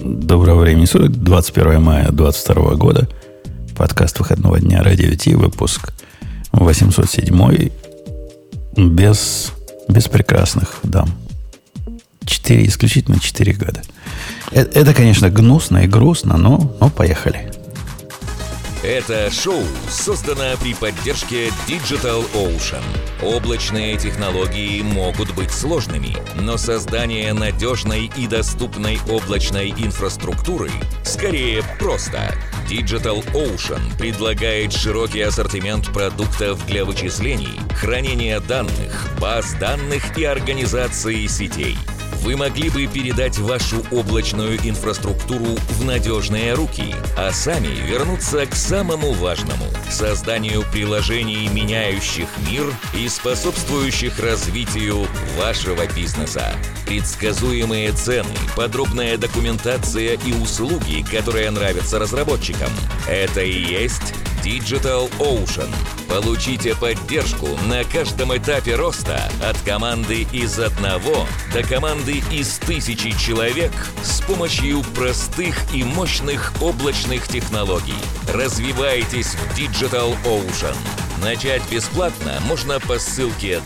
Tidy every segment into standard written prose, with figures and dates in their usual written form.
Доброго времени суток, 21 мая 2022 года. Подкаст выходного дня Радио Ти, выпуск 807 без прекрасных дам. Исключительно 4 года. Это, конечно, гнусно и грустно, но поехали. Это шоу создано при поддержке Digital Ocean. Облачные технологии могут быть сложными, но создание надежной и доступной облачной инфраструктуры скорее просто. Digital Ocean предлагает широкий ассортимент продуктов для вычислений, хранения данных, баз данных и организации сетей. Вы могли бы передать вашу облачную инфраструктуру в надежные руки, а сами вернуться к самому важному – созданию приложений, меняющих мир и способствующих развитию вашего бизнеса. Предсказуемые цены, подробная документация и услуги, которые нравятся разработчикам – это и есть Digital Ocean. Получите поддержку на каждом этапе роста от команды из 1 до команды из 1000 человек с помощью простых и мощных облачных технологий. Развивайтесь в Digital Ocean. Начать бесплатно можно по ссылке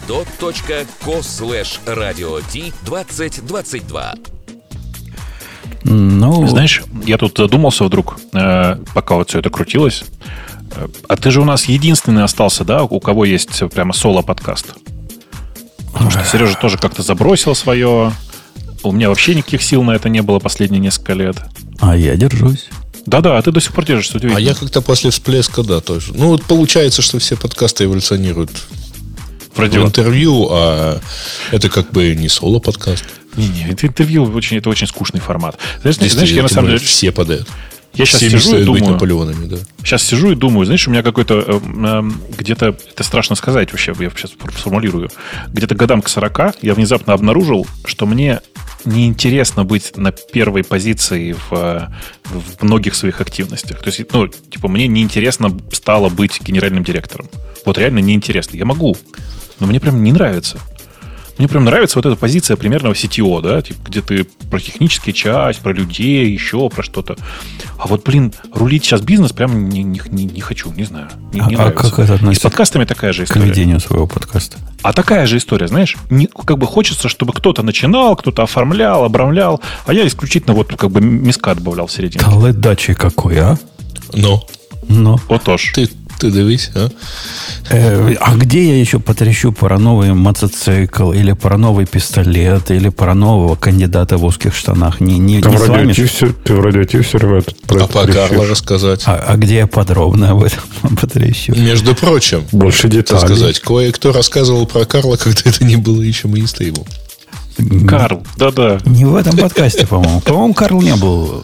dot.co/radio-t2022. Знаешь, я тут задумался вдруг, пока вот все это крутилось. А ты же у нас единственный остался, да, у кого есть прямо соло-подкаст? Потому что Сережа тоже как-то забросил свое. У меня вообще никаких сил на это не было последние несколько лет. А я держусь. Да-да, а ты до сих пор держишься. А я как-то после всплеска, да, тоже. Ну, вот получается, что все подкасты эволюционируют в интервью, а это как бы не соло-подкаст. Не, это интервью это очень скучный формат. Знаешь, я на самом деле... Все подают. Я сейчас сижу и думаю, Наполеонами, да. Сейчас сижу и думаю, знаешь, у меня какой-то где-то, это страшно сказать вообще, я сейчас сформулирую, где-то годам к 40 я внезапно обнаружил, что мне неинтересно быть на первой позиции в многих своих активностях. То есть, мне неинтересно стало быть генеральным директором. Вот реально неинтересно. Я могу, но мне прям не нравится. Мне прям нравится вот эта позиция примерного CTO, да, где ты про техническую часть, про людей, еще про что-то. А вот, рулить сейчас бизнес прям не хочу, не знаю. Не нравится. Как это относится? И с подкастами такая же история. К ведению своего подкаста. А такая же история, знаешь, как бы хочется, чтобы кто-то начинал, кто-то оформлял, обрамлял, а я исключительно вот как бы миска добавлял в середину. Таледачи какой, а? Но. Вот тоже. Ты дивись, а? А где я еще потрещу про новый мотоцикл, или про новый пистолет, или про нового кандидата в узких штанах? Ты в радио все время про Карла рассказать. А где я подробно об этом потрещу? Между прочим, больше деталей. Сказать, кое-кто рассказывал про Карла, когда это не было еще мейнстримом. Карл, да-да. Не в этом подкасте, по-моему. По-моему, Карл не был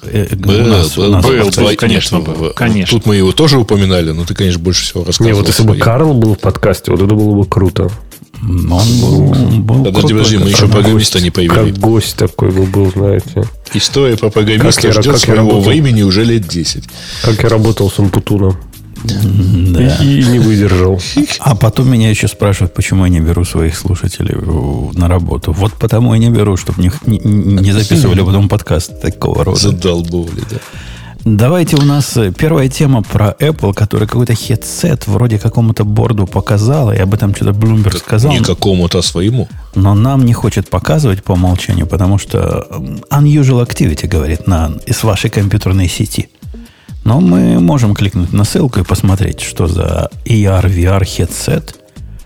был, конечно, был. Конечно. Тут мы его тоже упоминали, но ты, конечно, больше всего рассказывал. Не, вот если бы Карл был в подкасте, вот это было бы круто. Он был Подожди, мы еще программиста не появились. Как гость такой был, знаете. История про программиста ждет своего времени уже лет 10. Как я работал с Умпутуном. Да. И не выдержал. А потом меня еще спрашивают, почему я не беру своих слушателей на работу. Вот потому и не беру, чтобы не записывали потом подкаст такого рода. Задолбывали, да. Давайте, у нас первая тема про Apple, который какой-то хедсет вроде какому-то борду показала, и об этом что-то Bloomberg сказал. Не какому-то, а своему. Но нам не хочет показывать по умолчанию, потому что unusual activity, говорит, из вашей компьютерной сети. Но мы можем кликнуть на ссылку и посмотреть, что за AR-VR headset.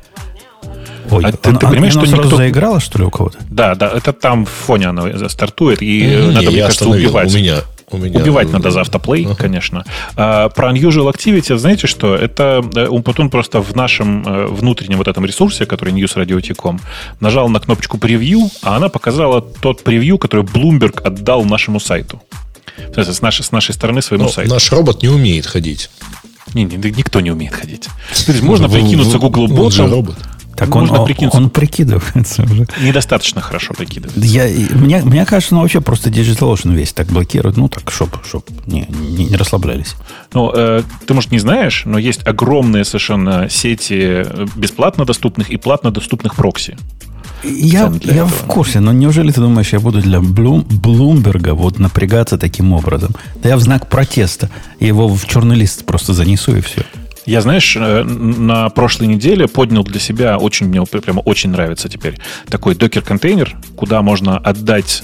Ой, ты понимаешь, что сразу заиграла, что ли, у кого-то? Да, это там в фоне оно стартует, и надо, мне кажется, убивать. Убивать надо за автоплей, конечно. Про Unusual Activity, знаете что? Это Умпутун просто в нашем внутреннем вот этом ресурсе, который newsradio.com, нажал на кнопочку превью, а она показала тот превью, который Bloomberg отдал нашему сайту. С нашей стороны своему сайту. Наш робот не умеет ходить. Никто не умеет ходить. Можно прикинуться Google ботом. Так он прикидывается уже. Недостаточно хорошо прикидывается. Мне кажется, вообще просто DigitalOcean весь так блокирует. Чтоб не расслаблялись. Ты, может, не знаешь, но есть огромные совершенно сети бесплатно доступных и платно доступных прокси. Я в курсе, но неужели ты думаешь, я буду для Блумберга вот напрягаться таким образом? Да я в знак протеста его в черный лист просто занесу и все. Я, знаешь, на прошлой неделе поднял для себя, мне прямо очень нравится теперь, такой докер-контейнер, куда можно отдать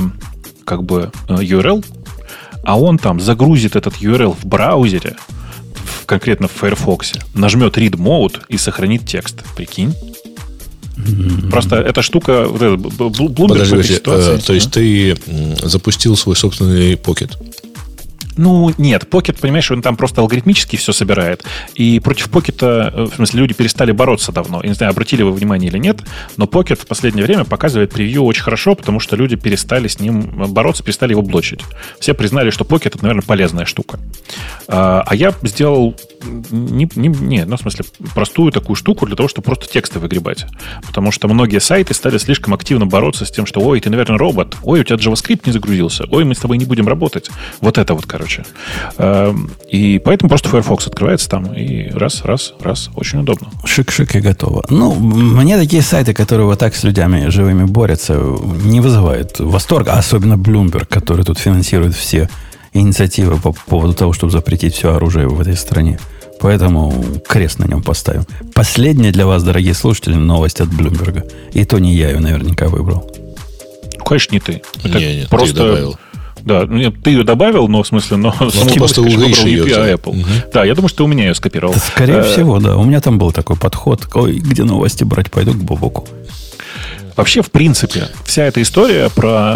URL, а он там загрузит этот URL в браузере, конкретно в Firefox, нажмет read mode и сохранит текст. Прикинь? Просто эта штука, вот эта Bloomberg ситуация. То есть ты запустил свой собственный Pocket? Ну, нет, Pocket, понимаешь, он там просто алгоритмически все собирает. И против Pocket, в смысле, люди перестали бороться давно. Я не знаю, обратили вы внимание или нет, но Pocket в последнее время показывает превью очень хорошо, потому что люди перестали с ним бороться, перестали его блочить. Все признали, что Pocket — это, наверное, полезная штука. А я сделал в смысле, простую такую штуку для того, чтобы просто тексты выгребать. Потому что многие сайты стали слишком активно бороться с тем, что ой, ты, наверное, робот, ой, у тебя JavaScript не загрузился, ой, мы с тобой не будем работать. Вот это вот, короче. И поэтому просто Firefox открывается там, и раз, очень удобно. Шик-шик и готово. Ну, мне такие сайты, которые вот так с людьми живыми борются, не вызывают восторга, особенно Bloomberg, который тут финансирует все инициативы по поводу того, чтобы запретить все оружие в этой стране. Поэтому крест на нем поставим. Последняя для вас, дорогие слушатели, новость от Bloomberg. И то не я ее наверняка выбрал. Конечно, не ты. Нет, просто... ты добавил. Да, ты ее добавил, но в смысле, просто выбрал API Apple. Угу. Да, я думаю, что ты у меня ее скопировал. Скорее всего, да. У меня там был такой подход. Ой, где новости брать? Пойду к Бобоку. Вообще, в принципе, вся эта история про,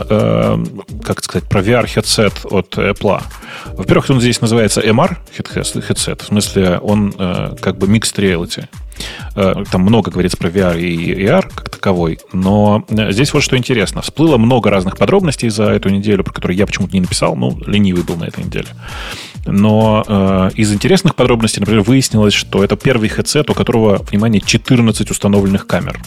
про VR-хедсет от Apple. Во-первых, он здесь называется MR хедсет. В смысле, он mixed reality. Там много говорится про VR и AR как таковой. Но здесь вот что интересно. Всплыло много разных подробностей за эту неделю, про которые я почему-то не написал. Ленивый был на этой неделе. Но из интересных подробностей, например, выяснилось, что это первый хедсет, у которого, внимание, 14 установленных камер.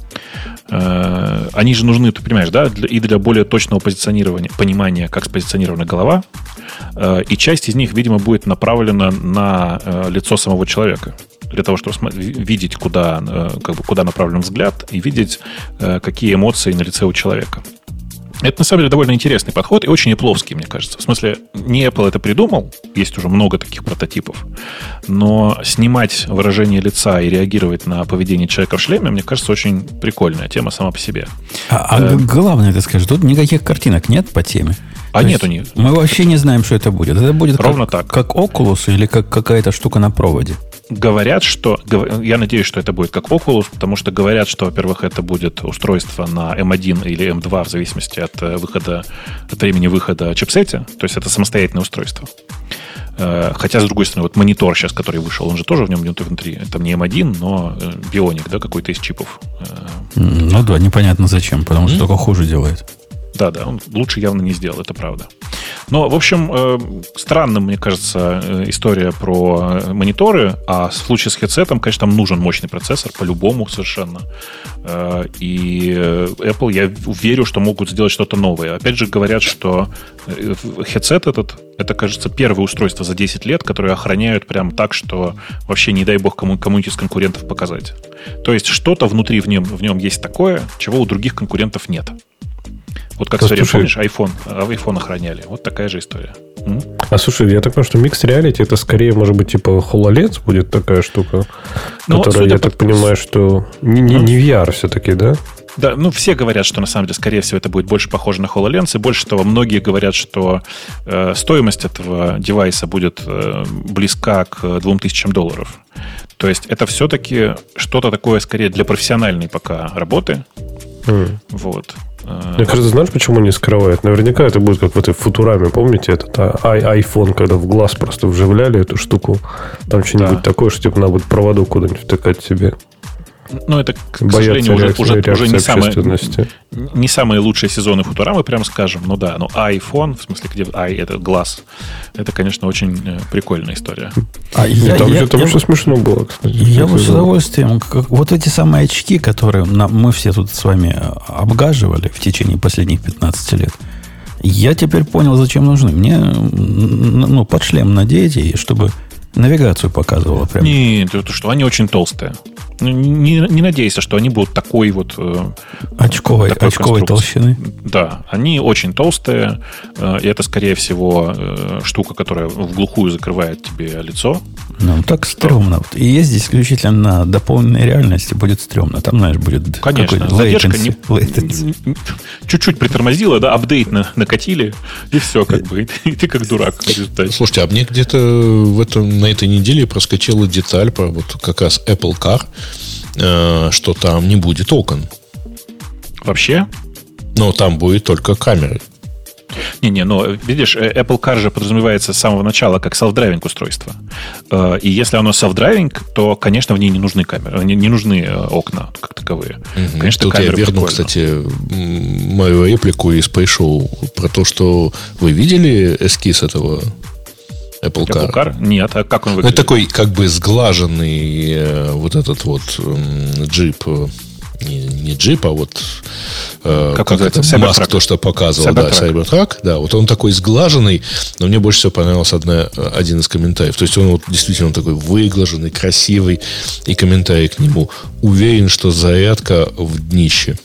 Они же нужны, ты понимаешь, да, и для более точного позиционирования, понимания, как спозиционирована голова. И часть из них, видимо, будет направлена на лицо самого человека. Для того, чтобы видеть, куда направлен взгляд, и видеть, какие эмоции на лице у человека. Это, на самом деле, довольно интересный подход и очень Apple-овский, мне кажется. В смысле, не Apple это придумал, есть уже много таких прототипов, но снимать выражение лица и реагировать на поведение человека в шлеме, мне кажется, очень прикольная тема сама по себе. Главное, ты скажешь, тут никаких картинок нет по теме? Нет у них. Мы вообще не знаем, что это будет. Это будет ровно так. Как Oculus или как какая-то штука на проводе? Говорят, что... Я надеюсь, что это будет как Oculus, потому что говорят, что, во-первых, это будет устройство на M1 или M2, в зависимости от времени выхода чипсете. То есть это самостоятельное устройство. Хотя, с другой стороны, вот монитор сейчас, который вышел, он же тоже в нем внутри. Там не M1, но Bionic, да, какой-то из чипов. Ну да, непонятно зачем, потому что только хуже делает. Да, он лучше явно не сделал, это правда. Но, в общем, странным, мне кажется, история про мониторы, а в случае с хедсетом, конечно, там нужен мощный процессор, по-любому совершенно. И Apple, я верю, что могут сделать что-то новое. Опять же, говорят, что хедсет это, кажется, первое устройство за 10 лет, которое охраняют прям так, что вообще, не дай бог, кому-нибудь из конкурентов показать. То есть что-то внутри в нем есть такое, чего у других конкурентов нет. Вот как, помнишь, iPhone охраняли. Вот такая же история. Слушай, я так понимаю, что Mixed Reality это скорее, может быть, типа HoloLens будет такая штука, которая, я так понимаю, что не VR все-таки, да? Да, все говорят, что на самом деле, скорее всего, это будет больше похоже на HoloLens, и больше того, многие говорят, что стоимость этого девайса будет близка к $2000. То есть это все-таки что-то такое, скорее, для профессиональной пока работы. Вот. Мне кажется, знаешь, почему не скрывают? Наверняка это будет как в этой Футураме, помните, этот iPhone, когда в глаз просто вживляли эту штуку. Там что-нибудь такое, что типа надо будет проводок куда-нибудь втыкать себе. Это, к сожалению, уже не самые лучшие сезоны Футурамы, прямо скажем. Ну да, но iPhone, в смысле, где это глаз, это, конечно, очень прикольная история. Там что смешно было, кстати. Я бы с удовольствием, вот эти самые очки, которые мы все тут с вами обгаживали в течение последних 15 лет, я теперь понял, зачем нужны. Мне под шлем надеть, и чтобы навигацию показывало прямо. Нет, это что, они очень толстые. Не надейся, что они будут такой вот... Очковой толщины. Да, они очень толстые, и это, скорее всего, штука, которая в глухую закрывает тебе лицо. Ну, так стрёмно. И ездить исключительно на дополненной реальности будет стрёмно. Там, знаешь, будет... Конечно, задержка чуть-чуть притормозила, да, апдейт накатили, и все, как бы. И ты как дурак в результате. Слушайте, а мне где-то на этой неделе проскочила деталь про вот как раз Apple Car, что там не будет окон. Вообще? Но там будет только камеры. Но видишь, Apple Car же подразумевается с самого начала как self-driving устройство. И если оно self-driving, то, конечно, в ней не нужны камеры, не нужны окна как таковые. Конечно, тут я верну, кстати, мою реплику из Space Show про то, что вы видели эскиз этого Apple Car? Нет, а как он выглядит? Это такой как бы сглаженный вот этот вот джип. Не джип, а вот как это Маск то, что показывал, Cybertruck. Да, вот он такой сглаженный, но мне больше всего понравился один из комментариев. То есть он вот действительно такой выглаженный, красивый, и комментарий к нему: уверен, что зарядка в днище.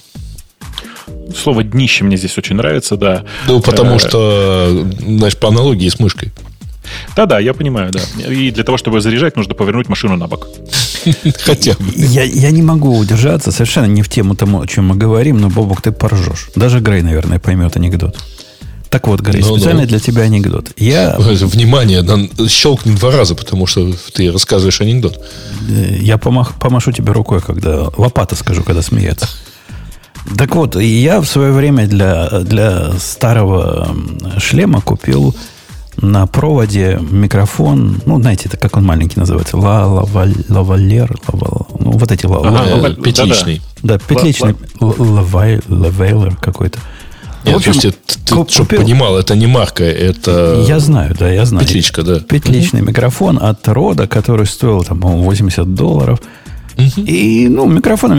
Слово «днище» мне здесь очень нравится, да. Ну, потому что, знаешь, по аналогии с мышкой. Да, я понимаю, да. И для того, чтобы заряжать, нужно повернуть машину на бок. Хотя бы. Я не могу удержаться, совершенно не в тему тому, о чем мы говорим, но, Бобок, ты поржешь. Даже Грей, наверное, поймет анекдот. Так вот, Грей, специально для тебя анекдот. Внимание, щелкни 2 раза, потому что ты рассказываешь анекдот. Я помашу тебе рукой, когда лопата скажу, когда смеяться. Так вот, я в свое время для старого шлема купил на проводе микрофон, знаете, это как он маленький называется, лавалер, вот эти петличный. Да, петличный лавейлер какой-то. Нет, в общем, ты чтобы понимал, это не марка, это... Я знаю. Петличка, да. Петличный микрофон от Рода, который стоил, там, по-моему, $80. И, микрофон.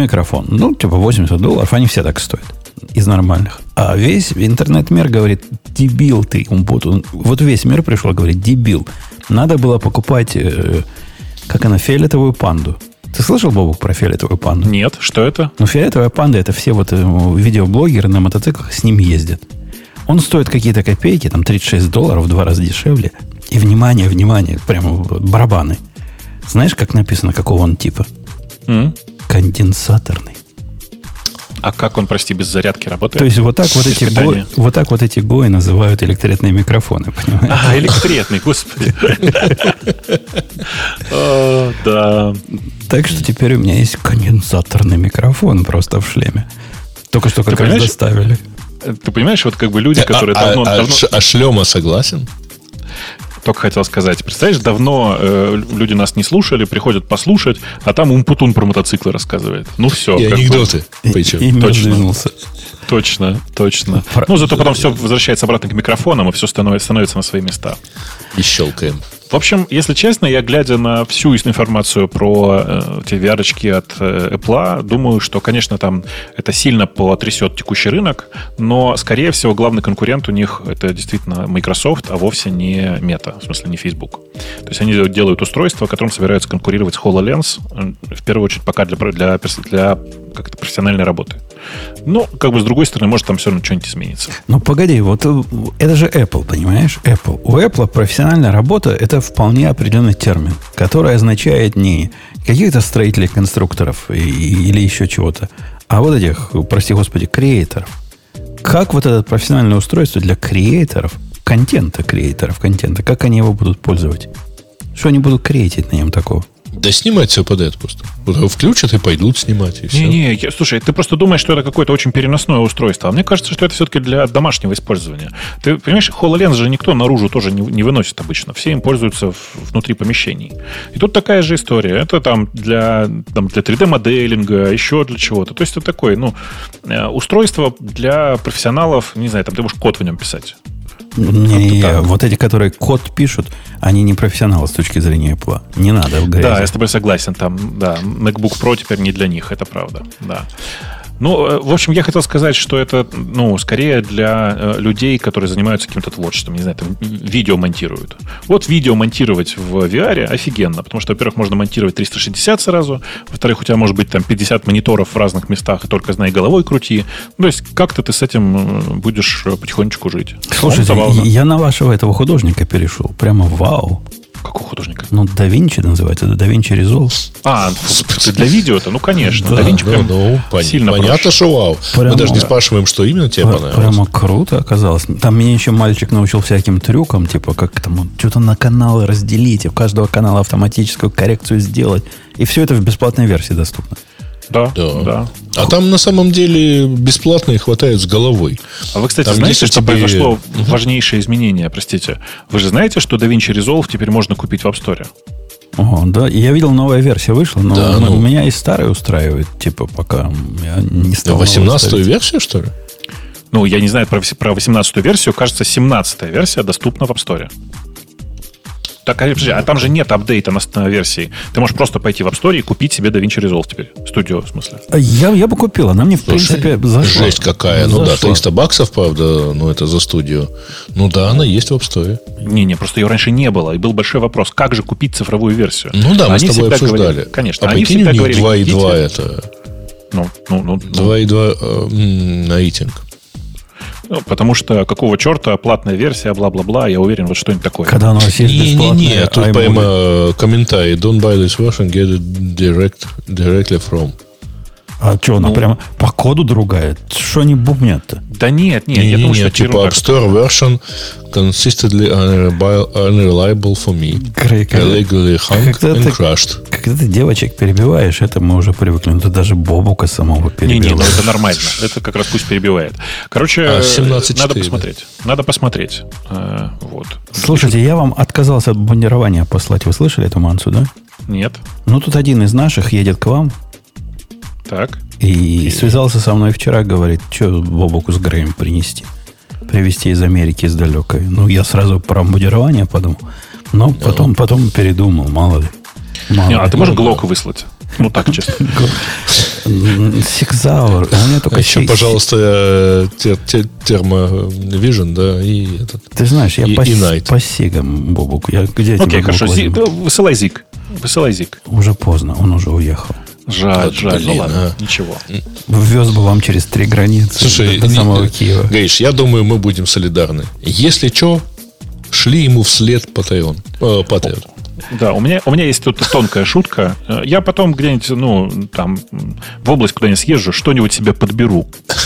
$80, они все так стоят. Из нормальных. А весь интернет-мир говорит: дебил ты, Умпутун. Вот весь мир пришел, говорит: дебил. Надо было покупать, фиолетовую панду. Ты слышал, Бобок, про фиолетовую панду? Нет, что это? Фиолетовая панда — это все видеоблогеры на мотоциклах с ним ездят. Он стоит какие-то копейки, там $36, в 2 раза дешевле. И внимание, прямо барабаны. Знаешь, как написано, какого он типа? Конденсаторный. А как он, прости, без зарядки работает? То есть вот так вот эти гои называют электретные микрофоны, понимаешь? Электретный, господи. Да. Так что теперь у меня есть конденсаторный микрофон просто в шлеме. Только что как раз доставили. Ты понимаешь, вот как бы люди, которые давно... А шлема согласен? Только хотел сказать. Представляешь, давно люди нас не слушали, приходят послушать, а там Умпутун про мотоциклы рассказывает. Все. И анекдоты. Точно. Зато потом все возвращается обратно к микрофонам, и все становится на свои места. И щелкаем. В общем, если честно, я, глядя на всю информацию про эти VR-очки от Apple, думаю, что, конечно, там это сильно потрясет текущий рынок, но, скорее всего, главный конкурент у них это действительно Microsoft, а вовсе не Meta, в смысле не Facebook. То есть они делают устройство, которым собираются конкурировать с HoloLens, в первую очередь пока для как-то профессиональной работы. Но, с другой стороны, может, там все равно что-нибудь изменится. Погоди, вот это же Apple, понимаешь? Apple. У Apple профессиональная работа – это вполне определенный термин, который означает не каких-то строителей, конструкторов или еще чего-то, а вот этих, прости господи, креаторов. Как вот это профессиональное устройство для креаторов контента, как они его будут пользовать? Что они будут креатить на нем такого? Да снимать все подряд просто. Включат и пойдут снимать, и все. Не, слушай, ты просто думаешь, что это какое-то очень переносное устройство. А мне кажется, что это все-таки для домашнего использования. Ты понимаешь, HoloLens же никто наружу тоже не выносит обычно. Все им пользуются внутри помещений. И тут такая же история. Это там для 3D-моделинга, еще для чего-то. То есть это такое, устройство для профессионалов, не знаю, там ты можешь код в нем писать. Вот эти, которые код пишут, они не профессионалы с точки зрения Apple. Не надо в грязи. Да, я с тобой согласен. Там, да, MacBook Pro теперь не для них, это правда. Да. Ну, в общем, я хотел сказать, что это, скорее для людей, которые занимаются каким-то творчеством, не знаю, там видео монтируют. Вот видео монтировать в VR офигенно, потому что, во-первых, можно монтировать 360 сразу, во-вторых, у тебя может быть там 50 мониторов в разных местах, и только знай головой крути. То есть как-то ты с этим будешь потихонечку жить. Слушайте, я на вашего этого художника перешел. Прямо вау. Какого художника? Ну, Da Vinci называется, Da Vinci Resolve. Для видео-то, конечно. Да. Da Vinci прям сильно понятно, что вау. Прямо, мы даже не спрашиваем, что именно тебе понравилось. Прямо круто оказалось. Там меня еще мальчик научил всяким трюкам, типа, как там, что-то на каналы разделить, и в каждого канала автоматическую коррекцию сделать. И все это в бесплатной версии доступно. Да. А там на самом деле бесплатно и хватает с головой. А вы, кстати, знаете, что произошло важнейшее изменение, простите? Вы же знаете, что DaVinci Resolve теперь можно купить в App Store? Ого, да. Я видел, новая версия вышла, но меня и старая устраивает, типа, пока я не стал. 18-ю версию, что ли? Ну, я не знаю про 18-ю версию. Кажется, 17-я версия доступна в App Store. Так, а там же нет апдейта на версии. Ты можешь просто пойти в App Store и купить себе DaVinci Resolve теперь. Студио, в смысле. Я бы купил. Она мне, в принципе, зашла. Жесть какая. Ну да, $300, правда, это за студию. Ну да, она есть в App Store. Не, просто ее раньше не было. И был большой вопрос, как же купить цифровую версию? Ну да, мы с тобой обсуждали. Конечно. А прикинь, у них 2.2 это... 2.2 на рейтинг. Потому что какого черта платная версия, бла-бла-бла, я уверен, вот что-нибудь такое. Когда у нас есть бесплатная... Тут прямо комментарий. Don't buy this version, get it directly from. А что, она прямо по коду другая? Что они бубнят-то? Да нет, я думаю, что типа App Store version consistently unreliable for me. Illegally hung and crashed. Когда ты девочек перебиваешь, это мы уже привыкли. Но ты даже Бобука самого перебиваешь. Не, это нормально. Это как раз пусть перебивает. Короче, надо посмотреть. Вот. Слушайте, я вам отказался от бронирования послать. Вы слышали эту мансу, да? Нет. Ну, тут один из наших едет к вам. Так. И связался со мной вчера, говорит, что Бобуку с Греем привезти из Америки, из далекой. Ну, я сразу про модирование подумал. Но потом передумал, мало ли. А ты можешь Глок выслать? Ну, так, честно. Сикзауэр. Еще, пожалуйста, термовижн, да, и этот. Ты знаешь, я по сигам, Бобук. Окей, хорошо. Высылай зиг. Уже поздно, он уже уехал. Жаль, ну ладно, ничего. Ввез бы вам через 3 границы. Слушай, до самого Киева. Гриш, я думаю, мы будем солидарны. Если что, шли ему вслед Patreon. Да, у меня есть тут тонкая шутка. Я потом где-нибудь, там, в область куда-нибудь съезжу, что-нибудь себе подберу.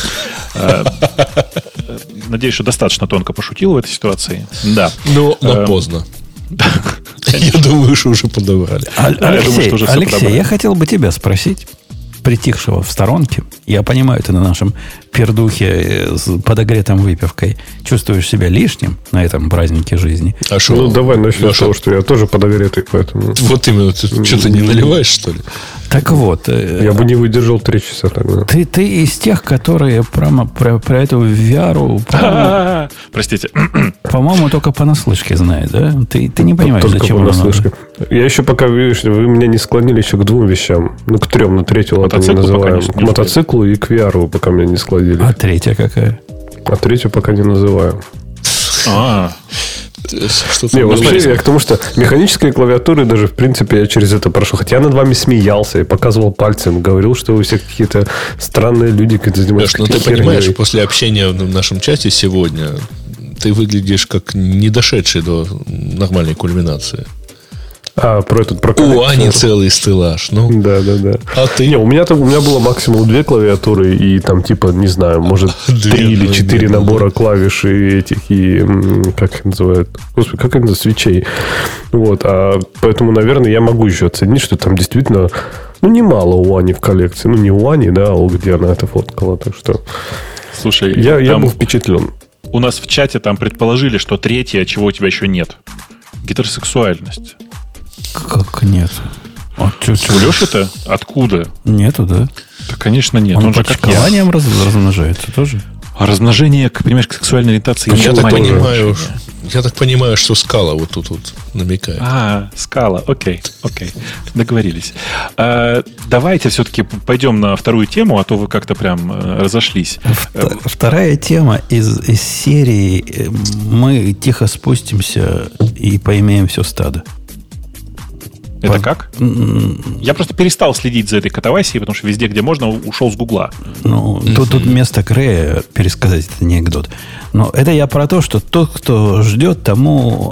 Надеюсь, что достаточно тонко пошутил в этой ситуации. Да. Но поздно. Я думаю, что уже подобрали. Алексей, я хотел бы тебя спросить, притихшего в сторонке. Я понимаю, ты на нашем пердухе с подогретым выпивкой чувствуешь себя лишним на этом празднике жизни. А что? Ну, давай начнем с того, что я тоже подогретый, поэтому... Вот именно, ты что-то не наливаешь, что ли? Так вот. Я бы не выдержал 3 часа тогда. Ты из тех, которые прямо про эту VR... Простите. По-моему, только понаслышке знает, да? Ты не понимаешь, зачем она надо. Я еще пока, видишь, вы меня не склонили еще к 2 вещам. Ну, к 3, на 3-ю ладно не называем. К мотоциклу и к VR пока меня не склонили. А 3-я какая? А 3-ю пока не называю. Что-то вообще, я к тому, что механические клавиатуры даже, в принципе, я через это прошел. Хотя я над вами смеялся и показывал пальцем, говорил, что вы все какие-то странные люди, которые занимаются какой-то херней. Ты понимаешь, после общения в нашем чате сегодня ты выглядишь как не дошедший до нормальной кульминации. Про у Ани целый стеллаж. Да. А ты? Не, у меня было максимум 2 клавиатуры и там типа, не знаю, может 3 или 4 набора клавиш и этих, и как их называют? Господи, как это свечей. Вот, поэтому, наверное, я могу еще оценить, что там действительно, немало у Ани в коллекции. Не у Ани, да, а где она это фоткала. Так что слушай, я был впечатлен. У нас в чате там предположили, что 3-я, чего у тебя еще нет. Гетеросексуальность. Как нет? У Леши-то откуда? Нету, да? Да, конечно, нет. Он почкованием размножается тоже? А размножение, понимаешь, к сексуальной ориентации... Я так понимаю, что скала вот тут вот намекает. Скала. Окей. Договорились. Давайте все-таки пойдем на вторую тему, а то вы как-то прям разошлись. Вторая тема из серии «Мы тихо спустимся и поимеем все стадо». Это как? Я просто перестал следить за этой катавасией, потому что везде, где можно, ушел с Гугла. Тут вместо Крэя пересказать этот анекдот. Но это я про то, что тот, кто ждет, тому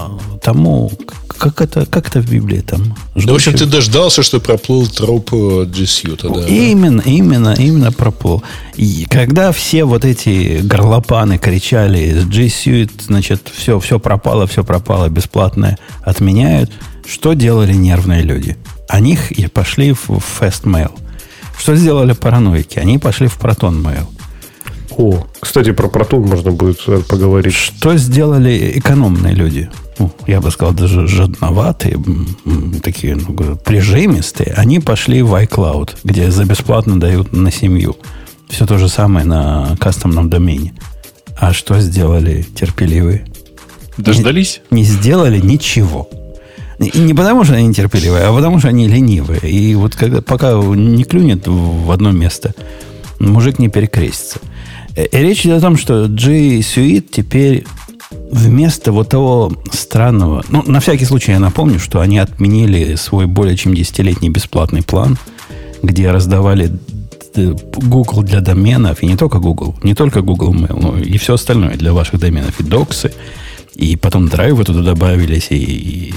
как это в Библии там? В общем, ты дождался, что проплыл троп G Suite. Да? Именно проплыл. И когда все вот эти горлопаны кричали, G Suite, значит, все пропало, бесплатное отменяют, что делали нервные люди? Они пошли в Fastmail. Что сделали параноики? Они пошли в ProtonMail. Кстати, про Proton можно будет поговорить. Что сделали экономные люди? Я бы сказал, даже жадноватые, такие прижимистые. Они пошли в iCloud, где за бесплатно дают на семью. Все то же самое на кастомном домене. А что сделали терпеливые? Дождались? Не сделали ничего. И не потому, что они нетерпеливые, а потому, что они ленивые. И вот пока не клюнет в одно место, мужик не перекрестится. И речь идет о том, что G Suite теперь вместо вот того странного... на всякий случай я напомню, что они отменили свой более чем 10-летний бесплатный план, где раздавали Google для доменов, и не только Google Mail, но и все остальное для ваших доменов, и доксы, и потом драйвы туда добавились, и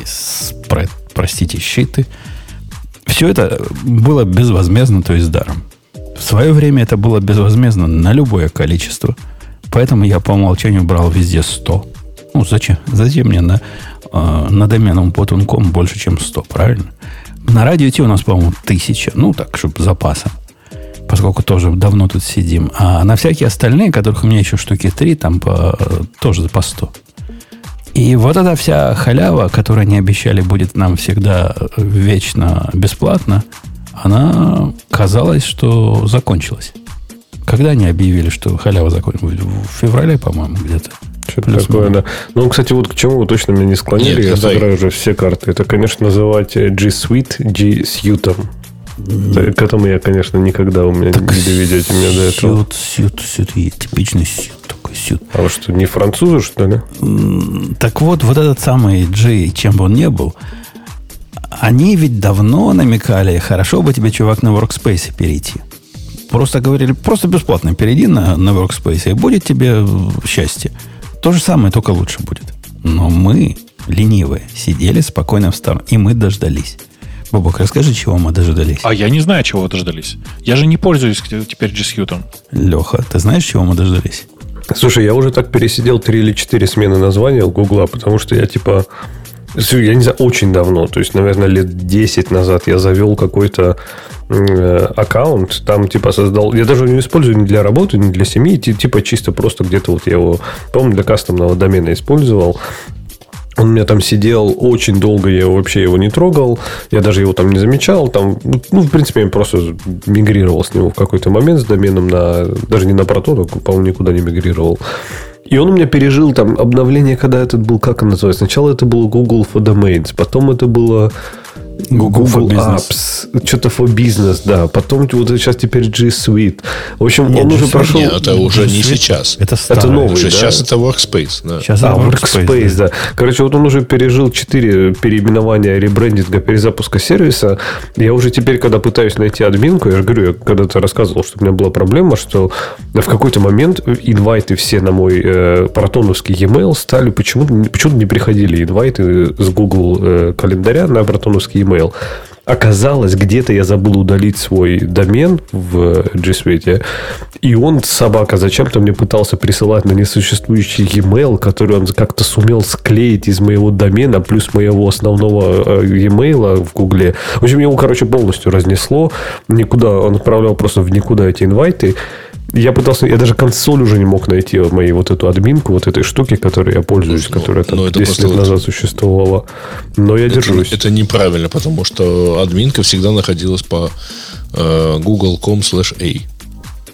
щиты. Все это было безвозмездно, то есть даром. В свое время это было безвозмездно на любое количество. Поэтому я по умолчанию брал везде 100. Зачем? Зачем мне на доменном Potun.com больше, чем 100, правильно? На радио Ти у нас, по-моему, 1000. Так, чтобы запасом. Поскольку тоже давно тут сидим. А на всякие остальные, которых у меня еще штуки 3, там тоже по 100. И вот эта вся халява, которую они обещали будет нам всегда вечно бесплатно, она казалось, что закончилась. Когда они объявили, что халява закончилась? В феврале, по-моему, где-то. Что-то такое, да. Кстати, вот к чему вы точно меня не склонили, я собираю уже все карты. Это, конечно, называть G Suite G Suite. К этому я, конечно, никогда у меня не доведете меня до этого. Suite, типичный Suite. Suite. А вы что, не французы, что ли? Так вот этот самый G, чем бы он ни был, они ведь давно намекали, хорошо бы тебе, чувак, на Workspace перейти. Просто говорили, просто бесплатно перейди на Workspace, и будет тебе счастье. То же самое, только лучше будет. Но мы, ленивые, сидели спокойно в стороне, и мы дождались. Бобок, расскажи, чего мы дождались. А я не знаю, чего вы дождались. Я же не пользуюсь теперь G Suite. Леха, ты знаешь, чего мы дождались? Слушай, я уже так пересидел 3 или 4 смены названия у Гугла, потому что я не знаю, очень давно, то есть, наверное, лет 10 назад я завел какой-то аккаунт, там создал, я даже не использую ни для работы, ни для семьи, чисто просто где-то я его, по-моему, для кастомного домена использовал. Он у меня там сидел очень долго, я вообще его не трогал, я даже его там не замечал. В принципе, я просто мигрировал с него в какой-то момент с доменом даже не на Proton, по-моему, никуда не мигрировал. И он у меня пережил обновление, когда этот был, как он называется? Сначала это было Google for Domains, потом это было Google Apps, что-то for Business, да. Потом вот сейчас теперь G Suite. В общем, он уже прошел... Нет, это уже не сейчас. Это новый, уже да? Сейчас это Workspace, да. Сейчас Workspace, да. Короче, вот он уже пережил 4 переименования, ребрендинга, перезапуска сервиса. Я уже теперь, когда пытаюсь найти админку, я же говорю, я когда-то рассказывал, что у меня была проблема, что в какой-то момент инвайты все на мой протоновский e-mail стали, почему-то не приходили инвайты с Google календаря на протоновский e-mail. Оказалось, где-то я забыл удалить свой домен в G Suite, и он, собака, зачем-то мне пытался присылать на несуществующий e-mail, который он как-то сумел склеить из моего домена плюс моего основного e-mail в Гугле. В общем, его, полностью разнесло. Он отправлял просто в никуда эти инвайты. Я даже консоль уже не мог найти мою эту админку, этой штуки, которой я пользуюсь, которая 10 лет назад существовала. Но я держусь. Это неправильно, потому что админка всегда находилась по google.com/a.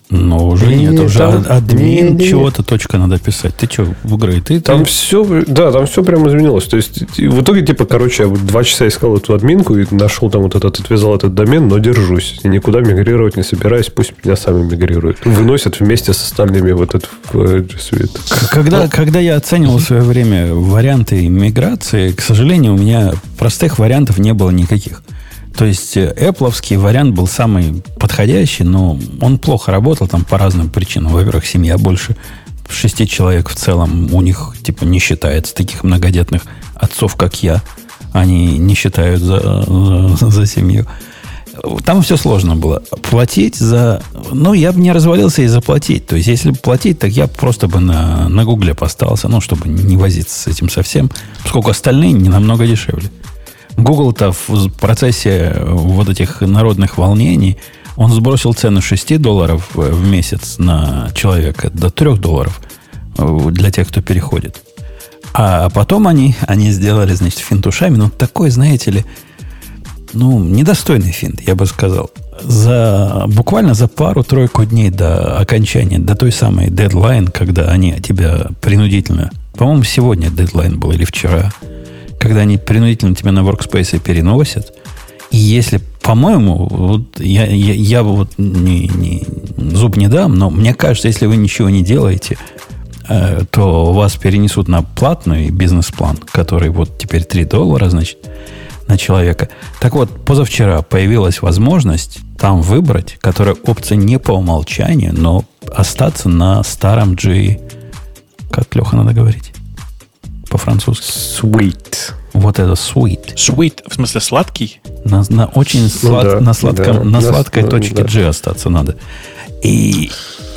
Но уже нет, уже админ чего-то точка надо писать. Ты что, в игре? Там все прям изменилось. То есть, в итоге, я 2 часа искал эту админку и нашел там отвязал этот домен, но держусь. И никуда мигрировать не собираюсь, пусть меня сами мигрируют. Выносят вместе с остальными этот G Suite. Когда я оценивал в свое время варианты миграции, к сожалению, у меня простых вариантов не было никаких. То есть, Apple-овский вариант был самый подходящий, но он плохо работал там по разным причинам. Во-первых, семья больше 6 человек в целом у них не считается таких многодетных отцов, как я. Они не считают за семью. Там все сложно было. Платить за... я бы не развалился и заплатить. То есть, если бы платить, так я просто бы на Гугле поставился, чтобы не возиться с этим совсем, поскольку остальные не намного дешевле. Google-то в процессе вот этих народных волнений он сбросил цену $6 в месяц на человека до $3 для тех, кто переходит. А потом они сделали, финт ушами, такой, знаете ли, недостойный финт, я бы сказал. Буквально за пару-тройку дней до окончания, до той самой дедлайн, когда они тебя принудительно... По-моему, сегодня дедлайн был или вчера, когда они принудительно тебя на Workspace переносят. И если, по-моему, я зуб не дам, но мне кажется, если вы ничего не делаете, то вас перенесут на платный бизнес-план, который теперь $3, на человека. Так вот, позавчера появилась возможность там выбрать, которая опция не по умолчанию, но остаться на старом G. Как, Леха, надо говорить? По-французски. Sweet. Вот это sweet. Sweet, в смысле сладкий? На сладкой точке G остаться надо. И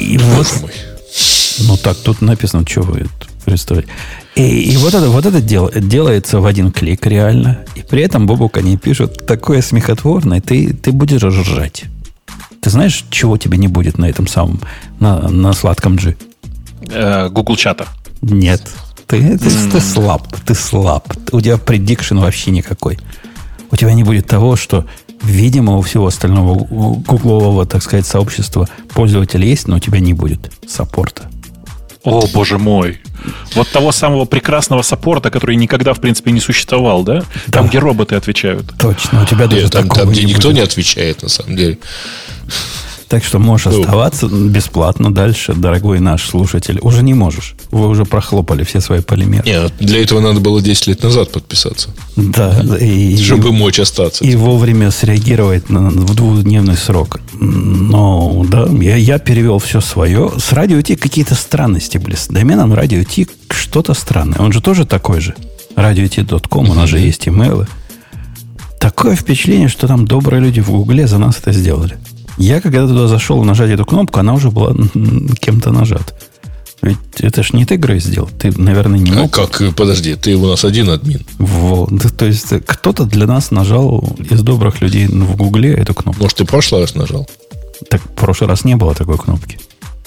вот... так, тут написано, что вы представляете. И вот это делается в один клик реально. И при этом, Бобук, они пишут такое смехотворное, ты будешь ржать. Ты знаешь, чего тебе не будет на этом самом, на сладком G? Google чата. Нет. Ты слаб. У тебя предикшн вообще никакой. У тебя не будет того, что, видимо, у всего остального гуглового, так сказать, сообщества пользователей есть, но у тебя не будет саппорта. О, боже мой. Вот того самого прекрасного саппорта, который никогда, в принципе, не существовал, да? Там, да. Где роботы отвечают. Точно, у тебя даже там, где никто не отвечает, на самом деле. Так что можешь оставаться бесплатно дальше, дорогой наш слушатель. Уже не можешь. Вы уже прохлопали все свои полимеры. Нет, для этого надо было 10 лет назад подписаться. Да. Чтобы мочь остаться. И вовремя среагировать в 2-дневный срок. Но, да, я перевел все свое. С Радио Ти какие-то странности были. С доменом Радио Ти что-то странное. Он же тоже такой же. RadioT.com, у нас же есть имейлы. Такое впечатление, что там добрые люди в Гугле за нас это сделали. Я, когда туда зашел нажать эту кнопку, она уже была кем-то нажата. Ведь это ж не ты, Грей, сделал. Ты, наверное, не мог. Подожди, ты у нас один админ. Вот. То есть, кто-то для нас нажал из добрых людей в Гугле эту кнопку. Может, ты в прошлый раз нажал? Так в прошлый раз не было такой кнопки.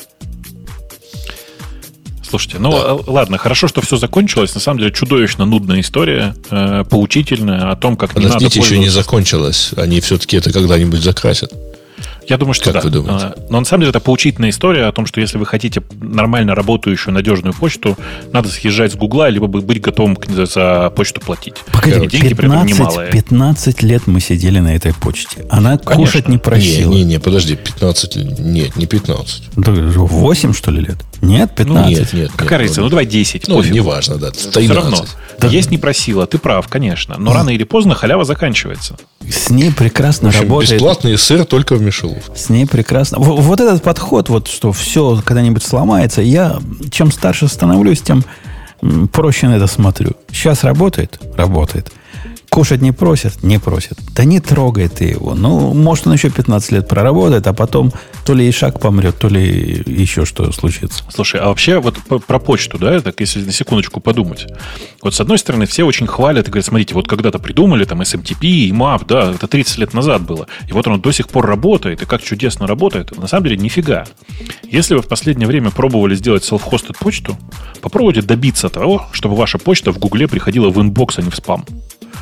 Слушайте, ладно, хорошо, что все закончилось. На самом деле, чудовищно нудная история, поучительная о том, как не надо пользоваться. Еще не закончилось. Они все-таки это когда-нибудь закрасят. Я думаю, что как да. Вы думаете? Но на самом деле это поучительная история о том, что если вы хотите нормально работающую, надежную почту, надо съезжать с Гугла, либо быть готовым за почту платить. Погоди, деньги при этом немалые. 15 лет мы сидели на этой почте. Она кушать не просила. Подожди, 15 лет. Нет, не 15. 8, что ли, лет? Нет, 15. Нет. Какая разница? Давай 10. Неважно, да. 13. Все равно. Да. Есть не просила, ты прав, конечно. Но рано или поздно халява заканчивается. С ней прекрасно работает. Бесплатный сыр только в мишелов. С ней прекрасно. Вот этот подход, что все когда-нибудь сломается, я чем старше становлюсь, тем проще на это смотрю. Сейчас работает? Работает. Кушать не просят? Не просят. Да не трогай ты его. Может, он еще 15 лет проработает, а потом то ли Ишак помрет, то ли еще что случится. Слушай, а вообще вот про почту, да, так если на секундочку подумать. Вот с одной стороны, все очень хвалят и говорят, смотрите, вот когда-то придумали там SMTP и MAP, да, это 30 лет назад было. И вот оно до сих пор работает, и как чудесно работает. На самом деле, нифига. Если вы в последнее время пробовали сделать self-hosted почту, попробуйте добиться того, чтобы ваша почта в Гугле приходила в инбокс, а не в спам.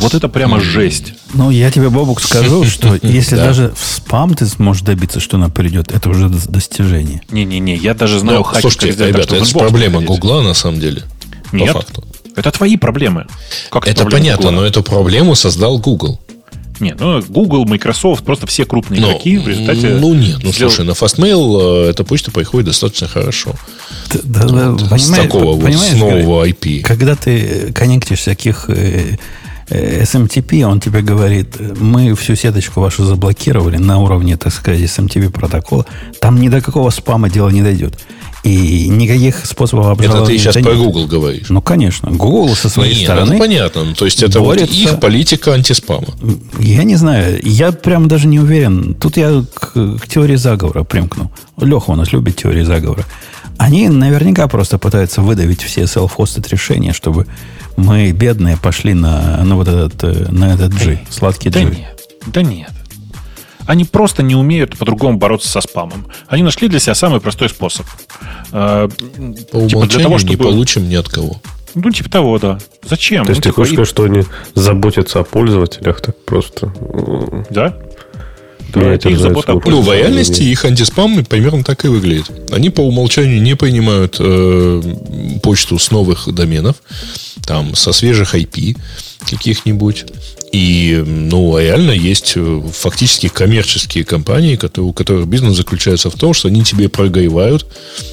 Вот это прямо жесть. Ну, я тебе, Бобук, скажу, что если даже в спам ты сможешь добиться, что она придет, это уже достижение. Не-не-не, я даже знаю хаки. Слушайте, ребята, это проблема Гугла на самом деле. Нет, по факту. Это твои проблемы. Как это понятно, Google? Но эту проблему создал Google. Нет, ну Google, Microsoft, просто все крупные игроки в результате... Ну нет, слушай, на Fastmail эта почта приходит достаточно хорошо. С такого вот, с нового IP. Когда ты коннектишь всяких SMTP, он тебе говорит, мы всю сеточку вашу заблокировали на уровне, так сказать, SMTP протокола. Там ни до какого спама дело не дойдет. И никаких способов обжалования. Это ты сейчас про Google говоришь. Ну, конечно. Google со своей стороны... Ну, понятно. То есть, это борется... вот их политика антиспама. Я не знаю. Я прям даже не уверен. Тут я к теории заговора примкну. Леха у нас любит теории заговора. Они наверняка просто пытаются выдавить все self-hosted решения, чтобы мы, бедные, пошли на вот этот G, сладкий G. Да нет. Они просто не умеют по-другому бороться со спамом. Они нашли для себя самый простой способ. По умолчанию для того, чтобы... не получим ни от кого. Ну, типа того, да. Зачем? То есть ты хочешь сказать, что они заботятся о пользователях так просто? Да. Да, их забота о пользователях. В реальности их антиспам примерно так и выглядит. Они по умолчанию не принимают почту с новых доменов, там, со свежих IP каких-нибудь. И, реально есть фактически коммерческие компании, у которых бизнес заключается в том, что они тебе прогревают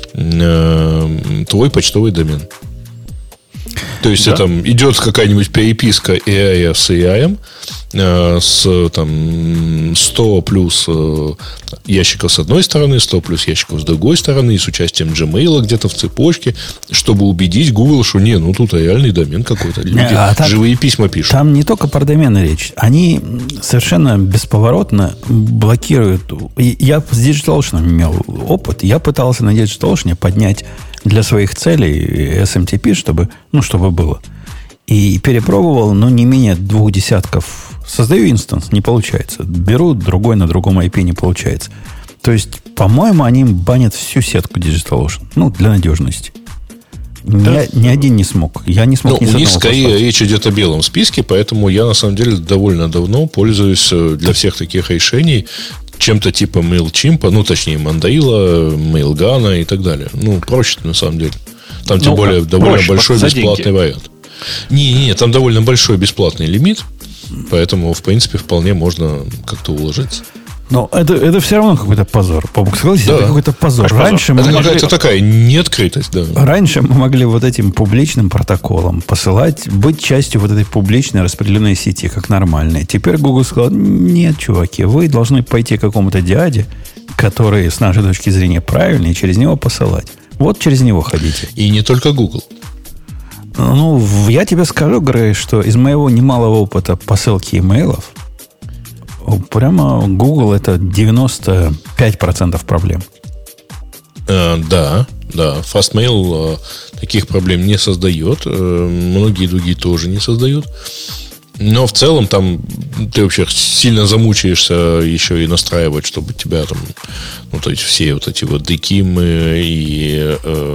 твой почтовый домен. То есть, там идет какая-нибудь переписка AI с AI с там, 100 плюс ящиков с одной стороны, 100 плюс ящиков с другой стороны, и с участием Gmail где-то в цепочке, чтобы убедить Google, что тут реальный домен какой-то. Люди живые письма пишут. Там не только про домены речь. Они совершенно бесповоротно блокируют. Я с DigitalOcean имел опыт. Я пытался на DigitalOcean поднять для своих целей SMTP, чтобы было. И перепробовал, не менее 2 десятков. Создаю инстанс, не получается. Беру другой на другом IP, не получается. То есть, по-моему, они банят всю сетку DigitalOcean. Для надежности. Да. Ни один не смог. Я не смог. У них скорее речь идет о белом списке, поэтому я на самом деле довольно давно пользуюсь для всех таких решений чем-то типа MailChimp, точнее Mandaila, Mailgun и так далее. Проще на самом деле. Там тем более довольно большой бесплатный вариант. Не, там довольно большой бесплатный лимит, поэтому, в принципе, вполне можно как-то уложиться. Но это все равно какой-то позор. Согласись, да. Это какой-то позор. Раньше это какая-то такая неоткрытость, да. Раньше мы могли вот этим публичным протоколом посылать, быть частью вот этой публичной распределенной сети, как нормальной. Теперь Google сказал, нет, чуваки, вы должны пойти к какому-то дяде, который, с нашей точки зрения, правильный, и через него посылать. Вот через него ходите. И не только Google. Я тебе скажу, Грей, что из моего немалого опыта посылки имейлов прямо Google это 95% проблем. Да. Fastmail таких проблем не создает. Многие другие тоже не создают. Но в целом там ты вообще сильно замучаешься еще и настраивать, чтобы тебя там, то есть все вот эти вот декимы и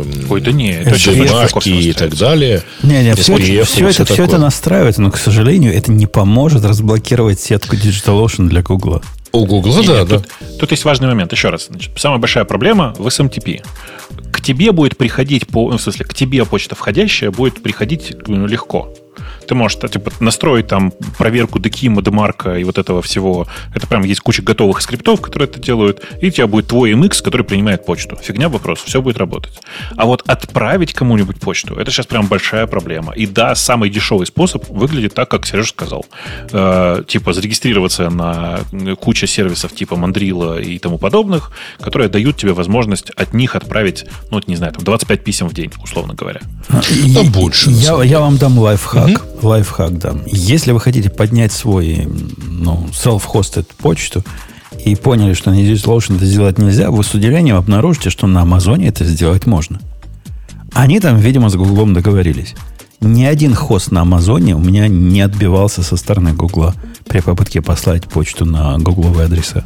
марки и так далее. Все это настраивается, но, к сожалению, это не поможет разблокировать сетку DigitalOcean для Google. У Google, да. Тут есть важный момент. Еще раз. Самая большая проблема в SMTP. К тебе будет приходить, к тебе почта входящая будет приходить легко. Ты можешь настроить там проверку декима, демарка и вот этого всего. Это прям есть куча готовых скриптов, которые это делают. И у тебя будет твой MX, который принимает почту. Фигня вопрос, все будет работать. А вот отправить кому-нибудь почту, это сейчас прям большая проблема. И да, самый дешевый способ выглядит так, как Сережа сказал. Зарегистрироваться на кучу сервисов типа Mandrill и тому подобных, которые дают тебе возможность от них отправить, 25 писем в день, условно говоря. Там больше. Я вам дам лайфхак. Лайфхак дам. Если вы хотите поднять свой self-hosted почту и поняли, что на DigitalOcean это сделать нельзя, вы с удивлением обнаружите, что на Амазоне это сделать можно. Они там, видимо, с Гуглом договорились. Ни один хост на Амазоне у меня не отбивался со стороны Гугла при попытке послать почту на гугловые адреса.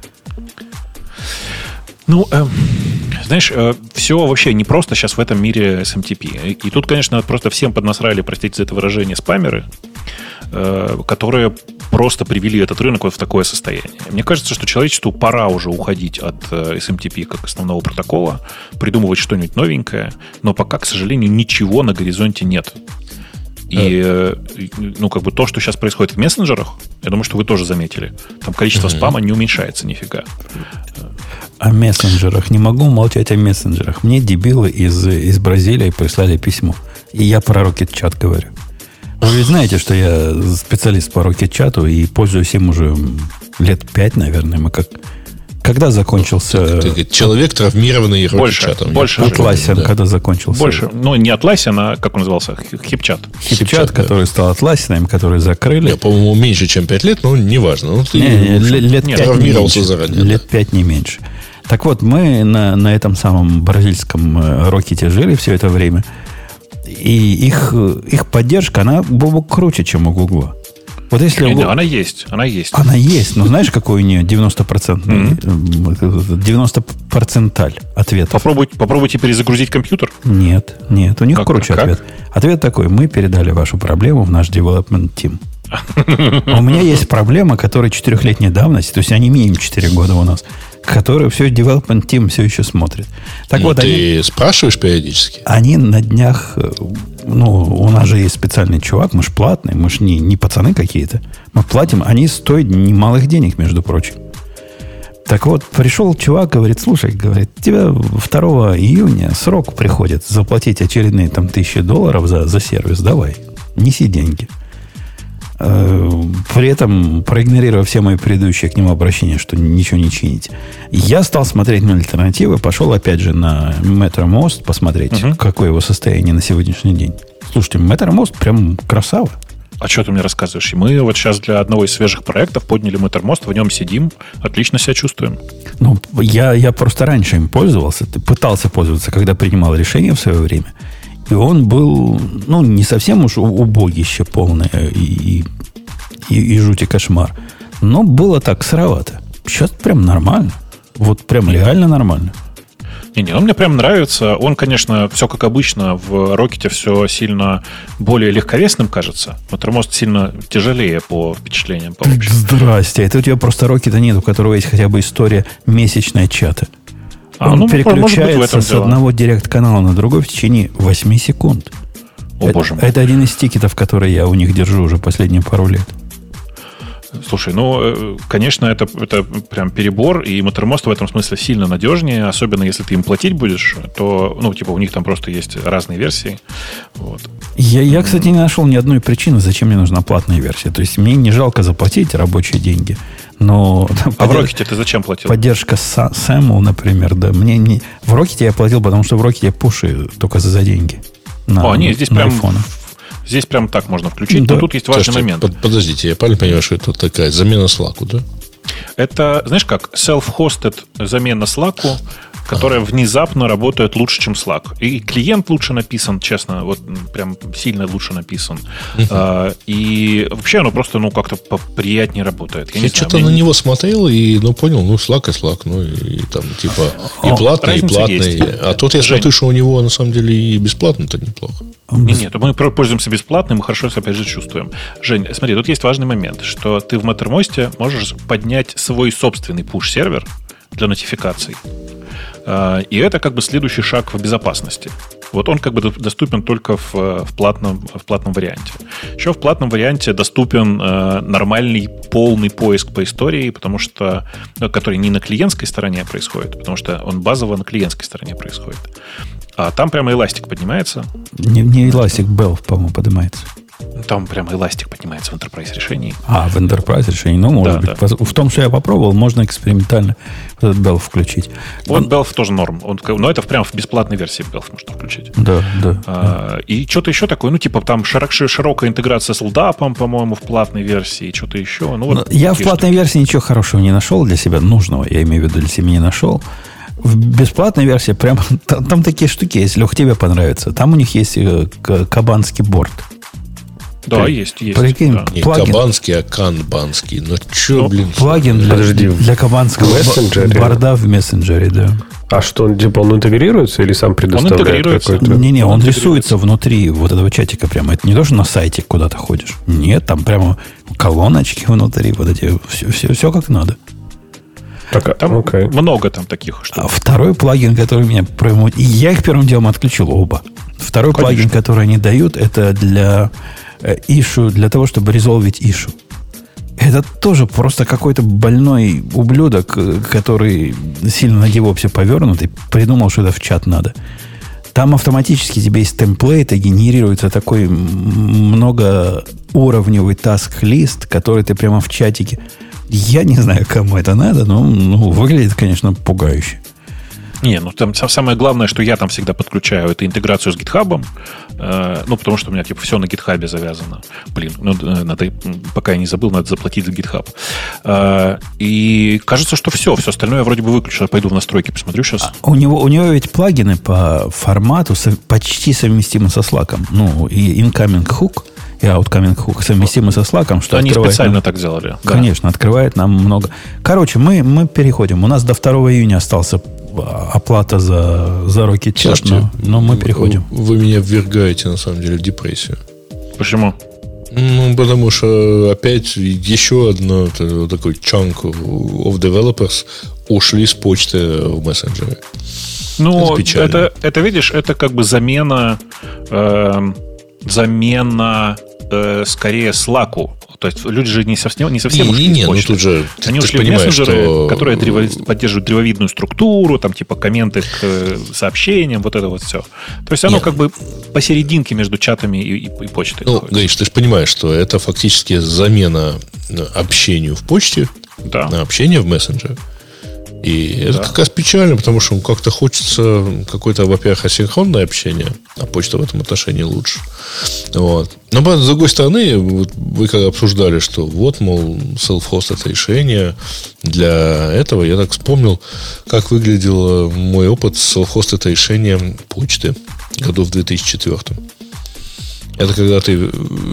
Знаешь, все вообще не просто сейчас в этом мире SMTP. И тут, конечно, просто всем поднасрали, простите за это выражение, спамеры. которые просто привели этот рынок вот в такое состояние. Мне кажется, что человечеству пора уже уходить от SMTP как основного протокола, придумывать что-нибудь новенькое, но пока, к сожалению, ничего на горизонте нет. И то, что сейчас происходит в мессенджерах, я думаю, что вы тоже заметили. Там количество спама не уменьшается нифига. О мессенджерах. Не могу молчать о мессенджерах. Мне дебилы из Бразилии прислали письмо. И я про Rocket Chat говорю. Вы ведь знаете, что я специалист по Rocket Chat и пользуюсь им уже лет 5, наверное. Когда закончился... Человек, травмированный Rocket Chat. Больше. Atlassian, да. Когда закончился. Больше. Не Atlassian, а как он назывался? HipChat. HipChat, который стал Atlassian, который закрыли. По-моему, меньше, чем 5 лет, но неважно. Лет 5 травмировался заранее. Лет 5 не меньше. Так вот, мы на этом самом бразильском Рокете жили все это время. И их поддержка, она круче, чем у Гугла. Вот если она есть. Она есть, но знаешь, какой у нее 90% ответ? Попробуйте перезагрузить компьютер. Нет, у них круче ответ. Ответ такой: мы передали вашу проблему в наш development team. У меня есть проблема, которая 4-летней давности, то есть они минимум 4 года у нас, который все development team все еще смотрит. Так вот, ты спрашиваешь периодически? Они на днях... у нас же есть специальный чувак, мы же платные, мы же не пацаны какие-то. Мы платим, они стоят немалых денег, между прочим. Так вот, пришел чувак, говорит, слушай, говорит, тебе 2 июня срок приходит заплатить очередные там $1000 за сервис, давай, неси деньги. При этом проигнорировав все мои предыдущие к нему обращения, что ничего не чините. Я стал смотреть на альтернативы, пошел опять же на Mattermost посмотреть, какое его состояние на сегодняшний день. Слушайте, Mattermost прям красава. А что ты мне рассказываешь? Мы вот сейчас для одного из свежих проектов подняли Mattermost, в нем сидим, отлично себя чувствуем. Я просто раньше им пользовался, пытался пользоваться, когда принимал решение в свое время. И он был, не совсем уж убогище полное и жуть и кошмар. Но было так сыровато. Сейчас прям нормально. Вот прям реально нормально. Он мне прям нравится. Он, конечно, все как обычно. В Рокете все сильно более легковесным кажется. Mattermost сильно тяжелее по впечатлениям. Здрасте. Это у тебя просто Рокета нет, у которого есть хотя бы история месячная чата. Он переключается с одного директ-канала на другой в течение 8 секунд. Боже мой. Это один из тикетов, который я у них держу уже последние пару лет. Слушай, конечно, это прям перебор, и Mattermost в этом смысле сильно надежнее, особенно если ты им платить будешь, то, у них там просто есть разные версии. Вот. Я, кстати, не нашел ни одной причины, зачем мне нужна платная версия. То есть мне не жалко заплатить рабочие деньги. Но в Рокете ты зачем платил? Поддержка SAML, например, да. В Рокете я платил, потому что в Рокете пуши только за деньги. Здесь прям iPhone. Здесь прям так можно включить, но тут есть важный момент. Подождите, я правильно понимаю, что это такая замена Slack, да? Это, знаешь как, self-hosted замена Slack, которая внезапно работает лучше, чем Slack. И клиент лучше написан, честно, вот прям сильно лучше написан. И вообще оно просто, как-то поприятнее работает. Я что-то на него смотрел и, понял, Slack и Slack, и там, типа, и платный, и платный. А тут я смотрю, что у него, на самом деле, и бесплатно-то неплохо. Нет, мы пользуемся бесплатным, мы хорошо себя, опять же, чувствуем. Жень, смотри, тут есть важный момент, что ты в Mattermost можешь поднять свой собственный push-сервер для нотификаций. И это как бы следующий шаг в безопасности. Вот он как бы доступен только в платном варианте. Еще в платном варианте доступен нормальный полный поиск по истории, потому что, который не на клиентской стороне происходит, потому что он базово на клиентской стороне происходит. А там прямо эластик поднимается. Не эластик, Bell, по-моему, поднимается. Там прямо эластик поднимается в Enterprise решении. В Enterprise решении. Может быть. Да. В том, что я попробовал, можно экспериментально этот Bell включить. Вот Bell тоже норм. Но это прямо в бесплатной версии Bell можно включить. Да. И что-то еще такое. Там широкая интеграция с LDAP, по-моему, в платной версии. Что-то еще. Я в платной версии ничего хорошего не нашел для себя, нужного. Я имею в виду, для себя не нашел. В бесплатной версии прямо там такие штуки есть. Лех, тебе понравится. Там у них есть кабанский борт. Да, есть. Прикинь, да. Не кабанский, а канбанский. Плагин для кабанского борда в мессенджере, да. А что, типа он интегрируется или сам предоставляет? Он интегрируется. Не-не, он рисуется внутри вот этого чатика прямо. Это не то, что на сайте куда-то ходишь. Нет, там прямо колоночки внутри, вот эти, все как надо. Там много там таких штук. А второй плагин, который меня прямо... И я их первым делом отключил оба. Второй плагин, который они дают, это для issue, для того, чтобы резолвить issue. Это тоже просто какой-то больной ублюдок, который сильно на девопсе повернут и придумал, что это в чат надо. Там автоматически тебе из темплейта генерируется такой многоуровневый task-лист, который ты прямо в чатике... Я не знаю, кому это надо, но выглядит, конечно, пугающе. Не, там самое главное, что я там всегда подключаю, это интеграцию с GitHub. Потому что у меня типа все на GitHub завязано. Надо, пока я не забыл, надо заплатить за GitHub. И кажется, что все остальное я вроде бы выключил. Я пойду в настройки, посмотрю сейчас. У него ведь плагины по формату почти совместимы со Slack. И incoming hook, и outcoming hook совместимы со Slack, что они специально так сделали. Конечно, открывает нам много. Короче, мы переходим. У нас до 2 июня остался оплата за Rocket Chat, но мы переходим. Вы меня ввергаете, на самом деле, в депрессию. Почему? Потому что опять еще одно такой chunk of developers ушли с почты в мессенджеры. Это видишь, это как бы замена скорее Slack'у. То есть люди же не совсем ушли в почту. Тут же они ушли в мессенджеры, которые поддерживают древовидную структуру, там типа комменты к сообщениям, вот это вот все. То есть оно как бы посерединке между чатами и почтой. Гриш, ты же понимаешь, что это фактически замена общению в почте на общение в мессенджере. И это как раз печально, потому что как-то хочется какое-то, во-первых, асинхронное общение, а почта в этом отношении лучше. Вот. Но, с другой стороны, вы когда обсуждали, что мол, self-hosted решение для этого, я так вспомнил, как выглядел мой опыт с self-hosted решением почты году в 2004. Это когда ты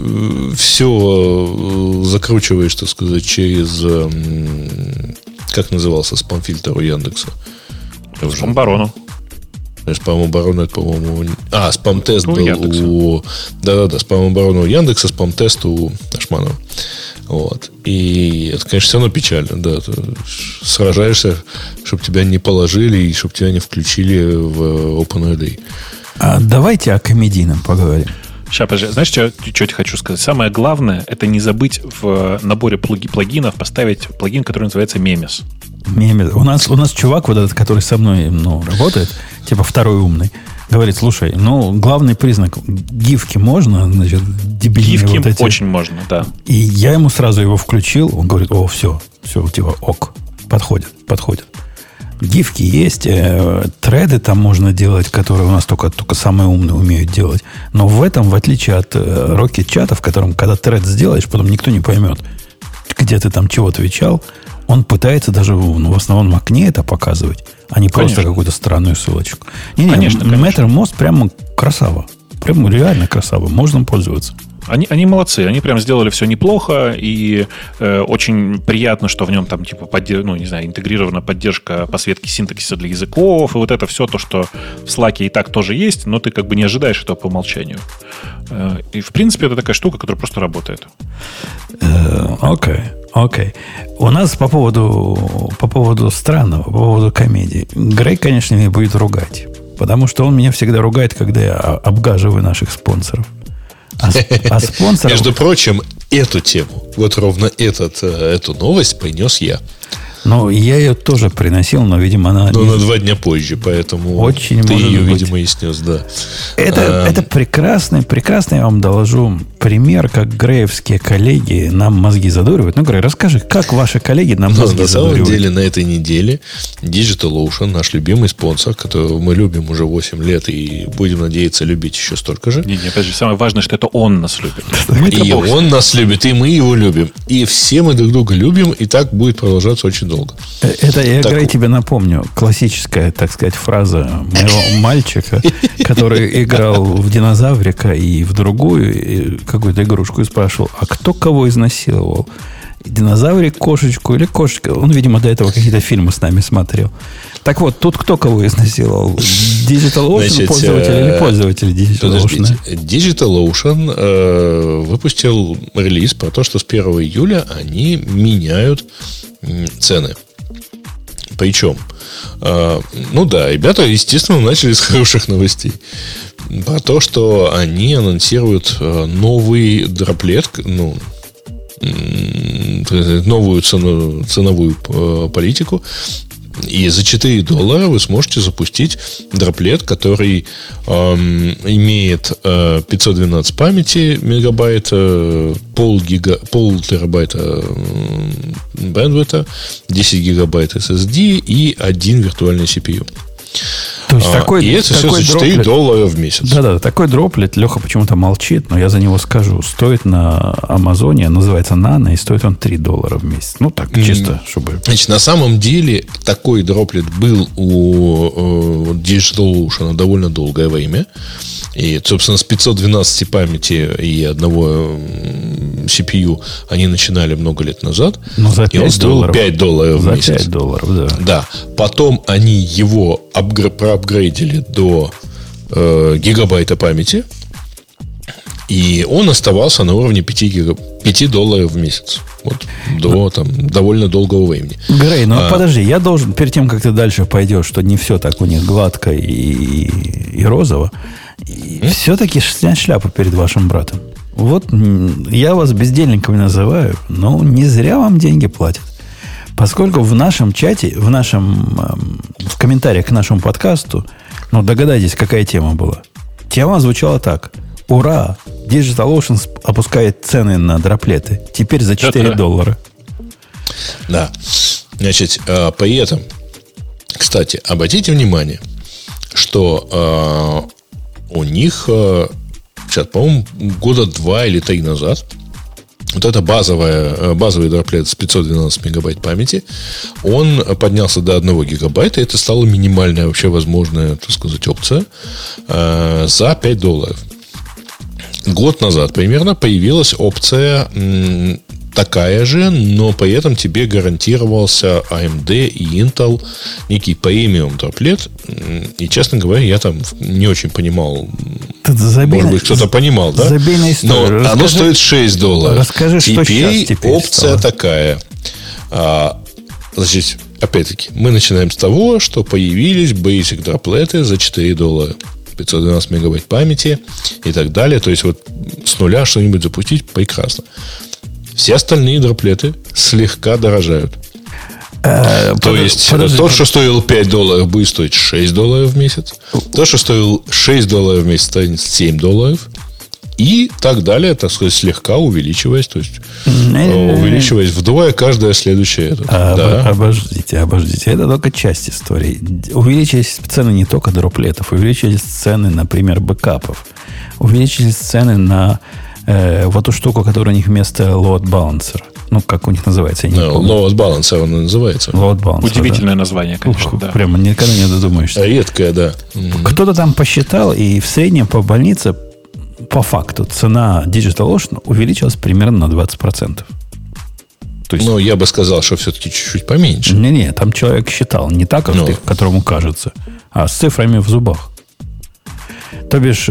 все закручиваешь, так сказать, через... Как назывался спам-фильтр у Яндекса? Спам-барону. Спам-оборона, это, по-моему... спам-тест был у... Да-да-да, спам-оборона у Яндекса, спам-тест у Ашманова. Вот. И это, конечно, все равно печально. Да. Ты сражаешься, чтобы тебя не положили и чтобы тебя не включили в OpenRD. Давайте о комедийном поговорим. Сейчас, подожди. Знаешь, что я хочу сказать? Самое главное, это не забыть в наборе плагинов поставить плагин, который называется Memes. Memes. У нас чувак вот этот, который со мной работает, типа второй умный, говорит, слушай, главный признак, гифки можно, значит, дебильные гифки вот эти. Очень можно, да. И я ему сразу его включил, он говорит, все, типа, ок, подходит. Гифки есть, треды там можно делать, которые у нас только самые умные умеют делать. Но в этом, в отличие от Rocket чата, в котором, когда тред сделаешь, потом никто не поймет, где ты там чего отвечал, он пытается даже в основном в окне это показывать, а не просто какую-то странную ссылочку. Конечно. Mattermost прямо красава. Прямо реально красава. Можно пользоваться. Они молодцы, они прям сделали все неплохо, и очень приятно, что в нем там типа интегрирована поддержка посветки синтаксиса для языков, и вот это все то, что в Slack и так тоже есть, но ты как бы не ожидаешь этого по умолчанию. И в принципе это такая штука, которая просто работает. Окей. У нас по поводу странного, по поводу комедии. Грей, конечно, меня будет ругать, потому что он меня всегда ругает, когда я обгаживаю наших спонсоров. А спонсоров... Между прочим, эту тему, вот ровно эту новость принес я. Я ее тоже приносил, но, видимо, она... Но на 2 дня позже, поэтому очень ты ее, видимо, и снес, да. Это прекрасный, я вам доложу пример, как греевские коллеги нам мозги задуривают. Грей, расскажи, как ваши коллеги нам мозги задуривают? На самом деле, на этой неделе DigitalOcean, наш любимый спонсор, которого мы любим уже 8 лет и будем надеяться любить еще столько же. Не, подожди, самое важное, что это он нас любит. И он нас любит, и мы его любим. И все мы друг друга любим, и так будет продолжаться очень долго. Это я, Грей, тебе напомню. Классическая, так сказать, фраза моего мальчика, который играл в динозаврика и в другую какую-то игрушку и спрашивал, а кто кого изнасиловал? динозаврик кошечку или кошечка. Он, видимо, до этого какие-то фильмы с нами смотрел. Так вот, тут кто кого изнасиловал? DigitalOcean пользователь или пользователь DigitalOcean? DigitalOcean выпустил релиз про то, что с 1 июля они меняют цены. Причем, ребята, естественно, начали с хороших новостей. Про то, что они анонсируют новый дроплет, новую ценовую политику. И за $4 вы сможете запустить дроплет, который имеет 512 памяти мегабайт, пол терабайта бэндвита, 10 гигабайт SSD и 1 виртуальный CPU. То есть и это все за $4 в месяц. Да, такой дроплет, Леха почему-то молчит, но я за него скажу. Стоит на Амазоне, называется Nano, и стоит он $3 в месяц. Ну, так, чисто, чтобы... Значит, на самом деле, такой дроплет был у DigitalOcean довольно долгое время. И, собственно, с 512 памяти и одного CPU они начинали много лет назад. Но за $5. И он стоил $5 в месяц. За $5, да. Да. Потом они его проапгрейдили до гигабайта памяти. И он оставался на уровне $5 в месяц. Вот до довольно долгого времени. Грей, подожди, я должен, перед тем, как ты дальше пойдешь, что не все так у них гладко и розово, все-таки снять шляпу перед вашим братом. Вот я вас бездельниками называю, но не зря вам деньги платят. Поскольку в нашем чате, в комментариях к нашему подкасту, догадайтесь, какая тема была. Тема звучала так. Ура! DigitalOcean опускает цены на дроплеты. Теперь за $4. Да. Значит, при этом, кстати, обратите внимание, что у них сейчас, по-моему, года 2 или 3 назад вот это базовый дроплет с 512 мегабайт памяти, он поднялся до 1 гигабайта, и это стала минимальная вообще возможная, так сказать, опция за $5. Год назад примерно появилась опция такая же, но при этом тебе гарантировался AMD и Intel некий премиум дроплет. И, честно говоря, я там не очень понимал. Может быть, кто-то понимал, да? Но оно стоит $6. Расскажи, что сейчас теперь опция стало такая. Значит, опять-таки, мы начинаем с того, что появились basic дроплеты за $4. 512 мегабайт памяти и так далее. То есть, вот с нуля что-нибудь запустить прекрасно. Все остальные дроплеты слегка дорожают. То есть, тот, что стоил $5, будет стоить $6 в месяц. Тот, что стоил $6 в месяц, станет $7. И так далее, так сказать, слегка увеличиваясь. То есть, увеличиваясь вдвое каждое следующее. Обождите. Это только часть истории. Увеличились цены не только дроплетов. Увеличились цены, например, бэкапов. Увеличились цены на вот эту штуку, которая у них вместо load balancer. Как у них называется? Load balancer он называется. Load balancer, удивительное название, конечно. Да. Прямо никогда не додумаешься. Редкое, да. Кто-то там посчитал, и в среднем по больнице по факту цена DigitalOcean увеличилась примерно на 20%. То есть, я бы сказал, что все-таки чуть-чуть поменьше. Не, там человек считал. Не так, как которому кажется, а с цифрами в зубах. То бишь,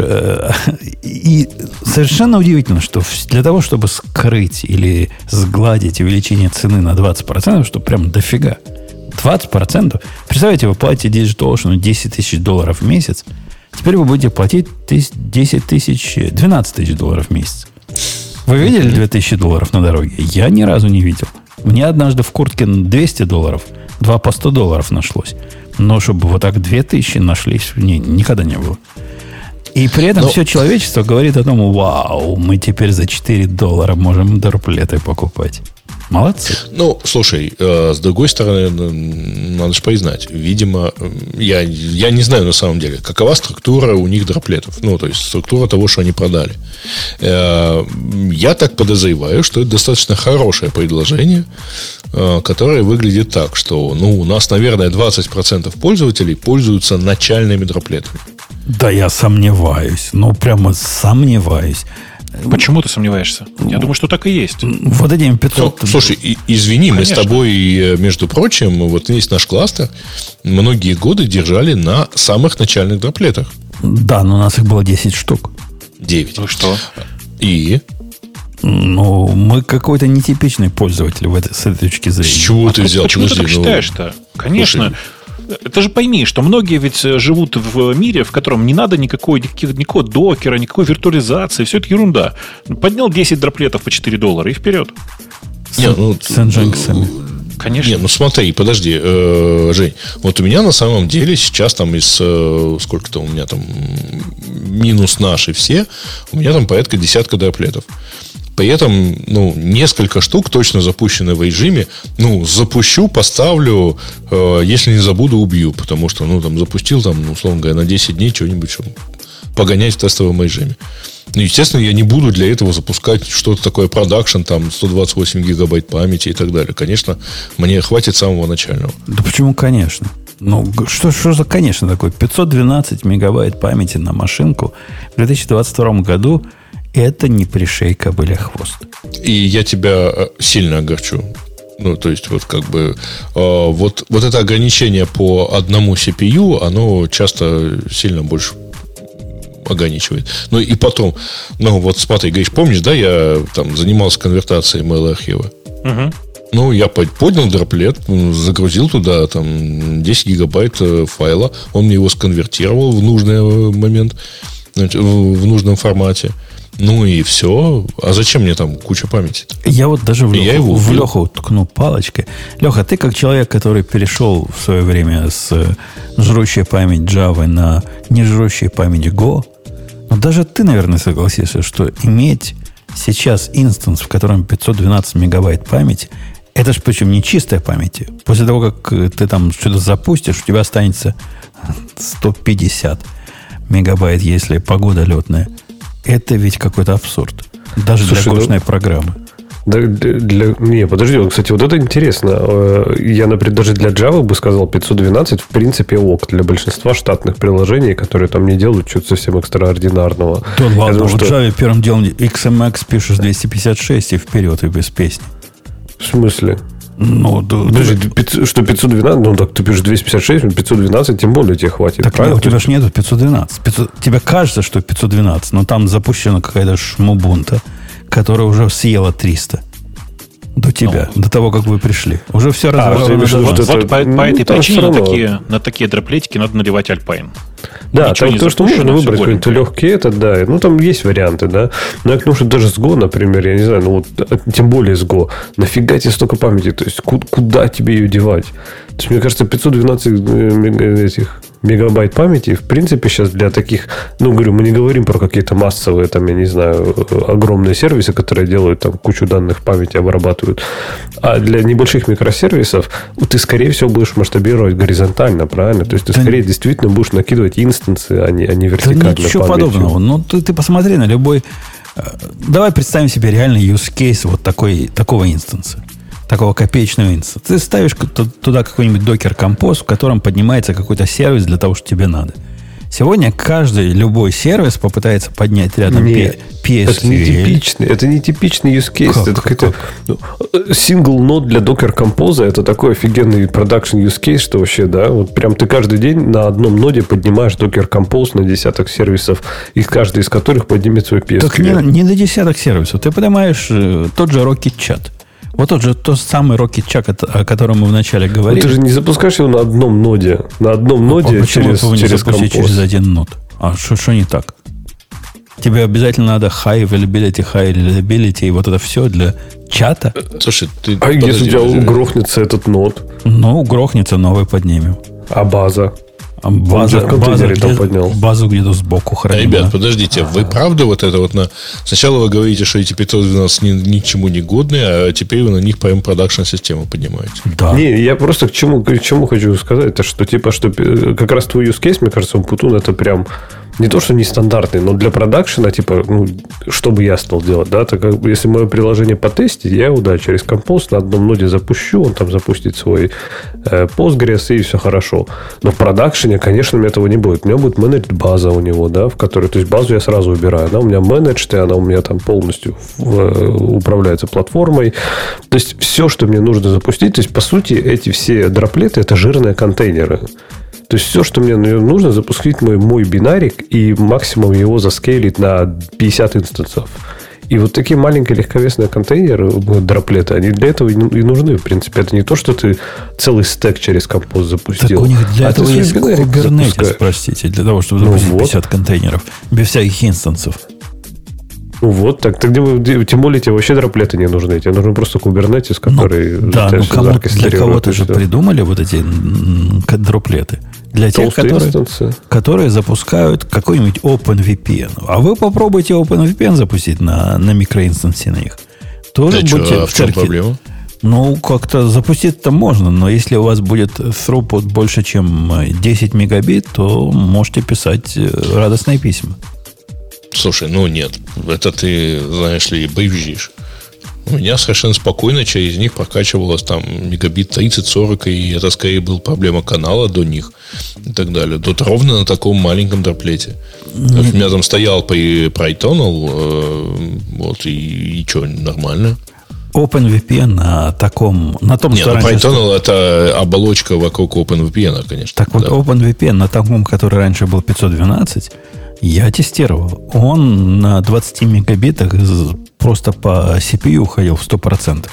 и совершенно удивительно, что для того, чтобы скрыть или сгладить увеличение цены на 20%, что прям дофига. 20%? Представляете, вы платите DigitalOcean $10 тысяч в месяц, теперь вы будете платить $12 тысяч в месяц. Вы видели $2000 на дороге? Я ни разу не видел. Мне однажды в куртке $200, 2 по $100 нашлось. Но чтобы вот так 2000 нашлись, никогда не было. И при этом все человечество говорит о том, вау, мы теперь за $4 можем дроплеты покупать. Молодцы. Слушай, с другой стороны, надо же признать, видимо, я не знаю на самом деле, какова структура у них дроплетов. То есть, структура того, что они продали. Я так подозреваю, что это достаточно хорошее предложение, которое выглядит так, что, у нас, наверное, 20% пользователей пользуются начальными дроплетами. Да, я сомневаюсь. Прямо сомневаюсь. Почему ты сомневаешься? Я думаю, что так и есть. Вот этим 500... Ну, слушай, извини, конечно. Мы с тобой, между прочим, вот весь наш кластер многие годы держали на самых начальных дроплетах. Да, но у нас их было 10 штук. 9. Ну что? И? Ну, мы какой-то нетипичный пользователь с этой точки зрения. С чего ты взял? Почему ты так считаешь-то? Конечно. Ты же пойми, что многие ведь живут в мире, в котором не надо никакого докера, никакой виртуализации. Все это ерунда. Поднял 10 дроплетов по $4 и вперед. С Nginx. Конечно. Не, ну смотри, подожди, Жень. Вот у меня на самом деле сейчас там из... сколько-то у меня там... Минус наши все. У меня там порядка десятка дроплетов. При этом, ну, несколько штук точно запущены в режиме. Ну, запущу, поставлю, если не забуду, убью. Потому что, ну, там, запустил, там, условно говоря, на 10 дней что-нибудь, чтобы погонять в тестовом режиме. Ну, естественно, я не буду для этого запускать что-то такое продакшн, там, 128 гигабайт памяти и так далее. Конечно, мне хватит самого начального. Да почему, конечно? Ну, что за, конечно, такое? 512 мегабайт памяти на машинку в 2022 году – это не пришей кобыле хвост. И я тебя сильно огорчу. Ну, то есть, вот как бы вот это ограничение по одному CPU, оно часто сильно больше ограничивает. Ну, и потом, ну, вот смотри, говоришь, помнишь, да, я там занимался конвертацией mail-архива? Угу. Ну, я поднял дроплет, загрузил туда там 10 гигабайт файла, он мне его сконвертировал в нужный момент, в нужном формате. Ну и все. А зачем мне там куча памяти? Я вот даже в Леху ткну палочкой. Леха, ты как человек, который перешел в свое время с жрущей память Java на нежрущей память Go, но даже ты, наверное, согласишься, что иметь сейчас инстанс, в котором 512 мегабайт памяти, это же причем не чистая память. После того, как ты там что-то запустишь, у тебя останется 150 мегабайт, если погода летная. Это ведь какой-то абсурд. Даже для гошной программы. Не, подожди, кстати, вот это интересно. Я, например, даже для Java бы сказал 512 в принципе ок для большинства штатных приложений, которые там не делают что-то совсем экстраординарного. Да ладно, в Java первым делом XMX пишешь 256 и вперед, и без песни. В смысле? Ну, подожди, что 512, ну так ты пишешь 256, 512, тем более тебе хватит. Так у тебя же нету 512. Тебе кажется, что 512, но там запущена какая-то шмубунта, которая уже съела 300 до тебя, до того, как вы пришли. Уже все разработано. Вот по этой причине на такие дроплетики надо наливать Alpine. Да, там то, что можно выбрать какой-то легкий этот, да. Ну, там есть варианты, да. Но я к тому, что даже с Go, например, я не знаю, ну вот, тем более с Go, нафига тебе столько памяти? То есть, куда тебе ее девать? То есть, мне кажется, 512 этих мегабайт памяти, в принципе, сейчас для таких, ну, говорю, мы не говорим про какие-то массовые, там, я не знаю, огромные сервисы, которые делают там кучу данных памяти, обрабатывают. А для небольших микросервисов ты, скорее всего, будешь масштабировать горизонтально, правильно? То есть, ты скорее действительно будешь накидывать инстансы, а не вертикально. Да ничего подобного. Ну, ты посмотри на любой... Давай представим себе реальный use case вот такого инстанса. Такого копеечного инстанса. Ты ставишь туда какой-нибудь Docker Compose, в котором поднимается какой-то сервис для того, что тебе надо. Сегодня любой сервис попытается поднять рядом PSQL. Это не типичный use case. Это single node для Docker Compose. Это такой офигенный production use case, что вообще, да, вот прям ты каждый день на одном ноде поднимаешь Docker Compose на десяток сервисов, и каждый из которых поднимет свой PSQL. Так не на десяток сервисов. Ты поднимаешь тот же Rocket Chat. Вот тот самый Rocket Chat, о котором мы вначале говорили. Но ты же не запускаешь его на одном ноде. На одном ноде через Compose. Через один нод. А что не так? Тебе обязательно надо high reliability и вот это все для чата? Слушай, если у тебя грохнется этот нод? Ну, грохнется, новый поднимем. А база? Базу где-то сбоку храним. Ребят, подождите, вы правда вот это вот сначала вы говорите, что эти 512 ни к чему не годные, а теперь вы на них прям продакшн-систему поднимаете. Да. Не, я просто к чему хочу сказать, это что типа, что как раз твой use case, мне кажется, Путун, это прям не то, что нестандартный, но для продакшена, типа, что бы я стал делать, да, так как если мое приложение потестить, я его, да, через Compose на одном ноде запущу, он там запустит свой Postgres, и все хорошо. Но в продакшене, конечно, у меня этого не будет. У меня будет managed база у него, да, в которой, то есть базу я сразу убираю, она у меня managed, и она у меня там полностью управляется платформой. То есть все, что мне нужно запустить, то есть, по сути, эти все дроплеты, это жирные контейнеры. То есть все, что мне нужно, запустить мой бинарик и максимум его заскейлить на 50 инстансов. И вот такие маленькие легковесные контейнеры, дроплеты, они для этого и нужны, в принципе. Это не то, что ты целый стек через Compose запустил. Так у них для этого есть Kubernetes, простите, для того, чтобы запустить 50 контейнеров без всяких инстансов. Вот, так тем более тебе вообще дроплеты не нужны. Тебе нужен просто Kubernetes, который... Для кого-то же придумали вот эти дроплеты. Для тех, которые запускают какой-нибудь OpenVPN. А вы попробуйте OpenVPN запустить на микроинстансе на их. Тоже будете в чем проблема? Как-то запустить-то можно, но если у вас будет throughput больше, чем 10 мегабит, то можете писать радостные письма. Слушай, нет. Это ты, знаешь ли, брюзжишь. У меня совершенно спокойно через них прокачивалось там мегабит 30-40, и это скорее была проблема канала до них и так далее. Тут ровно на таком маленьком дроплете. У меня там стоял PyTunnel, и что, нормально. OpenVPN на том, что раньше... PyTunnel это оболочка вокруг OpenVPN, конечно. Так вот, OpenVPN на том, который раньше был 512, я тестировал. Он на 20 мегабитах просто по CPU уходил в 100%.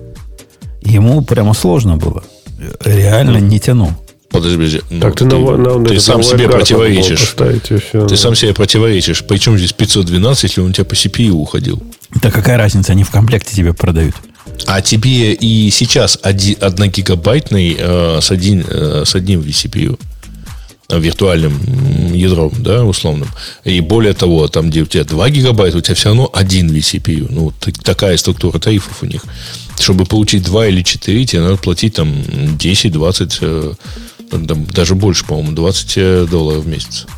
Ему прямо сложно было. Реально не тянул. Подожди, ты сам себе противоречишь. Ты сам себе противоречишь. Причем здесь 512, если он у тебя по CPU уходил? Да какая разница, они в комплекте тебе продают. А тебе и сейчас 1 гигабайтный с одним vCPU, виртуальным ядром, да, условным. И более того, там, где у тебя 2 гигабайта, у тебя все равно один vCPU. Такая структура тарифов у них. Чтобы получить 2 или 4, тебе надо платить там 10-20, даже больше, по-моему, $20 в месяц.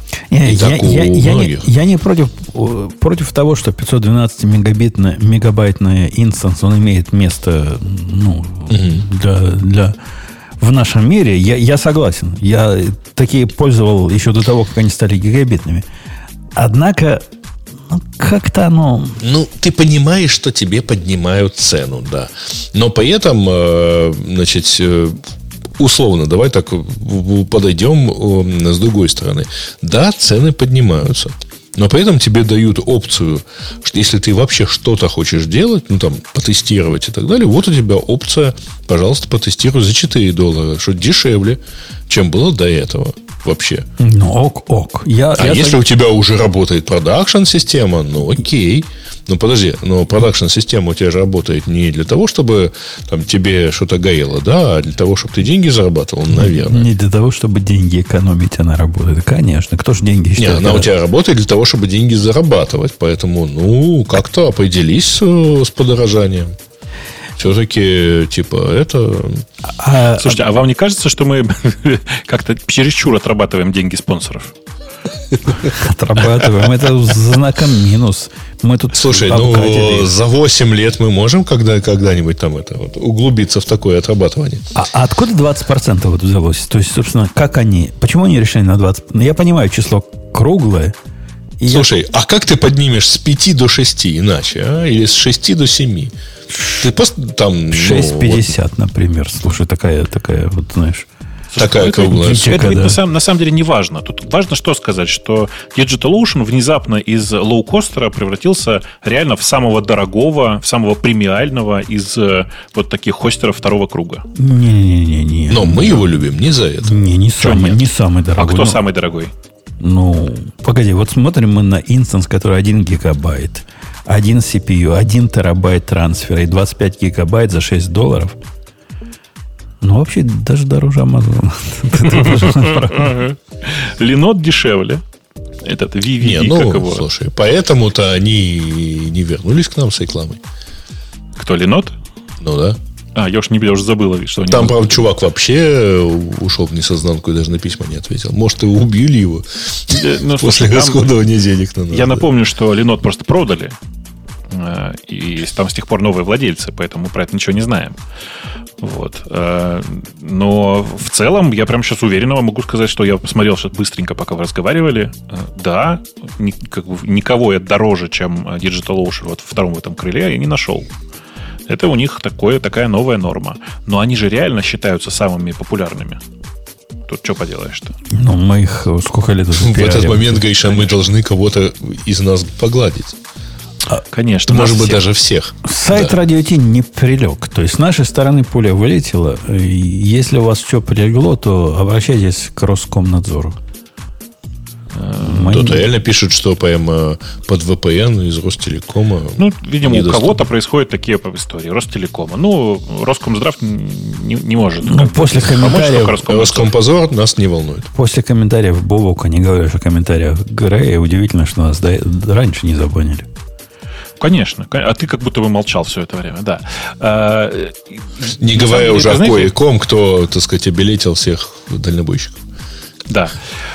Я не против того, что 512 мегабайтный инстанс, он имеет место для в нашем мире. Я согласен. Я такие пользовал еще до того, как они стали гигабитными. Однако, как-то оно... ты понимаешь, что тебе поднимают цену, да. Но при этом, условно, давай так подойдем с другой стороны. Да, цены поднимаются. Но при этом тебе дают опцию, что если ты вообще что-то хочешь делать, потестировать и так далее, вот у тебя опция, пожалуйста, потестируй за $4, что дешевле, чем было до этого вообще. Ок. Если у тебя уже работает продакшн-система, окей. Подожди, но продакшн-система у тебя же работает не для того, чтобы тебе что-то горело, да, а для того, чтобы ты деньги зарабатывал, наверное. Не для того, чтобы деньги экономить она работает. Конечно, кто же деньги считает? Она у тебя работает для того, чтобы деньги зарабатывать. Поэтому, как-то определись с подорожанием. Все-таки, это... Слушайте, а вам не кажется, что мы как-то чересчур отрабатываем деньги спонсоров? Отрабатываем. Это знаком минус. Мы тут слушай, за 8 лет мы можем когда-нибудь углубиться в такое отрабатывание. А откуда 20% взялось? То есть, собственно, почему они решили на 20%? Я понимаю, число круглое. Слушай, а как ты поднимешь с 5 до 6 иначе? Или с 6 до 7? Ты просто 6,50, например. Слушай, такая знаешь... Такая круглая. Это ведь на самом деле не важно. Тут важно что сказать, что DigitalOcean внезапно из лоукостера превратился реально в самого дорогого, в самого премиального из вот таких хостеров второго круга. Не. Но мы его любим не за это. Не самый дорогой. А кто самый дорогой? Погоди, вот смотрим мы на инстанс, который 1 гигабайт, 1 CPU, 1 терабайт трансфера и 25 гигабайт за $6. Вообще, даже дороже Амазона. Linode дешевле. Этот VV, как его? Слушай, поэтому-то они не вернулись к нам с рекламой. Кто, Linode? Да. Я уж забыл, что они... Там, правда, чувак вообще ушел в несознанку и даже на письма не ответил. Может, и убили его после расходования денег на нас. Я напомню, что Linode просто продали. И там с тех пор новые владельцы, поэтому мы про это ничего не знаем. Вот. Но в целом я прямо сейчас уверенно могу сказать, что я посмотрел сейчас быстренько, пока вы разговаривали. Да, никого я дороже, чем DigitalOcean вот в втором в этом крыле я не нашел. Это у них такая новая норма. Но они же реально считаются самыми популярными. Тут что поделаешь-то? Ну, мы их сколько лет уже в этот момент, Гриша, мы должны кого-то из нас погладить. Конечно. Может быть, даже всех. Сайт Радио Ти не прилег. То есть, с нашей стороны пуля вылетела. Если у вас что прилегло, то обращайтесь к Роскомнадзору. Кто-то реально пишет, что прямо под VPN из Ростелекома. Ну, видимо, у кого-то происходят такие истории. Ростелекома. Ну, Роскомздрав не может. Ну, после комментариев... Роскомпозор нас не волнует. После комментариев Бобока, не говоришь о комментариях Грея, удивительно, что нас раньше не забанили. Конечно. А ты как будто бы молчал все это время, да. Не говоря уже о кое-ком, кто, так сказать, обелетил всех дальнобойщиков. Да.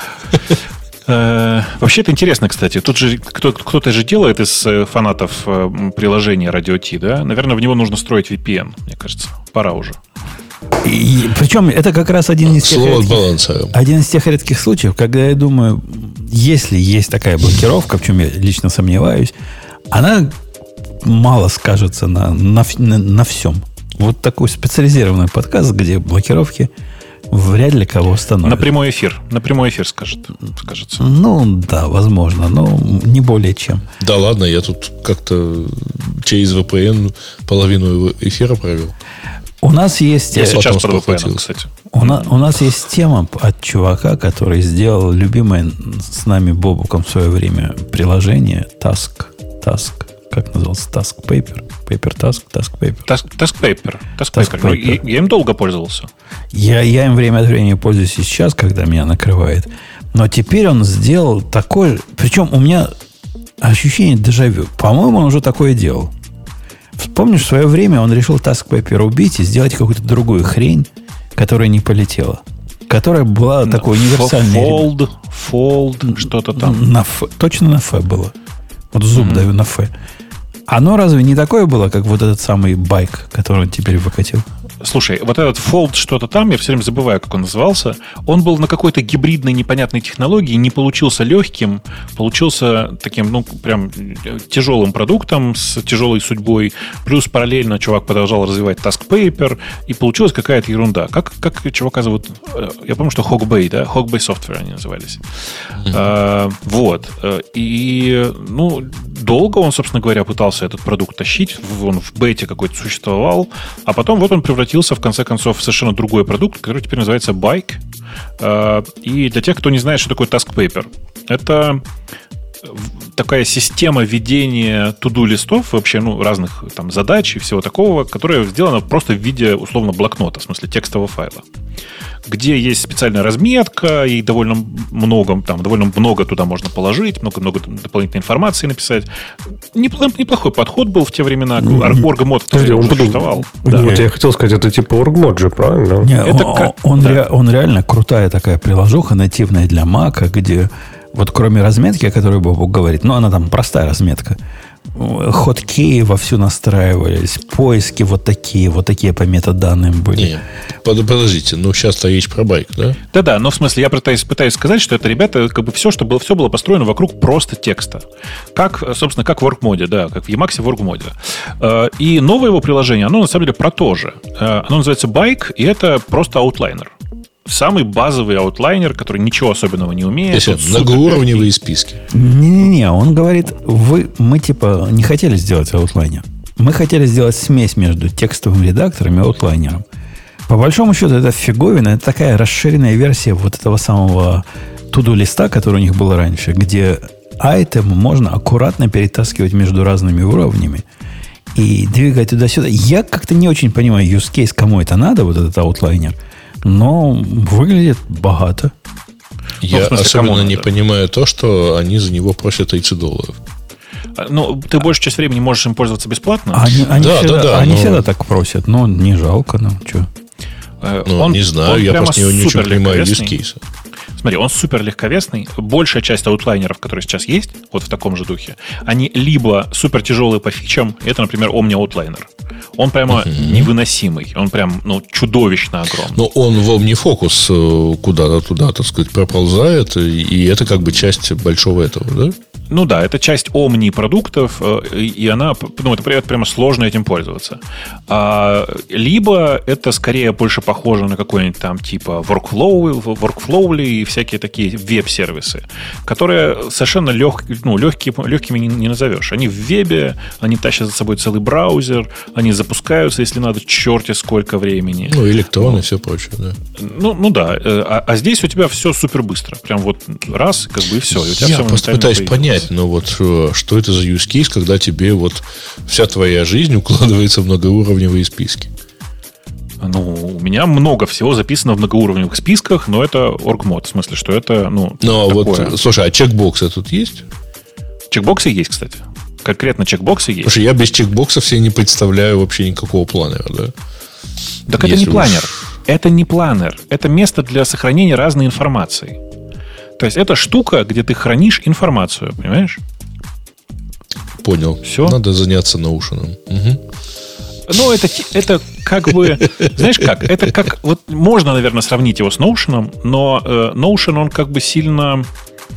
Вообще это интересно, кстати. Тут же кто-то же делает из фанатов приложения Radio T, да? Наверное, в него нужно строить VPN, мне кажется. Пора уже. И, причем это как раз один из тех редких случаев, когда я думаю, если есть такая блокировка, в чем я лично сомневаюсь, она мало скажется на всем. Вот такой специализированный подкаст, где блокировки вряд ли кого остановят. На прямой эфир скажется. Ну, да, возможно, но не более чем. Да ладно, я тут как-то через VPN половину эфира провел. У нас есть... Я сейчас под VPN, кстати. У нас есть тема от чувака, который сделал любимое с нами Бобуком в свое время приложение Task. Как назывался? Task Paper? Task Paper. Я им долго пользовался. Я им время от времени пользуюсь и сейчас, когда меня накрывает. Но теперь он сделал такое... Причем у меня ощущение дежавю. По-моему, он уже такое делал. Помнишь, в свое время он решил Task Paper убить и сделать какую-то другую хрень, которая не полетела. Которая была такой универсальной... Fold, что-то там. Точно на F было. Вот зуб даю на F. Оно разве не такое было, как вот этот самый байк, который он теперь выкатил? Слушай, вот этот Fold что-то там, я все время забываю, как он назывался, он был на какой-то гибридной непонятной технологии, не получился легким, получился таким, прям тяжелым продуктом с тяжелой судьбой, плюс параллельно чувак продолжал развивать Task Paper, и получилась какая-то ерунда. Как чувака зовут? Я помню, что Hogbay, да? Hogbay Software они назывались. Вот. И, долго он, собственно говоря, пытался этот продукт тащить, он в бете какой-то существовал, а потом вот он превратился в конце концов в совершенно другой продукт, который теперь называется Bike. И для тех, кто не знает, что такое Task Paper, это такая система ведения to-do листов, вообще, разных там задач и всего такого, которая сделана просто в виде, условно, блокнота, в смысле текстового файла, где есть специальная разметка, и довольно много туда можно положить, много дополнительной информации написать. Неплохой подход был в те времена. Org-мод уже существовал. Вот я хотел сказать, это типа Org-мод же, правильно? Он реально крутая такая приложуха, нативная для Mac, где вот кроме разметки, о которой Бобок говорит, она там простая разметка, хоткеи вовсю настраивались, поиски вот такие по метаданным были. Не, подождите, сейчас-то речь про байк, да? Да, но в смысле я пытаюсь сказать, что это, ребята, как бы все было построено вокруг просто текста. Собственно, как в Org-моде, да, как в Emacs в Org-моде. И новое его приложение, оно на самом деле про то же. Оно называется Bike, и это просто аутлайнер. Самый базовый аутлайнер, который ничего особенного не умеет. Многоуровневые списки. Не, он говорит, мы типа не хотели сделать аутлайнер. Мы хотели сделать смесь между текстовым редактором и аутлайнером. По большому счету, это фиговина, это такая расширенная версия вот этого самого to-do листа, который у них был раньше, где айтем можно аккуратно перетаскивать между разными уровнями и двигать туда-сюда. Я как-то не очень понимаю use case, кому это надо, вот этот аутлайнер. Но выглядит богато. Я особенно не понимаю то, что они за него просят $30. Ну, ты большую часть времени можешь им пользоваться бесплатно. Они всегда так просят. Но не жалко нам, что. Не знаю, я просто не очень понимаю юзкейсы. Смотри, он супер легковесный. Большая часть аутлайнеров, которые сейчас есть, вот в таком же духе, они либо супер тяжелые по фичам, это, например, Omni Outliner. Он прямо невыносимый. Он прям, чудовищно огромный. Но он в OmniFocus куда-то туда, так сказать, проползает, и это как бы часть большого этого, да? Ну да, это часть Omni продуктов, и она, это прямо сложно этим пользоваться. Либо это скорее больше похоже на какой-нибудь там типа Workflow и всякие такие веб-сервисы, которые совершенно легкими не назовешь. Они в вебе, они тащат за собой целый браузер, они запускаются, если надо, черти сколько времени. Электроны и все прочее, да. Да. А здесь у тебя все супер быстро. Прям вот раз, как бы и все. И у тебя я просто пытаюсь понять, что это за use case, когда тебе вот вся твоя жизнь укладывается в многоуровневые списки. У меня много всего записано в многоуровневых списках, но это org-мод, в смысле, что это, такое. Слушай, а чекбоксы тут есть? Чекбоксы есть, кстати. Конкретно чекбоксы есть. Слушай, я без чекбоксов себе не представляю вообще никакого планера, да? Так это не планер. Это не планер. Это место для сохранения разной информации. То есть это штука, где ты хранишь информацию, понимаешь? Понял. Все. Надо заняться Notion. Угу. Это как бы... Знаешь как? Это как... Вот можно, наверное, сравнить его с Notion, но Notion, он как бы сильно...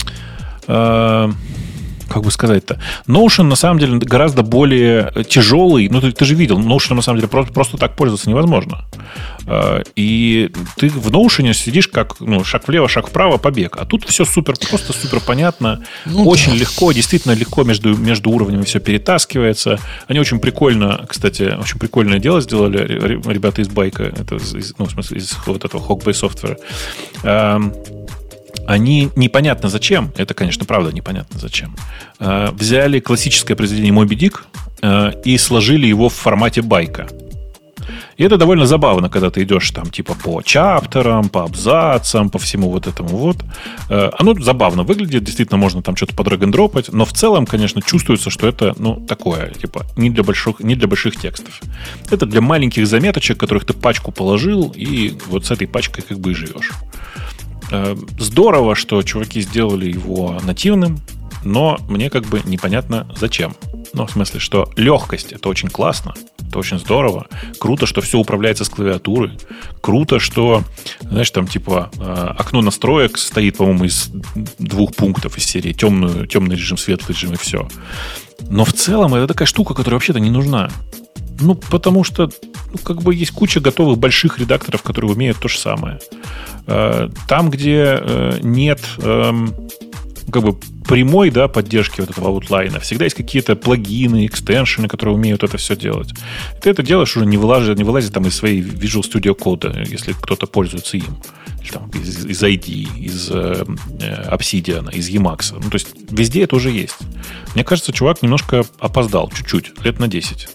как бы сказать-то? Notion, на самом деле, гораздо более тяжелый. Ты же видел, Notion, на самом деле, просто так пользоваться невозможно. И ты в Notion сидишь как шаг влево, шаг вправо, побег. А тут все просто супер понятно. Очень легко, действительно легко между уровнями все перетаскивается. Они очень прикольно, кстати, очень прикольное дело сделали ребята из Байка. Это в смысле, из вот этого Hawkbase Software. Они непонятно зачем, это, конечно, правда непонятно зачем, взяли классическое произведение Моби Дик и сложили его в формате байка. И это довольно забавно, когда ты идешь там типа по чаптерам, по абзацам, по всему вот этому вот. Оно забавно выглядит, действительно можно там что-то подраг-н-дропать, но в целом, конечно, чувствуется, что это, такое, типа, не для больших текстов. Это для маленьких заметочек, которых ты пачку положил, и вот с этой пачкой как бы и живешь. Здорово, что чуваки сделали его нативным, но мне как бы непонятно зачем. В смысле, что легкость — это очень классно, это очень здорово. Круто, что все управляется с клавиатуры. Круто, что, знаешь, там типа окно настроек состоит, по-моему, из 2 пунктов из серии темный режим, светлый режим и все. Но в целом это такая штука, которая вообще-то не нужна. Потому что как бы есть куча готовых больших редакторов, которые умеют то же самое. Там, где нет как бы прямой, поддержки вот этого аутлайна, всегда есть какие-то плагины, экстеншены, которые умеют это все делать. Ты это делаешь уже не вылазит там из своей Visual Studio Code, если кто-то пользуется им. Или там из ID, из Obsidian, из Emacs. То есть везде это уже есть. Мне кажется, чувак немножко опоздал, чуть-чуть, лет на 10.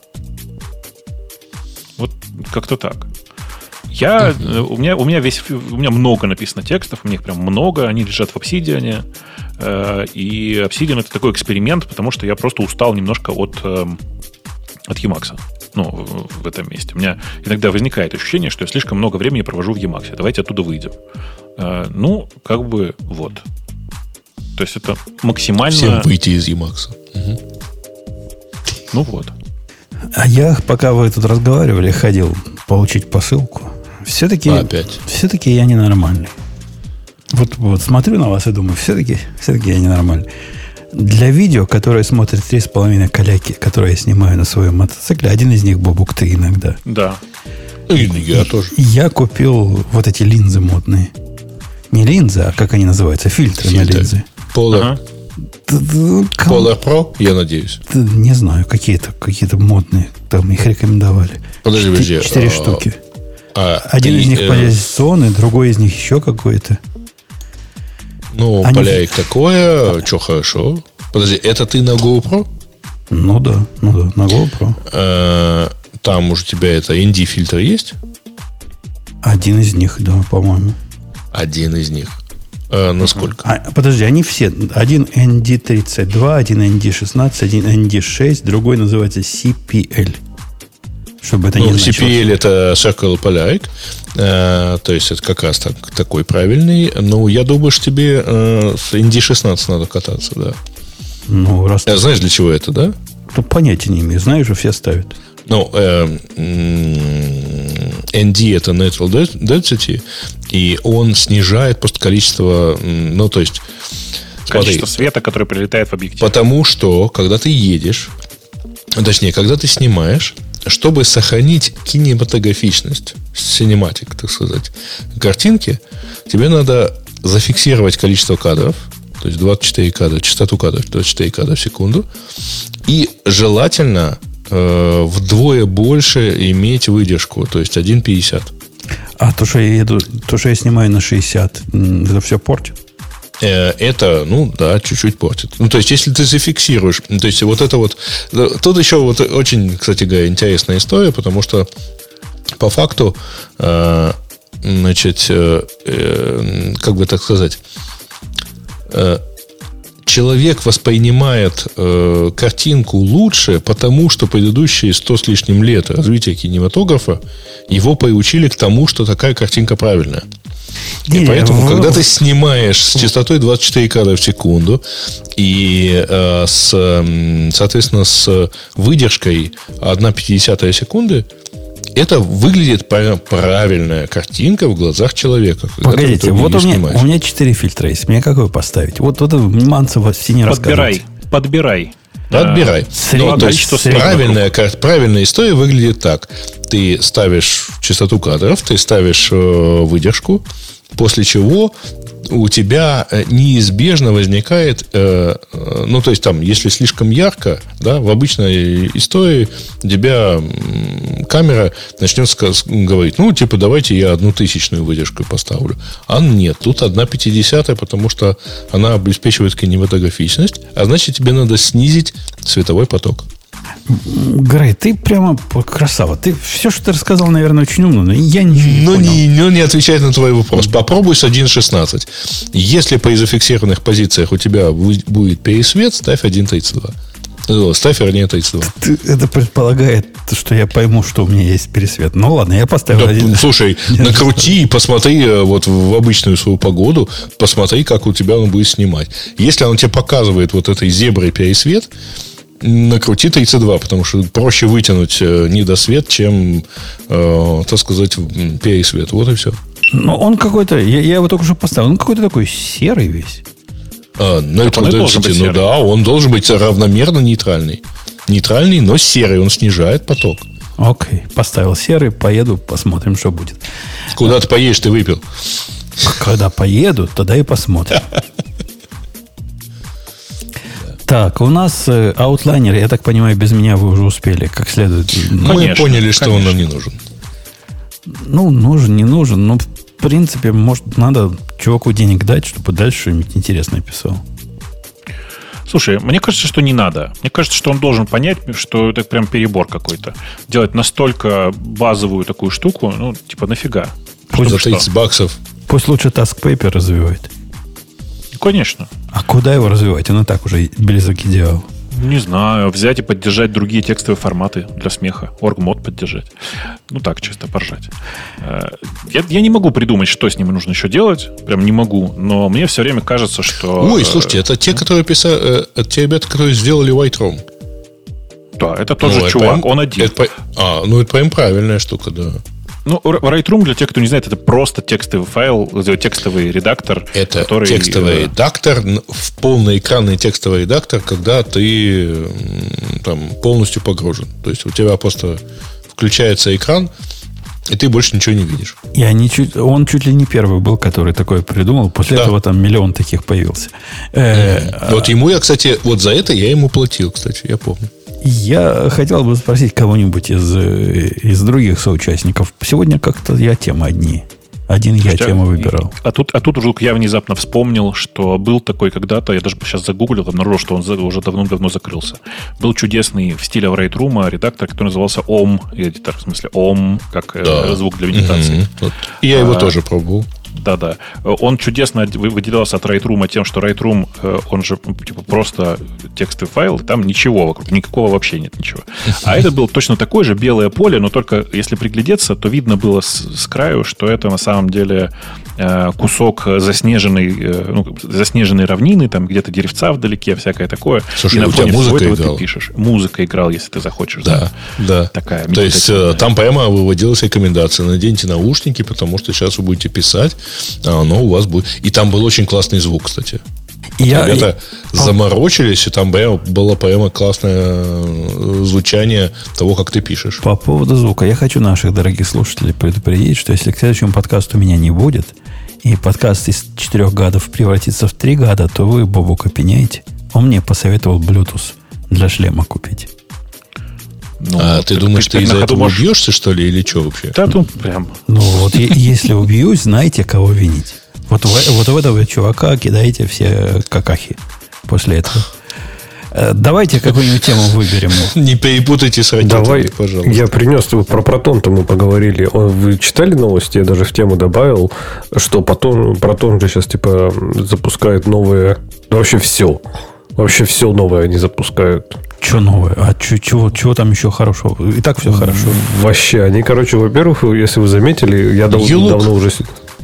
Вот как-то так. У меня много написано текстов, у меня их прям много, они лежат в Obsidian. И Obsidian — это такой эксперимент, потому что я просто устал немножко от Emacs. В этом месте. У меня иногда возникает ощущение, что я слишком много времени провожу в Emacs. Давайте оттуда выйдем. Как бы вот. То есть это максимально... Всем выйти из Emacs. Вот. А я, пока вы тут разговаривали, ходил получить посылку. Все-таки я ненормальный. Вот смотрю на вас и думаю, все-таки я ненормальный. Для видео, которое смотрит 3,5 коляки, которые я снимаю на своем мотоцикле, один из них Бобук, ты иногда. Да. И я тоже. Я купил вот эти линзы модные. Не линзы, а как они называются? Фильтры на линзы. Polar Pro, я надеюсь. Не знаю, какие-то модные. Там их рекомендовали. Подожди. 4 штуки. Один из них поляризационный, другой из них еще какой-то. Поля их такое, что хорошо. Подожди, это ты на GoPro? Да, на GoPro. Там уже у тебя это ND-фильтр есть? Один из них, да, по-моему. Один из них. насколько? Подожди, они все. Один ND32, один ND16, один ND6, другой называется CPL. Чтобы это не значило. CPL это Circle Polaric. То есть это как раз такой правильный. Но я думаю, что тебе с ND16 надо кататься, да. Ну, раз знаешь, для чего это, да? Ну, понятия не имею. Знаю, что все ставят. Ну, ND это Natural Density, и он снижает просто количество, ну, то есть... Количество света, которое прилетает в объектив. Потому что, когда ты едешь, точнее, когда ты снимаешь, чтобы сохранить кинематографичность, cinematic, так сказать, картинки, тебе надо зафиксировать количество кадров, то есть 24 кадра, частоту кадров, 24 кадра в секунду, и желательно вдвое больше иметь выдержку, то есть 1.50. А то, что я снимаю на 60, это все портит? Это, ну да, чуть-чуть портит. Ну, то есть, если ты зафиксируешь, то есть, вот это вот... Тут еще вот очень, кстати говоря, интересная история, потому что по факту, значит, как бы так сказать, человек воспринимает картинку лучше, потому что предыдущие 100 с лишним лет развития кинематографа его приучили к тому, что такая картинка правильная. И поэтому, когда ты снимаешь с частотой 24 кадра в секунду и, соответственно, с выдержкой 1/50 секунды, это выглядит правильная картинка в глазах человека. Погодите, вот у меня 4 фильтра есть. Мне какой поставить? Вот это Манцев все не рассказывает. Подбирай. Ну, то есть правильная история выглядит так. Ты ставишь частоту кадров, ты ставишь выдержку, после чего у тебя неизбежно возникает, ну, то есть там, если слишком ярко, да, в обычной истории у тебя камера начнет говорить, ну, типа, давайте я 1000 выдержку поставлю. А нет, тут 1/50, потому что она обеспечивает кинематографичность, а значит, тебе надо снизить световой поток. Грей, ты прямо красава. Ты все, что ты рассказал, наверное, очень умно, но я ничего не понял. Не отвечает на твой вопрос. Попробуй с 1.16. Если при зафиксированных позициях у тебя будет пересвет, ставь 1.32. Ставь, вернее, 32. Это предполагает, что я пойму, что у меня есть пересвет. Ну ладно, я поставил 1. Слушай, накрути и посмотри вот в обычную свою погоду, посмотри, как у тебя он будет снимать. Если он тебе показывает вот этой зеброй пересвет, накрути 32, потому что проще вытянуть недосвет, чем, так сказать, пересвет. Вот и все. Но он какой-то, я его только что поставил, он какой-то такой серый весь. Ну да, он должен быть равномерно нейтральный. Нейтральный, но серый, он снижает поток. Окей, поставил серый, поеду, посмотрим, что будет. Куда ты поедешь, ты выпил? Когда поеду, тогда и посмотрим. Так, у нас аутлайнер, я так понимаю, без меня вы уже успели как следует. Мы поняли, что он нам не нужен. Ну, нужен, не нужен. Но, в принципе, может, надо чуваку денег дать, чтобы дальше что-нибудь интересное писал. Слушай, мне кажется, что не надо. Мне кажется, что он должен понять, что это прям перебор какой-то. Делать настолько базовую такую штуку, ну, типа, нафига? Пусть за $30. Пусть лучше TaskPaper развивает. Конечно. А куда его развивать? Он и так уже близок к идеалу. Не знаю. Взять и поддержать другие текстовые форматы для смеха. Org-мод поддержать. Ну так, чисто поржать. Я не могу придумать, что с ним нужно еще делать. Прям не могу. Но мне все время кажется, что... Ой, слушайте, это те, которые писали... те ребята, которые сделали White Room. Да, это тот же чувак. Он один. Это прям правильная штука, да. Ну, Lightroom, для тех, кто не знает, это просто текстовый файл, текстовый редактор. Это который, текстовый редактор, полноэкранный текстовый редактор, когда ты там полностью погружен. То есть у тебя просто включается экран, и ты больше ничего не видишь. Он чуть ли не первый был, который такое придумал. После этого там миллион таких появился. Вот ему я, кстати, вот за это я ему платил, кстати, я помню. Я хотел бы спросить кого-нибудь из других соучастников. Сегодня как-то я темы одни. Я тему выбирал. А тут вдруг я внезапно вспомнил, что был такой когда-то, я даже сейчас загуглил, обнаружил, что он уже давно-давно закрылся. Был чудесный в стиле Lightroom редактор, который назывался OM, эдитор, в смысле OM, как звук для медитации. Я его тоже пробовал. Да-да. Он чудесно выделялся от Lightroom тем, что Lightroom, он же типа просто текстовый файл, там ничего вокруг, никакого вообще нет ничего. А это было точно такое же белое поле, но только если приглядеться, то видно было с краю, что это на самом деле кусок заснеженной равнины, там где-то деревца вдалеке, всякое такое. Слушай, и на фоне музыка всего играл. Ты пишешь. Музыка играл, если ты захочешь. Да. Такая. То есть там прямо выводилась рекомендация: наденьте наушники, потому что сейчас вы будете писать, а оно у вас будет. И там был очень классный звук, кстати. Ребята заморочились, и там было прямо классное звучание того, как ты пишешь. По поводу звука. Я хочу наших дорогих слушателей предупредить, что если к следующему подкасту меня не будет, и подкаст из 4 гадов превратится в 3 гада, то вы, Бобука, пеняете. Он мне посоветовал Bluetooth для шлема купить. Ты думаешь, ты из-за этого убьешься, что ли, или что вообще? Да, тут прям. Если убьюсь, знаете, кого винить. Вот в этого чувака кидаете все какахи после этого. Давайте какую-нибудь тему выберем. Не перепутайте с ракетами, пожалуйста. Я принес, про Протон-то мы поговорили. Вы читали новости? Я даже в тему добавил, что Протон же сейчас типа запускает новые... Вообще все. Вообще все новое они запускают. Что новое? А чего там еще хорошего? И так все хорошо. Вообще, они, во-первых, если вы заметили, я давно уже...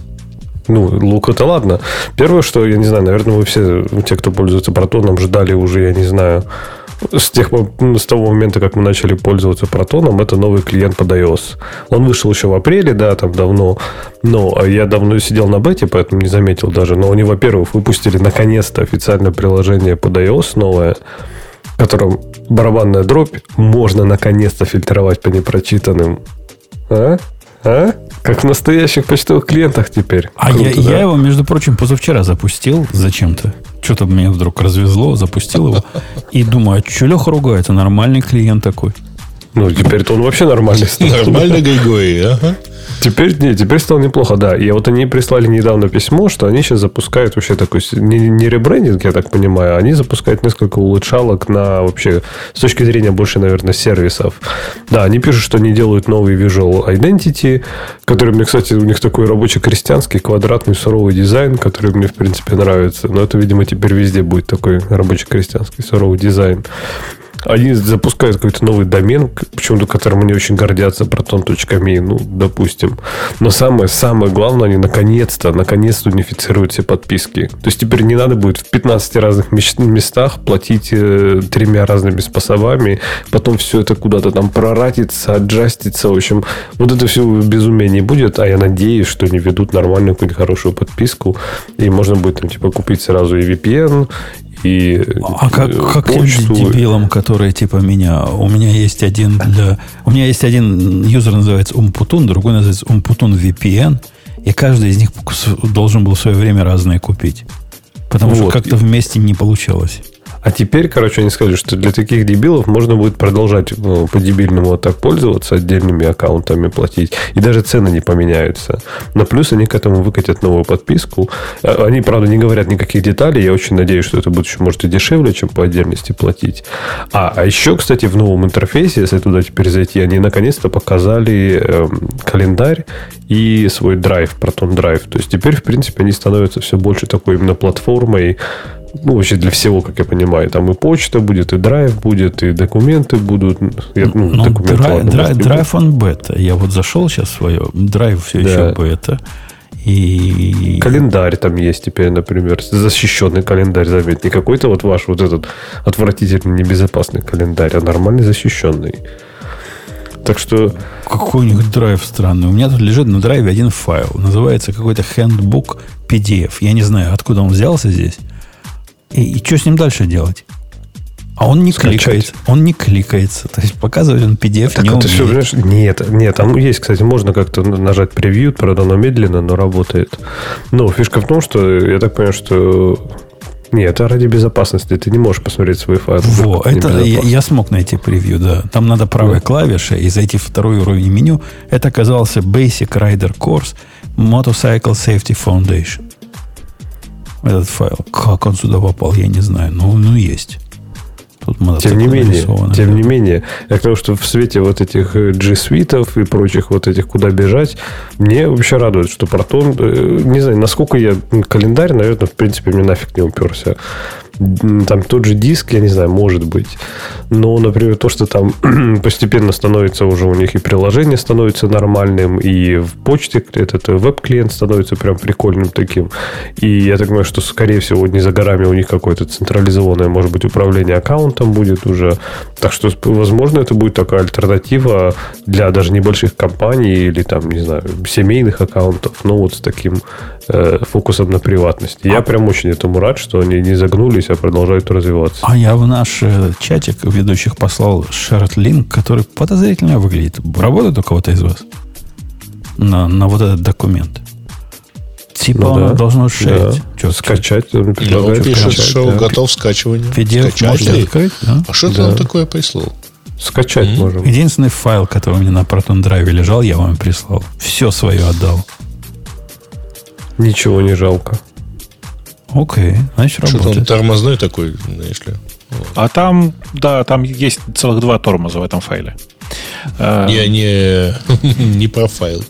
лук это ладно. Первое, что, я не знаю, наверное, вы все, те, кто пользуется Протоном, ждали уже, я не знаю, с того момента, как мы начали пользоваться Протоном, это новый клиент под iOS. Он вышел еще в апреле, да, там давно. Но я давно сидел на бете, поэтому не заметил даже. Но они, во-первых, выпустили наконец-то официальное приложение под iOS новое, в котором барабанная дробь можно наконец-то фильтровать по непрочитанным. Как в настоящих почтовых клиентах теперь. Я его, между прочим, позавчера запустил зачем-то. Что-то меня вдруг развезло, запустил его. И думаю, а что Леха ругается? Нормальный клиент такой. Теперь-то он вообще нормальный стал. Нормально, Григорий, ага. Теперь стало неплохо, да. И вот они прислали недавно письмо, что они сейчас запускают вообще такой... Не ребрендинг, я так понимаю, они запускают несколько улучшалок на вообще... С точки зрения больше, наверное, сервисов. Да, они пишут, что они делают новый Visual Identity, который мне, кстати, у них такой рабочий-крестьянский, квадратный, суровый дизайн, который мне, в принципе, нравится. Но это, видимо, теперь везде будет такой рабочий-крестьянский, суровый дизайн. Они запускают какой-то новый домен, почему-то которым они очень гордятся, proton.me, допустим. Но самое главное, они наконец-то унифицируют все подписки. То есть теперь не надо будет в 15 разных местах платить 3 разными способами, потом все это куда-то там проратится, аджастится. В общем, вот это все безумие не будет, а я надеюсь, что они ведут нормальную какую-нибудь хорошую подписку, и можно будет там купить сразу и VPN, и как тем дебилам, которые типа меня. У меня есть один юзер, называется Умпутун, другой называется Умпутун VPN, и каждый из них должен был в свое время разные купить. Потому что как-то вместе не получалось. А теперь, они сказали, что для таких дебилов можно будет продолжать по-дебильному вот так пользоваться, отдельными аккаунтами платить. И даже цены не поменяются. Но плюс они к этому выкатят новую подписку. Они, правда, не говорят никаких деталей. Я очень надеюсь, что это будет еще, может, и дешевле, чем по отдельности платить. А еще, кстати, в новом интерфейсе, если туда теперь зайти, они наконец-то показали календарь и свой драйв, Proton Drive. То есть теперь, в принципе, они становятся все больше такой именно платформой, вообще для всего, как я понимаю. Там и почта будет, и драйв будет, и документы будут. Драйв он бета. Я вот зашел сейчас в свое. Драйв все еще бета. И календарь там есть теперь, например. Защищенный календарь, заметь. Не какой-то вот ваш вот этот отвратительный, небезопасный календарь, а нормальный защищенный. Так что... Какой у них драйв странный. У меня тут лежит на драйве один файл. Называется какой-то handbook PDF. Я не знаю, откуда он взялся здесь. И что с ним дальше делать? А он не кликается. Он не кликается. То есть показывает он PDF так не умеет. Все, нет, там есть, кстати, можно как-то нажать превью, правда, оно медленно, но работает. Но фишка в том, что я так понимаю, что... Нет, это ради безопасности. Ты не можешь посмотреть свои файлы. Это я смог найти превью, да. Там надо правой клавишей и зайти в второй уровень меню. Это оказался Basic Rider Course Motorcycle Safety Foundation. Этот файл. Как он сюда попал, я не знаю. Ну есть. Тут тем не менее, я к тому, что в свете вот этих G Suite и прочих вот этих куда бежать, мне вообще радует, что Proton, не знаю, насколько я календарь, наверное, в принципе, мне нафиг не уперся. Там тот же диск, я не знаю, может быть. Но, например, то, что там постепенно становится уже у них и приложение становится нормальным, и в почте этот веб-клиент становится прям прикольным таким. И я так понимаю, что, скорее всего, не за горами у них какое-то централизованное, может быть, управление аккаунтом будет уже. Так что, возможно, это будет такая альтернатива для даже небольших компаний или там, не знаю, семейных аккаунтов, но вот с таким фокусом на приватность. Я прям очень этому рад, что они не загнулись, а продолжают развиваться. А я в наш чатик ведущих послал shared link, который подозрительно выглядит. Работает у кого-то из вас? На вот этот документ. Типа оно должно шерить. Да. Скачать. Он пишет, что готов скачивание. PDF можно открыть. Да? А что ты нам такое прислал? Скачать можем. Единственный файл, который у меня на Proton Drive лежал, я вам прислал. Все свое отдал. Ничего не жалко. Окей, значит, работает. Что-то он тормозной такой, знаешь ли. А там, да, там есть целых 2 тормоза в этом файле. Я не про файл.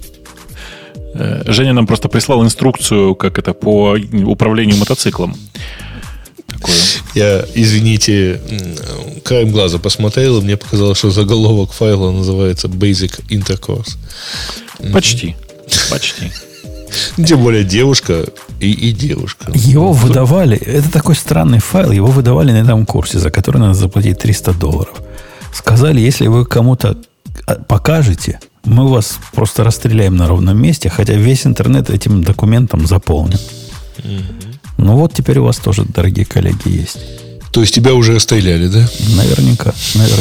Женя нам просто прислал инструкцию, как это, по управлению мотоциклом. Такое. Я, извините, краем глаза посмотрел, и мне показалось, что заголовок файла называется Basic Intercourse. Почти. Тем более девушка и девушка. Его выдавали, это такой странный файл, его выдавали на этом курсе, за который надо заплатить $300. Сказали, если вы кому-то покажете, мы вас просто расстреляем на ровном месте, хотя весь интернет этим документом заполнен. Ну вот теперь у вас тоже, дорогие коллеги, есть. То есть тебя уже расстреляли, да? Наверняка.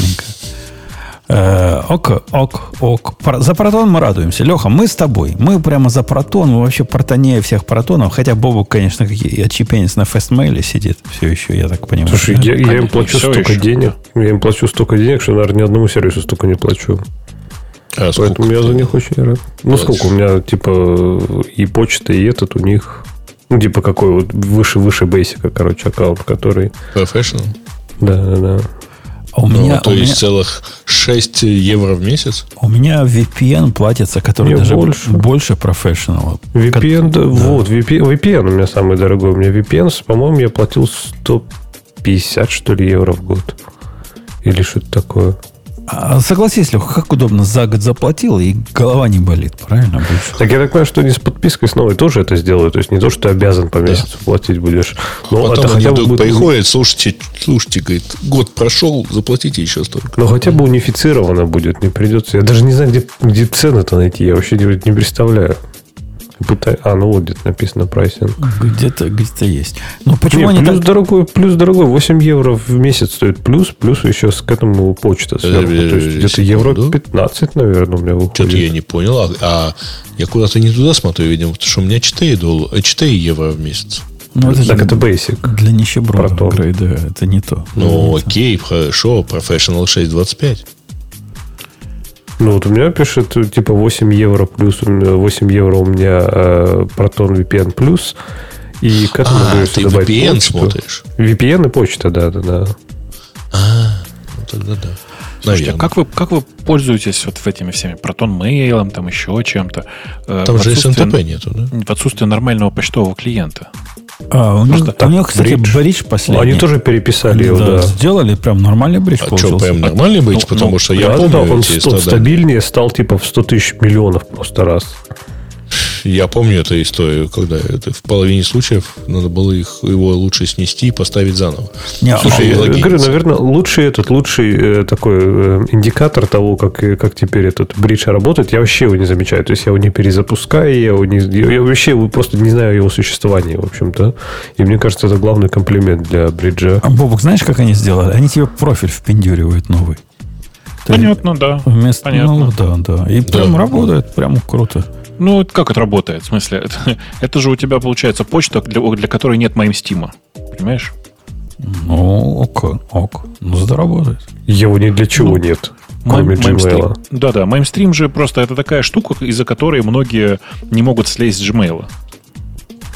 Ок. За Протон мы радуемся. Леха, мы с тобой. Мы прямо за Протон. Мы вообще протоннее всех Протонов. Хотя Бобук, конечно, отчепенец на фестмейле сидит. Все еще, я так понимаю. Слушай, да? я им плачу столько денег. Я им плачу столько денег, что, наверное, ни одному сервису столько не плачу. Поэтому я за них очень рад. Ну, сколько? У меня, типа, и почта, и этот у них... Ну, типа, какой вот выше бейсика, короче, аккаунт, который... Professional? Да. А у меня, то есть целых 6 евро в месяц? У меня VPN платится, который даже больше профессионала. VPN, VPN у меня самый дорогой. У меня VPN, по-моему, я платил 150, что ли, евро в год. Или что-то такое. Согласись, Леха, как удобно, за год заплатил, и голова не болит, правильно? Больше. Так я так понимаю, что они с подпиской с новой тоже это сделают. То есть не то, что ты обязан по месяцу платить будешь. Но потом это они вдруг будет... приходят, слушайте, говорит, год прошел, заплатите еще столько. Но хотя бы унифицировано будет, не придется. Я даже не знаю, где цены-то найти. Я вообще не представляю. Ну вот где-то написано прайсинг. Где-то есть. Но почему они плюс дорогой, 8 евро в месяц стоит плюс еще к этому почта сверху. То есть где-то евро 15, наверное, у меня выходит. Что-то я не понял. А я куда-то не туда смотрю, видимо, потому что у меня 4 евро в месяц. Это basic. Для нищебродов грейда это не то. Ну, окей, хорошо. Professional 6.25. Ну, вот у меня пишет, типа, 8 евро плюс, 8 евро у меня Proton VPN плюс. И к этому ты VPN смотришь? VPN и почта, да. Ну, тогда да. Слушайте, а как вы пользуетесь вот этими всеми Proton Mail, там еще чем-то? Там же SNTP нету, да? В отсутствие нормального почтового клиента. У них, кстати, бридж последний. Они тоже переписали его, да. Сделали прям нормальный бридж. А что, прям нормальный бридж? Потому что я помню он стабильнее стал типа в 100 тысяч миллионов просто раз. Я помню эту историю, когда это в половине случаев надо было его лучше снести и поставить заново. Слушай, я говорю, наверное, лучший такой индикатор того, как теперь этот бридж работает, я вообще его не замечаю. То есть я его не перезапускаю, я вообще просто не знаю его существования, в общем-то. И мне кажется, это главный комплимент для бриджа. А, Бобок, знаешь, как они сделали? Они тебе профиль впендюривают новый. Понятно, да. Понятно. Да. И прям работает, прям круто. Ну, как это работает? В смысле, это же у тебя получается почта, для которой нет MameSteam. Понимаешь? Ну, ок. Ну, заработает. Его ни для чего нет. Кроме Gmail. Да. MameStream же просто это такая штука, из-за которой многие не могут слезть с Gmail.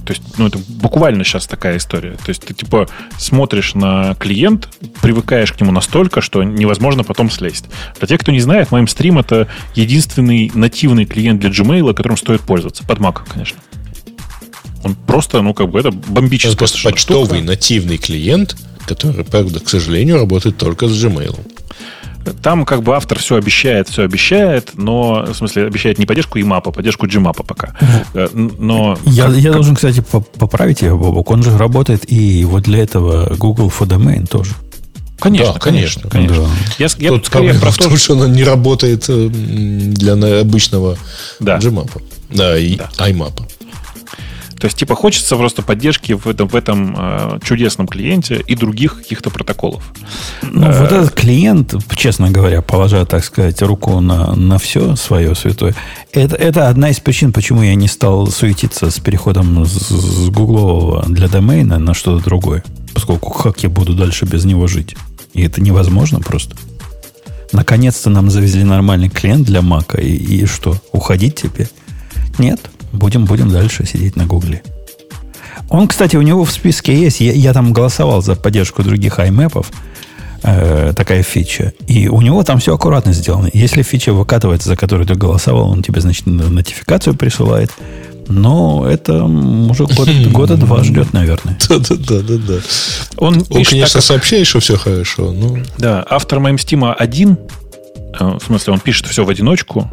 То есть, это буквально сейчас такая история. То есть, ты, типа, смотришь на клиент, привыкаешь к нему настолько, что невозможно потом слезть. Для тех, кто не знает, MameStream — это единственный нативный клиент для Gmail, которым стоит пользоваться. Под Mac, конечно. Он просто, это бомбическая. Это просто почтовый нативный клиент, который, правда, к сожалению, работает только с Gmail. Там автор все обещает, но, в смысле, обещает не поддержку IMAP, а поддержку Gmap пока. Но я должен, кстати, поправить его, Бобок. Он же работает и вот для этого Google for Domain тоже. Конечно. Да. Я тут скорее про то, что он не работает для обычного Gmap. Да, и IMAP. То есть, хочется просто поддержки в этом чудесном клиенте и других каких-то протоколов. Вот этот клиент, честно говоря, положа, так сказать, руку на все свое святое, это одна из причин, почему я не стал суетиться с переходом с гуглового для домена на что-то другое. Поскольку как я буду дальше без него жить? И это невозможно просто. Наконец-то нам завезли нормальный клиент для Мака. И что, уходить теперь? Нет. Будем дальше сидеть на Гугле. Он, кстати, у него в списке есть. Я там голосовал за поддержку других IMAP-ов. Такая фича. И у него там все аккуратно сделано. Если фича выкатывается, за которую ты голосовал, он тебе, значит, нотификацию присылает. Но это уже года два ждет, наверное. Да. Он конечно, сообщает, что все хорошо. Да, автор MameSteam 1, в смысле, он пишет все в одиночку,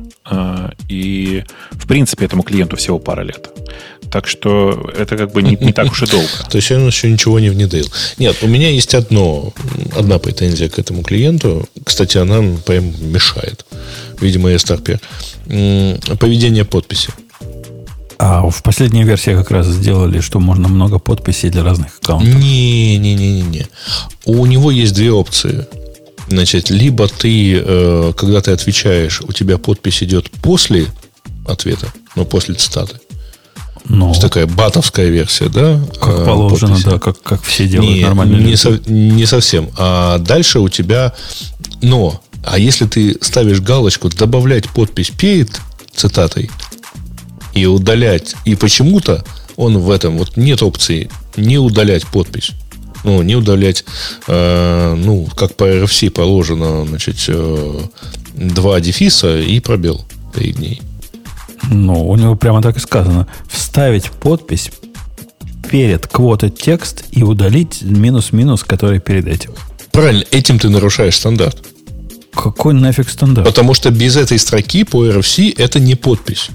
и, в принципе, этому клиенту всего пара лет. Так что это не так уж и долго. То есть он еще ничего не внедрил. Нет, у меня есть одна претензия к этому клиенту. Кстати, она прям мешает. Видимо, я старпер. Поведение подписи. А в последней версии как раз сделали, что можно много подписей для разных аккаунтов. Не. У него есть две опции. Значит, либо ты, когда ты отвечаешь, у тебя подпись идет после ответа, после цитаты. То есть такая батовская версия, да? Как положено, подписи. Да, как все делают нормально. Не совсем. А дальше у тебя а если ты ставишь галочку «добавлять подпись перед цитатой» и удалять, и почему-то он в этом, нет опции не удалять подпись. Не удалять, как по RFC положено, значит, 2 дефиса и пробел перед ней. У него прямо так и сказано. Вставить подпись перед quoted текст и удалить минус-минус, который перед этим. Правильно, этим ты нарушаешь стандарт. Какой нафиг стандарт? Потому что без этой строки по RFC это не подпись.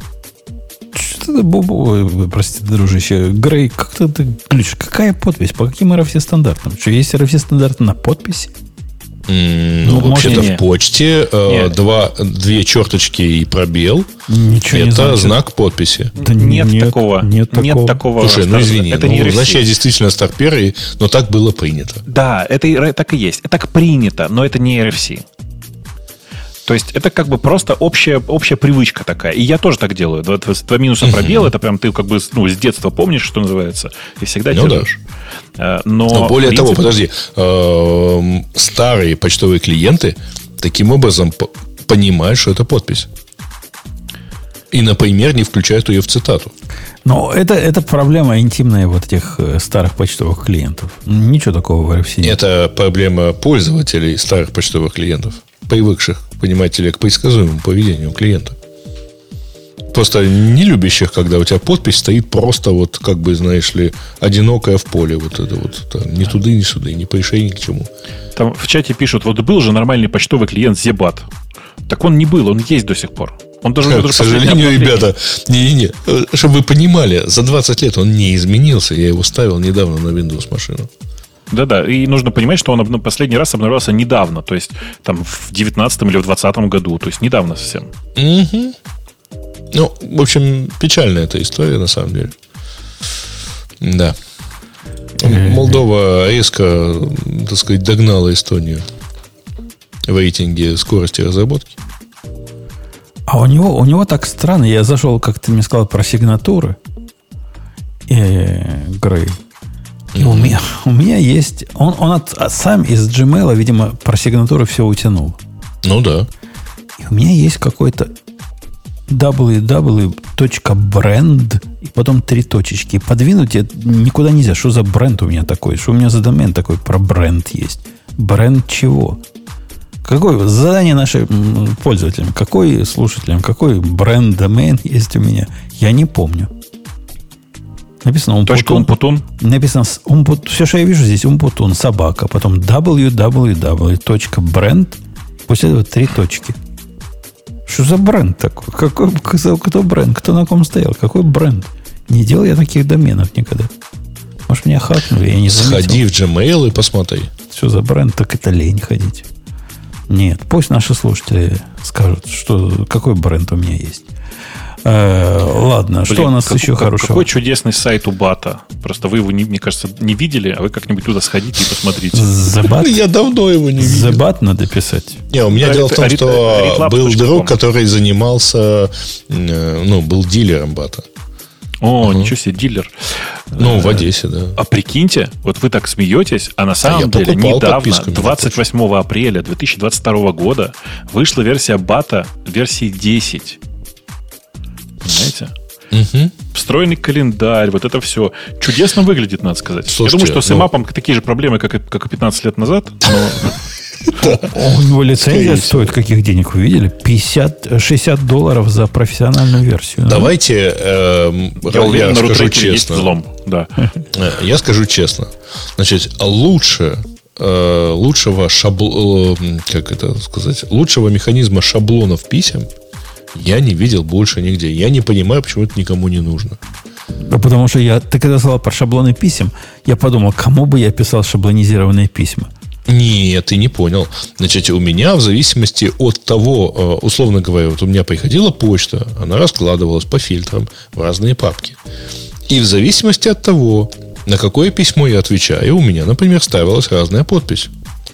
Простите, дружище, Грей, как-то ты глючишь. Какая подпись? По каким RFC стандартам? Что, есть RFC стандарты на подписи? Вообще-то в почте 2 черточки и пробел. Ничего не это знак подписи. Да нет такого. Нет такого. Слушай, извини. Это не значит, я действительно старпер, но так было принято. Да, это так и есть. Так принято, но это не RFC. То есть это просто общая привычка такая. И я тоже так делаю. 2 минуса пробел, это прям ты с детства помнишь, что называется, и всегда держишь. Да. Но более того, подожди, старые почтовые клиенты таким образом понимают, что это подпись. И, например, не включают ее в цитату. Но это проблема интимная этих старых почтовых клиентов. Ничего такого в RFC нет. Это проблема пользователей старых почтовых клиентов, привыкших, понимаете ли, к предсказуемому поведению клиента. Просто не любящих, когда у тебя подпись стоит просто знаешь ли, одинокая в поле. Ни туда, ни сюда, ни пришей, ни к чему. Там в чате пишут, был же нормальный почтовый клиент Зебат. Так он не был, он есть до сих пор. Он даже к сожалению, ребята, чтобы вы понимали, за 20 лет он не изменился. Я его ставил недавно на Windows машину. Да, и нужно понимать, что он последний раз обновлялся недавно, то есть там в 19 или в 20 году, то есть недавно совсем. Угу. В общем, печальная эта история, на самом деле. Да. Молдова резко, так сказать, догнала Эстонию в рейтинге скорости разработки. А у него так странно. Я зашел, как ты мне сказал, про сигнатуры. Грей. И у меня есть... Он сам из Gmail, видимо, про сигнатуры все утянул. Да. И у меня есть какой-то www.brand и потом 3 точечки. Подвинуть никуда нельзя. Что за бренд у меня такой? Что у меня за домен такой про бренд есть? Бренд чего? Какое задание нашим пользователям? Какой слушателям? Какой бренд домен есть у меня? Я не помню. Написано Умпутун. Написано все, что я вижу здесь, Умпутун, собака. Потом www.brand. После этого 3 точки. Что за бренд такой? Кто бренд? Кто на ком стоял? Какой бренд? Не делал я таких доменов никогда. Может, меня хакнули, я не заметил. Сходи в Gmail и посмотри. Что за бренд? Так это лень ходить. Нет, пусть наши слушатели скажут, какой бренд у меня есть. Ладно, что у нас еще хорошего? Какой чудесный сайт у Бата. Просто вы его, мне кажется, не видели, а вы как-нибудь туда сходите и посмотрите. Я давно его не видел. The Bat надо писать. Не, у меня дело в том, что был друг, который занимался, был дилером Бата. О, ничего себе, дилер. В Одессе, да. А прикиньте, вот вы так смеетесь, а на самом деле недавно, 28 апреля 2022 года, вышла версия Бата версии 10. Понимаете? Угу. Встроенный календарь, вот это все. Чудесно выглядит, надо сказать. Слушайте, я думаю, что с IMAP такие же проблемы, как и 15 лет назад. У него лицензия стоит каких денег, вы видели? $60 за профессиональную версию. Давайте я уверен, на рутрекере есть взлом. Да. Я скажу честно. Значит, лучшего механизма шаблонов писем я не видел больше нигде. Я не понимаю, почему это никому не нужно. Потому что ты когда сказал про шаблоны писем, я подумал, кому бы я писал шаблонизированные письма. Нет, ты не понял. Значит, у меня в зависимости от того, условно говоря, вот у меня приходила почта, она раскладывалась по фильтрам в разные папки. И в зависимости от того, на какое письмо я отвечаю, у меня, например, ставилась разная подпись.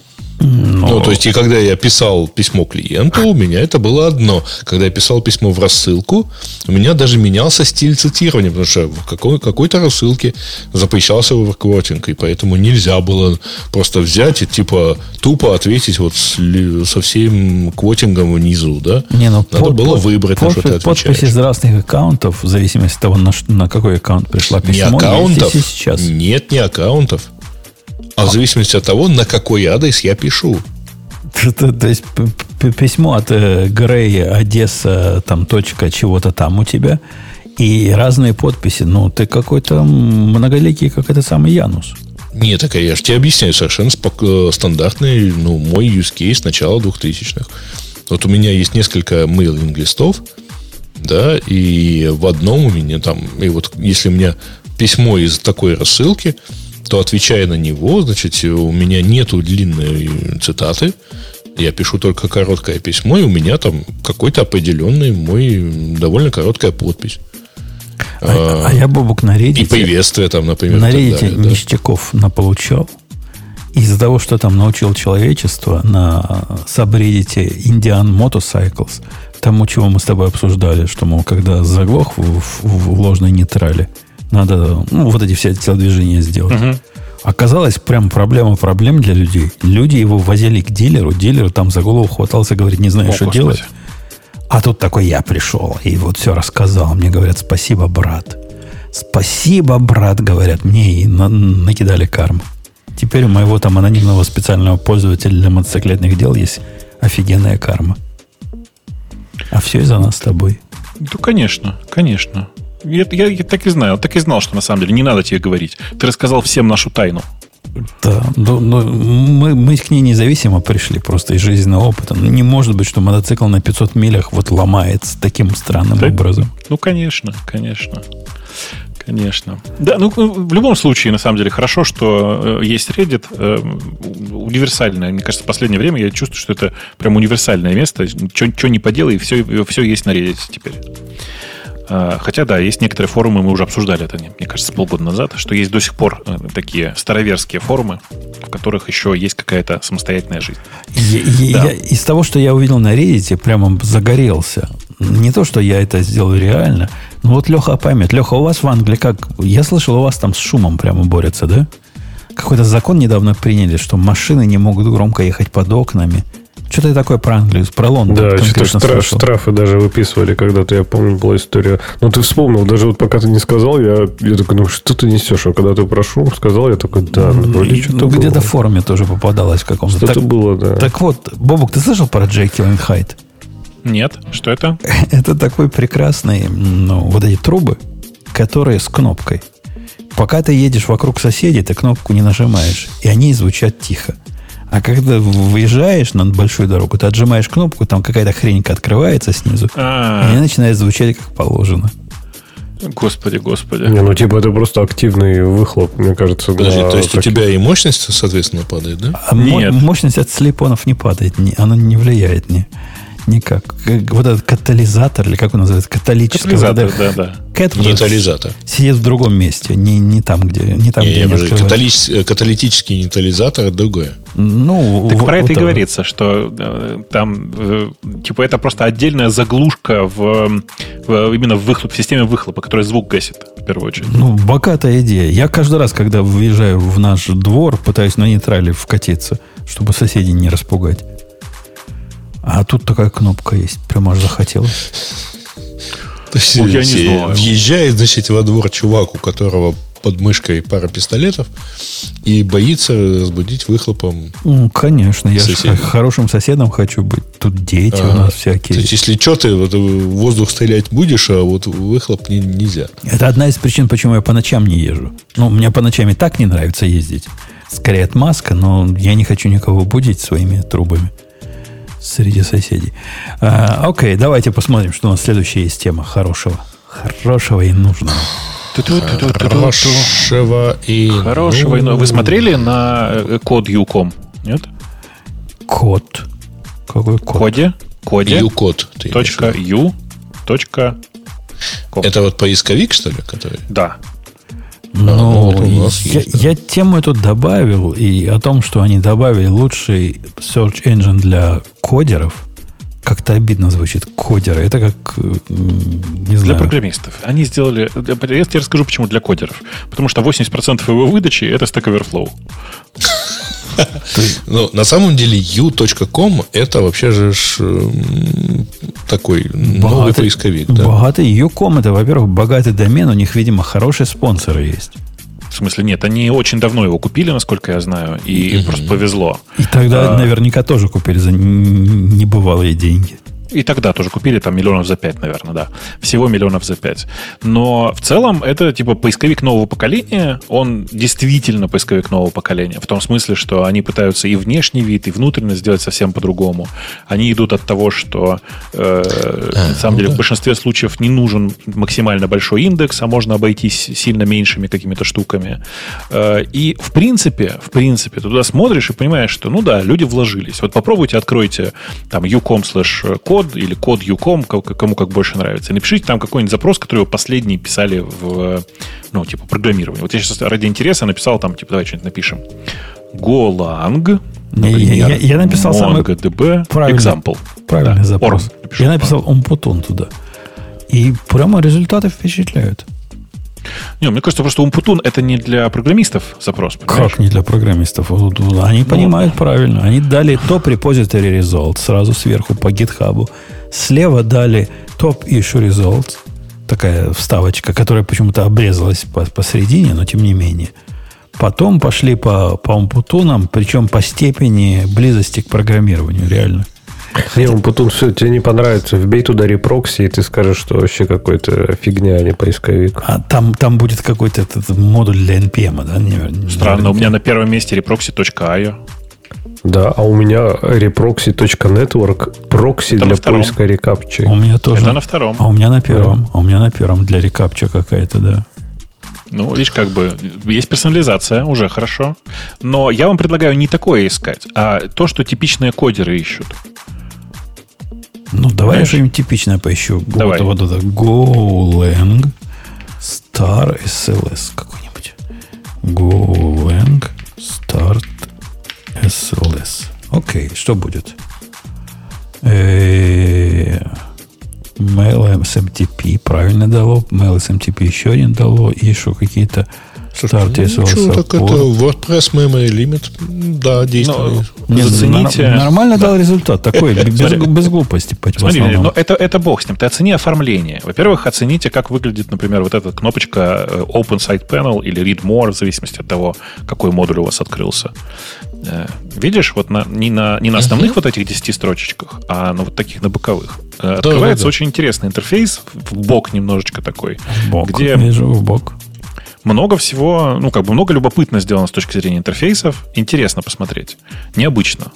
То есть, и когда я писал письмо клиенту, у меня это было одно. Когда я писал письмо в рассылку, у меня даже менялся стиль цитирования, потому что в какой-то рассылке запрещался оверквотинг, и поэтому нельзя было просто взять и тупо ответить вот со всем квотингом внизу, да? Надо было выбрать, на что ты отвечаешь. Подписи из разных аккаунтов, в зависимости от того, на какой аккаунт пришло письмо. Не аккаунтов? Нет, не аккаунтов. А в зависимости от того, на какой адрес я пишу. То есть письмо от Грея, Одесса, там точка чего-то там у тебя, и разные подписи. Ты какой-то многоликий, как это самый Янус. Нет, так я же тебе объясняю. Совершенно стандартный мой use case с начала 2000-х. Вот у меня есть несколько мейлинг-листов, да, и в одном у меня там, и вот если у меня письмо из такой рассылки, то, отвечая на него, значит, у меня нету длинной цитаты, я пишу только короткое письмо, и у меня там какой-то определенный мой довольно короткая подпись. Я, Бобук, на Reddit... И приветствие там, например. На Reddit ништяков наполучал. Из-за того, что там научил человечество на сабреддите Indian Motorcycles, тому, чего мы с тобой обсуждали, что, мол, когда заглох в ложной нейтрали, надо вот эти все телодвижения сделать. Угу. Оказалось, прям проблем для людей. Люди его возили к дилеру. Дилер там за голову хватался, говорит, не знаю, что делать. А тут такой я пришел и вот все рассказал. Мне говорят, спасибо, брат. Спасибо, брат, говорят мне, и накидали карму. Теперь у моего там анонимного специального пользователя для мотоциклетных дел есть офигенная карма. А все из-за нас с тобой. Конечно. Я так и знал, что на самом деле не надо тебе говорить. Ты рассказал всем нашу тайну. Да, но мы к ней независимо пришли просто из жизненного опыта. Не может быть, что мотоцикл на 500 милях вот ломается таким странным образом. Конечно. Да, в любом случае, на самом деле, хорошо, что есть Reddit. Универсальное. Мне кажется, в последнее время я чувствую, что это прям универсальное место. Что не поделай, все есть на Reddit теперь. Хотя, да, есть некоторые форумы, мы уже обсуждали это, мне кажется, полгода назад, что есть до сих пор такие староверские форумы, в которых еще есть какая-то самостоятельная жизнь. Я из того, что я увидел на Reddit, прямо загорелся. Не то, что я это сделал реально, но вот Леха поймет. Леха, у вас в Англии как? Я слышал, у вас там с шумом прямо борются, да? Какой-то закон недавно приняли, что машины не могут громко ехать под окнами. Что-то я такое про Англию, про Лондон. Да, что-то штрафы даже выписывали когда-то, я помню, была история. Ну, ты вспомнил, даже вот пока ты не сказал, я такой, ну, что ты несешь? А когда ты про шум сказал, я такой, да, вроде что-то было. Где-то в форуме тоже попадалось в каком-то. Что-то было, да. Так вот, Бобук, ты слышал про Jekyll and Hyde? Нет, что это? Это такой прекрасный, вот эти трубы, которые с кнопкой. Пока ты едешь вокруг соседей, ты кнопку не нажимаешь, и они звучат тихо. А когда выезжаешь на большую дорогу, ты отжимаешь кнопку, там какая-то хренька открывается снизу, и они начинают звучать как положено. Господи. Не, ну, типа, это просто активный выхлоп, мне кажется. Подожди, то есть у тебя и мощность, соответственно, падает, да? Нет. Мощность от слепонов не падает, она не влияет никак. Вот этот катализатор, или как он называется, каталический. Катализатор, да. Нейтрализатор. Сидит в другом месте, не там, где не каталитический нейтрализатор другое. Ну, так про это и говорится, что там типа это просто отдельная заглушка именно в системе выхлопа, которая звук гасит, в первую очередь. Ну, богатая идея. Я каждый раз, когда выезжаю в наш двор, пытаюсь на нейтрале вкатиться, чтобы соседей не распугать. А тут такая кнопка есть. Прямо аж захотелось. То есть, я не знаю. Въезжает, значит, во двор чувак, у которого под мышкой пара пистолетов, и боится разбудить выхлопом. Ну, конечно. Я же хорошим соседом хочу быть. Тут дети у нас всякие. То есть, если что, ты в воздух стрелять будешь, а вот выхлоп нельзя. Это одна из причин, почему я по ночам не езжу. Ну, мне по ночам и так не нравится ездить. Скорее отмазка, но я не хочу никого будить своими трубами среди соседей. Окей, давайте посмотрим, что у нас следующая есть тема хорошего. Хорошего и нужного. Хорошего и нужного. Вы смотрели на код Ucom? Нет? Код? Какой код? Коде. Ucode. Это вот поисковик, что ли? Который? Да. Я тему эту добавил, и о том, что они добавили лучший search engine для кодеров, как-то обидно звучит. Кодеры. Это как, не знаю. Для программистов. Они сделали... Я тебе расскажу, почему для кодеров. Потому что 80% его выдачи — это Stack Overflow. Ну, на самом деле, u.com это вообще же такой новый поисковик. Богатый u.com это, во-первых, богатый домен, у них, видимо, хорошие спонсоры есть. В смысле, нет, они очень давно его купили, насколько я знаю, и просто повезло. И тогда наверняка тоже купили за небывалые деньги. И тогда тоже купили там миллионов за 5, наверное, да. Всего миллионов за 5. Но в целом это типа поисковик нового поколения. Он действительно поисковик нового поколения. В том смысле, что они пытаются и внешний вид, и внутренность сделать совсем по-другому. Они идут от того, что на самом деле в большинстве случаев не нужен максимально большой индекс, а можно обойтись сильно меньшими какими-то штуками. И в принципе, ты туда смотришь и понимаешь, что, ну да, люди вложились. Вот попробуйте, откройте там ucom/code или код ucom, кому как больше нравится. И напишите там какой-нибудь запрос, который вы последний писали в, ну, типа, программирование. Вот я сейчас ради интереса написал там, типа, давай что-нибудь напишем. Golang, например, я написал MongoDB, example. Правильный запрос. Я написал Умпутун туда. И прямо результаты впечатляют. Не, мне кажется, просто Умпутун это не для программистов запрос. Понимаешь? Как не для программистов? Они понимают правильно. Они дали топ repository result сразу сверху по GitHub. Слева дали топ issue results. Такая вставочка, которая почему-то обрезалась посередине, но тем не менее. Потом пошли по Умпутунам, причем по степени близости к программированию, реально. Не, Умпутун, все, тебе не понравится. Вбей туда репрокси, и ты скажешь, что вообще какой-то фигня, а не поисковик. А там будет какой-то этот модуль для NPM, да? Странно, у меня на первом месте reproxy.io. Да, а у меня reproxy.network прокси для поиска рекапчи. У меня тоже. Это на втором. А у меня на первом. А у меня на первом для рекапча какая-то, да. Ну, видишь, как бы есть персонализация, уже хорошо. Но я вам предлагаю не такое искать, а то, что типичные кодеры ищут. Ну, давай я что-нибудь типичное поищу. Давай. Вот это Golang Star SLS какой-нибудь. Golang Start SLS. Окей, что будет? Mail SMTP правильно дало. Mail SMTP еще один дало. И еще какие-то Start TSL support. Так это WordPress Memory Limit, да, действует. Зацените. Нормально дал результат такой, без глупости. Смотри, но это бог с ним. Ты оцени оформление. Во-первых, оцените, как выглядит, например, вот эта кнопочка Open Site Panel или Read More, в зависимости от того, какой модуль у вас открылся. Видишь, вот не на основных вот этих 10 строчечках, а на вот таких, на боковых. Открывается очень интересный интерфейс, в бок немножечко такой. Где вижу в бок. Много всего, много любопытно сделано с точки зрения интерфейсов. Интересно посмотреть. Необычно.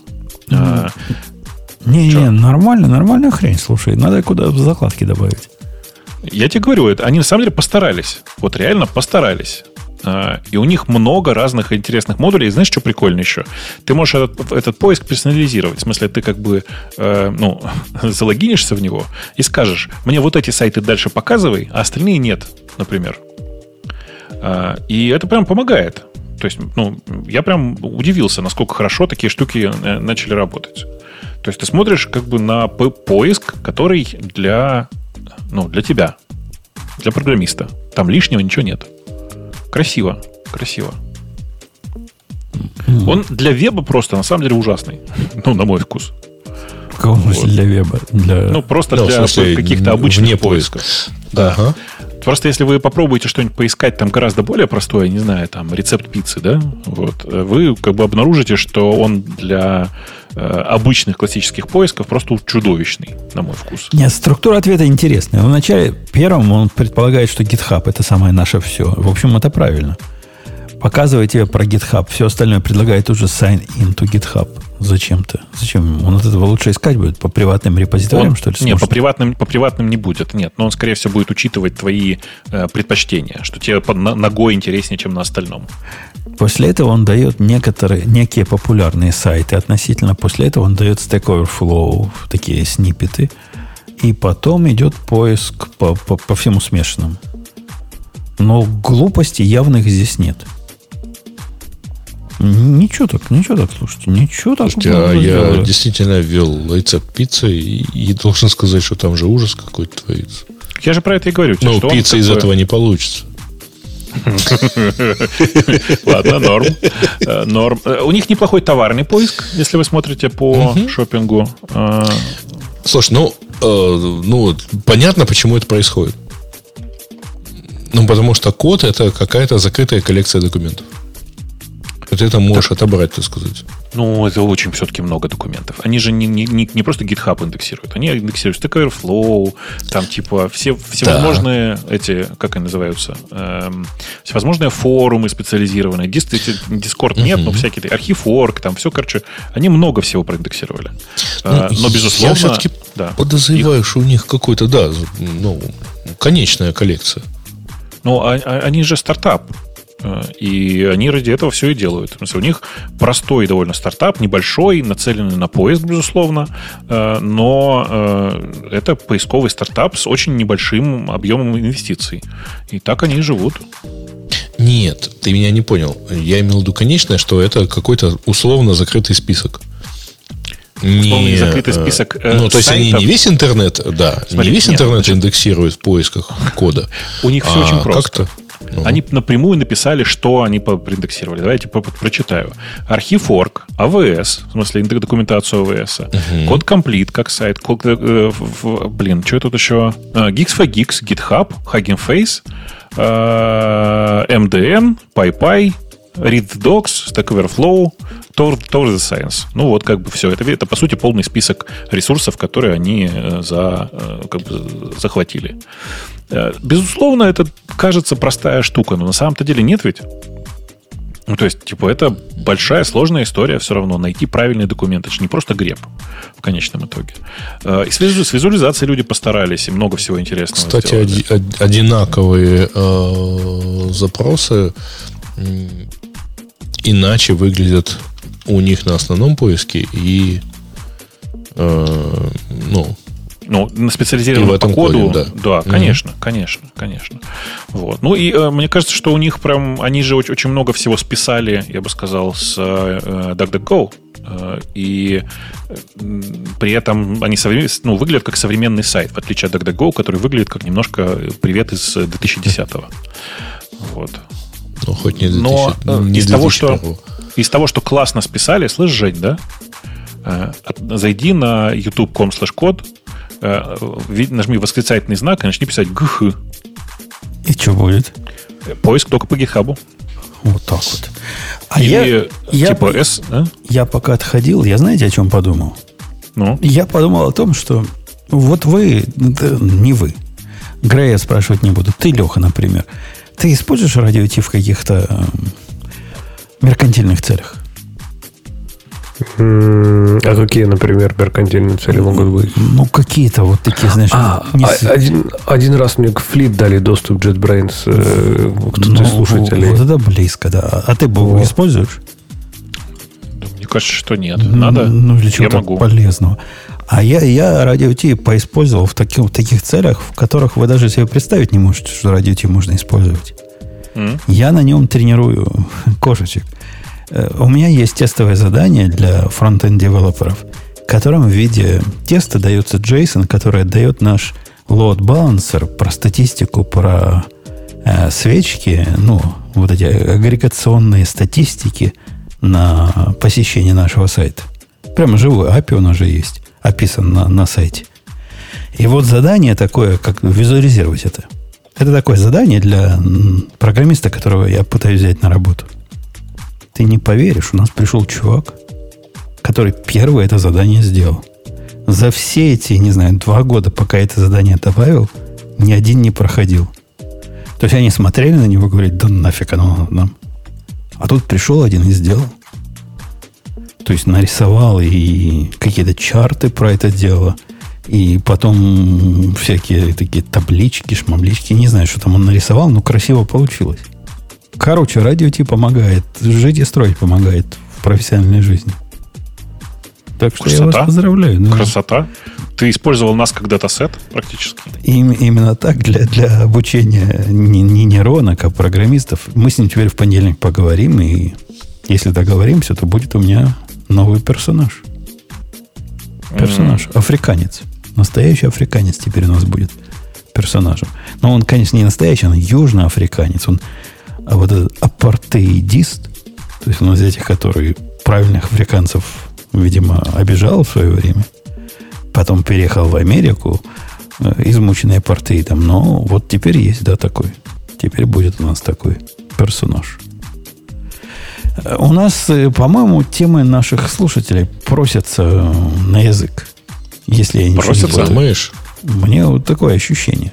Нормальная хрень, слушай. Надо куда в закладки добавить. Я тебе говорю, они на самом деле постарались. Вот реально постарались. И у них много разных интересных модулей. И знаешь, что прикольно еще? Ты можешь этот поиск персонализировать. В смысле, ты как бы залогинишься в него и скажешь, мне вот эти сайты дальше показывай, а остальные нет, например. И это прям помогает. То есть, я прям удивился, насколько хорошо такие штуки начали работать. То есть, ты смотришь как бы на поиск, который для тебя, для программиста. Там лишнего ничего нет. Красиво. Он для веба просто, на самом деле, ужасный. На мой вкус. В каком смысле для веба? Просто для каких-то обычных поисков. Да. Ага. Просто если вы попробуете что-нибудь поискать там гораздо более простое, не знаю, там рецепт пиццы, да, вот, вы как бы обнаружите, что он для обычных классических поисков просто чудовищный, на мой вкус. Нет, структура ответа интересная. Вначале первым он предполагает, что GitHub это самое наше все. В общем, это правильно. Показывает тебе про GitHub, все остальное предлагает уже sign into GitHub. Зачем-то? Зачем? Он от этого лучше искать будет по приватным репозиториям, что ли? Нет, по приватным не будет. Нет, но он, скорее всего, будет учитывать твои предпочтения, что тебе ногой интереснее, чем на остальном. После этого он дает некие популярные сайты относительно. После этого он дает Stack Overflow, такие сниппеты. И потом идет поиск по всему смешанному. Но глупостей явных здесь нет. Ничего так, слушайте, ничего так. Слушайте, я действительно ввел рецепт пиццы и должен сказать, что там же ужас какой-то творится. Я же про это и говорю. Но пицца из этого не получится. Ладно, норм. У них неплохой товарный поиск, если вы смотрите по шопингу. Слушай, понятно, почему это происходит. Потому что код — это какая-то закрытая коллекция документов. Ты это можешь отобрать, так сказать. Это очень все-таки много документов. Они же не просто GitHub индексируют. Они индексируют Stack Overflow, там типа всевозможные эти, как они называются, всевозможные форумы специализированные. Discord нет, но всякие архив.org, там все, короче, они много всего проиндексировали. Но, безусловно... Я все-таки подозреваю, что у них какой-то, конечная коллекция. Они же стартап. И они ради этого все и делают. В смысле, у них простой довольно стартап, небольшой, нацеленный на поиск, безусловно, но это поисковый стартап с очень небольшим объемом инвестиций. И так они и живут. Нет, ты меня не понял. Я имел в виду конечное, что это какой-то условно закрытый список. Не закрытый список то есть они не весь интернет, интернет индексируют в поисках кода. У них все очень просто. Они напрямую написали, что они проиндексировали. Давайте прочитаю. Архив.org, AWS, в смысле документацию AWS, Code Complete как сайт, что тут еще? Geeks for Geeks, GitHub, Hugging Face, MDN, PyPy, ReadDocs, Stack Overflow, Towards the Science. Как бы все. Это, по сути, полный список ресурсов, которые они захватили. Безусловно, это кажется простая штука, но на самом-то деле нет ведь. То есть, это большая, сложная история все равно. Найти правильный документ. Это же не просто греб в конечном итоге. И с визуализацией люди постарались, и много всего интересного. Кстати, одинаковые запросы иначе выглядят у них на основном поиске и на специализированном по коду. Да, конечно. Вот. Мне кажется, что у них они же очень много всего списали, я бы сказал, с DuckDuckGo. И при этом они выглядят как современный сайт, в отличие от DuckDuckGo, который выглядит как немножко привет из 2010-го. Вот. Ну, хоть не 2000, но не из того, что классно списали, слышь, Жень, да? Зайди на youtube.com/код, нажми восклицательный знак и начни писать ГХ. И что будет? Поиск только по гитхабу. Вот так вот. Я пока отходил, я знаете, о чем подумал? Ну? Я подумал о том, что вот вы, не вы, Грея спрашивать не буду, ты, Леха, например, ты используешь радио Ти в каких-то меркантильных целях? А какие, например, меркантильные цели могут быть? Ну, какие-то вот такие, знаешь... Один раз мне к Флит дали доступ JetBrains, кто-то из слушателей. Вот это близко, да. А ты бы используешь? Мне кажется, что нет. Надо? Ну, для чего-то я могу. Полезного. А я радио Ти поиспользовал в таких целях, в которых вы даже себе представить не можете, что радио Ти можно использовать. Я на нем тренирую кошечек. У меня есть тестовое задание для фронт-энд-девелоперов, которым в виде теста дается JSON, который отдает наш load balancer про статистику, про свечки, ну, вот эти агрегационные статистики на посещение нашего сайта. Прямо живой API у нас же есть, описан на сайте. И вот задание такое, как визуализировать это. Это такое задание для программиста, которого я пытаюсь взять на работу. Ты не поверишь, у нас пришел чувак, который первый это задание сделал. За все эти, не знаю, 2 года, пока это задание добавил, ни один не проходил. То есть они смотрели на него и говорили, да нафиг оно надо нам. А тут пришел один и сделал. То есть нарисовал и какие-то чарты про это дело, и потом всякие такие таблички, шмаблички. Не знаю, что там он нарисовал, но красиво получилось. Короче, радио Ти помогает. Жить и строить помогает в профессиональной жизни. Так что красота. Я вас поздравляю. Да. Красота. Ты использовал нас как датасет практически. Именно так для обучения не нейронок, а программистов. Мы с ним теперь в понедельник поговорим. И если договоримся, то будет у меня новый персонаж. Персонаж. Африканец. Настоящий африканец теперь у нас будет персонажем. Но он, конечно, не настоящий, он южноафриканец. Он вот этот апартеидист, то есть он из этих, который правильных африканцев, видимо, обижал в свое время, потом переехал в Америку, измученный апартеидом, но вот теперь есть, да, такой. Теперь будет у нас такой персонаж. У нас, по-моему, темы наших слушателей просятся на язык. Если я ничего не знаю. Мне вот такое ощущение.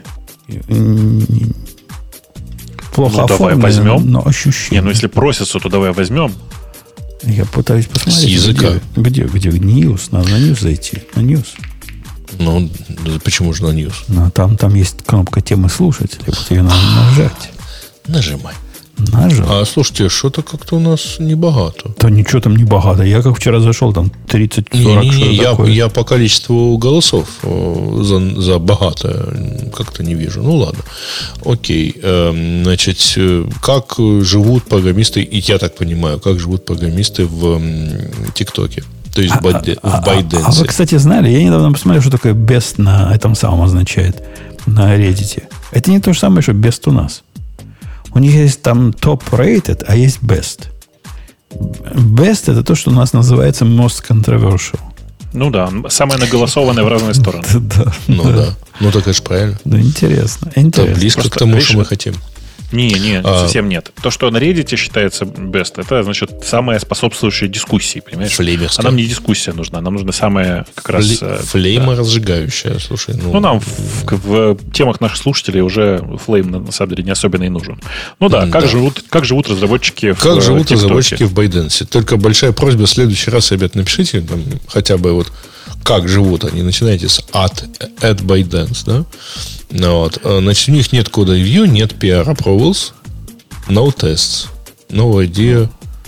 Плохо давай возьмем. Но ощущение. Не, ну если просятся, то давай возьмем. Я пытаюсь посмотреть. С языка. Где News? Надо на News зайти. На News. Ну, почему же на News? Там есть кнопка темы слушателей. Вот ее надо нажать. Нажимай. Нажал. А слушайте, что-то как-то у нас небогато. Да ничего там не богато. Я как вчера зашел, там 30-40. Я по количеству голосов за богато как-то не вижу. Ну ладно. Окей. Значит, как живут программисты, и я так понимаю, как живут программисты в ТикТоке? То есть в ByteDance. А вы, кстати, знали? Я недавно посмотрел, что такое best на этом самом означает. На Reddit. Это не то же самое, что best у нас. У них есть там top-rated, а есть best. Best – это то, что у нас называется most controversial. Ну да, самое наголосованное в разные стороны. Да. Ну да. Ну так это же правильно. Ну интересно. Это близко к тому, что мы хотим. Не, совсем нет. То, что на Reddit считается best, это, значит, самая способствующая дискуссии, понимаешь? Флеймерская. А нам не дискуссия нужна, нам нужна самая как раз... Флейма разжигающая, слушай. Ну, нам в темах наших слушателей уже флейм, на самом деле, не особенно и нужен. Ну да, как живут разработчики в Как живут разработчики в ByteDance? Только большая просьба, в следующий раз, ребят, напишите там, хотя бы вот как живут они. Начинайте с at ByteDance, да? Вот. Значит, у них нет кода review, нет PR approvals, no tests, no idea.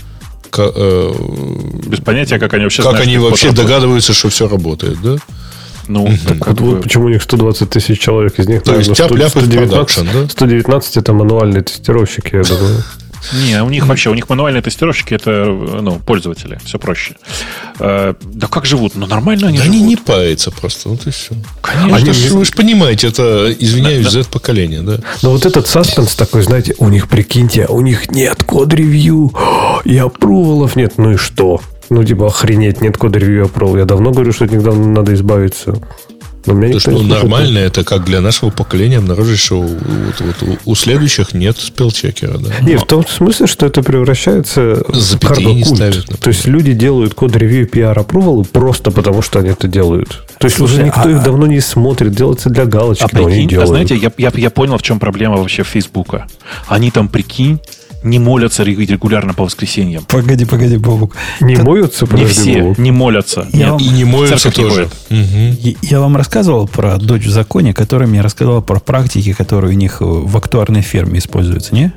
Без понятия, как они вообще как знают, они вообще догадываются, что все работает, да? Ну, так вот почему у них 120 тысяч человек, из них, то есть 119 это мануальные тестировщики, я думаю. Не, у них вообще, у них мануальные тестировщики, это пользователи, все проще. Да как живут? Ну, нормально они живут. Они не парятся просто, вот и все. Конечно. Вы же понимаете, это, извиняюсь, Z-поколение, да? Но вот этот саспенс такой, знаете, у них, прикиньте, у них нет код-ревью, и апрувалов нет, ну и что? Ну, типа, охренеть, нет кода-ревью апрувал. Я давно говорю, что от них давно надо избавиться. То, что нормально, это как для нашего поколения обнаружить, что у следующих нет спелчекера. Да? Нет, в том смысле, что это превращается в карго-культ. То есть люди делают код-ревью и PR-апрувалы просто потому, что они это делают. То есть уже никто их давно не смотрит, делается для галочки, но они делают. Знаете, я понял, в чем проблема вообще Фейсбука. Они там, прикинь, не молятся регулярно по воскресеньям. Погоди, Бобук. Не моются? Не все, Бобук. Не молятся. И не моются тоже. Я вам рассказывал про дочь в законе, которая мне рассказала про практики, которые у них в актуарной ферме используются, не?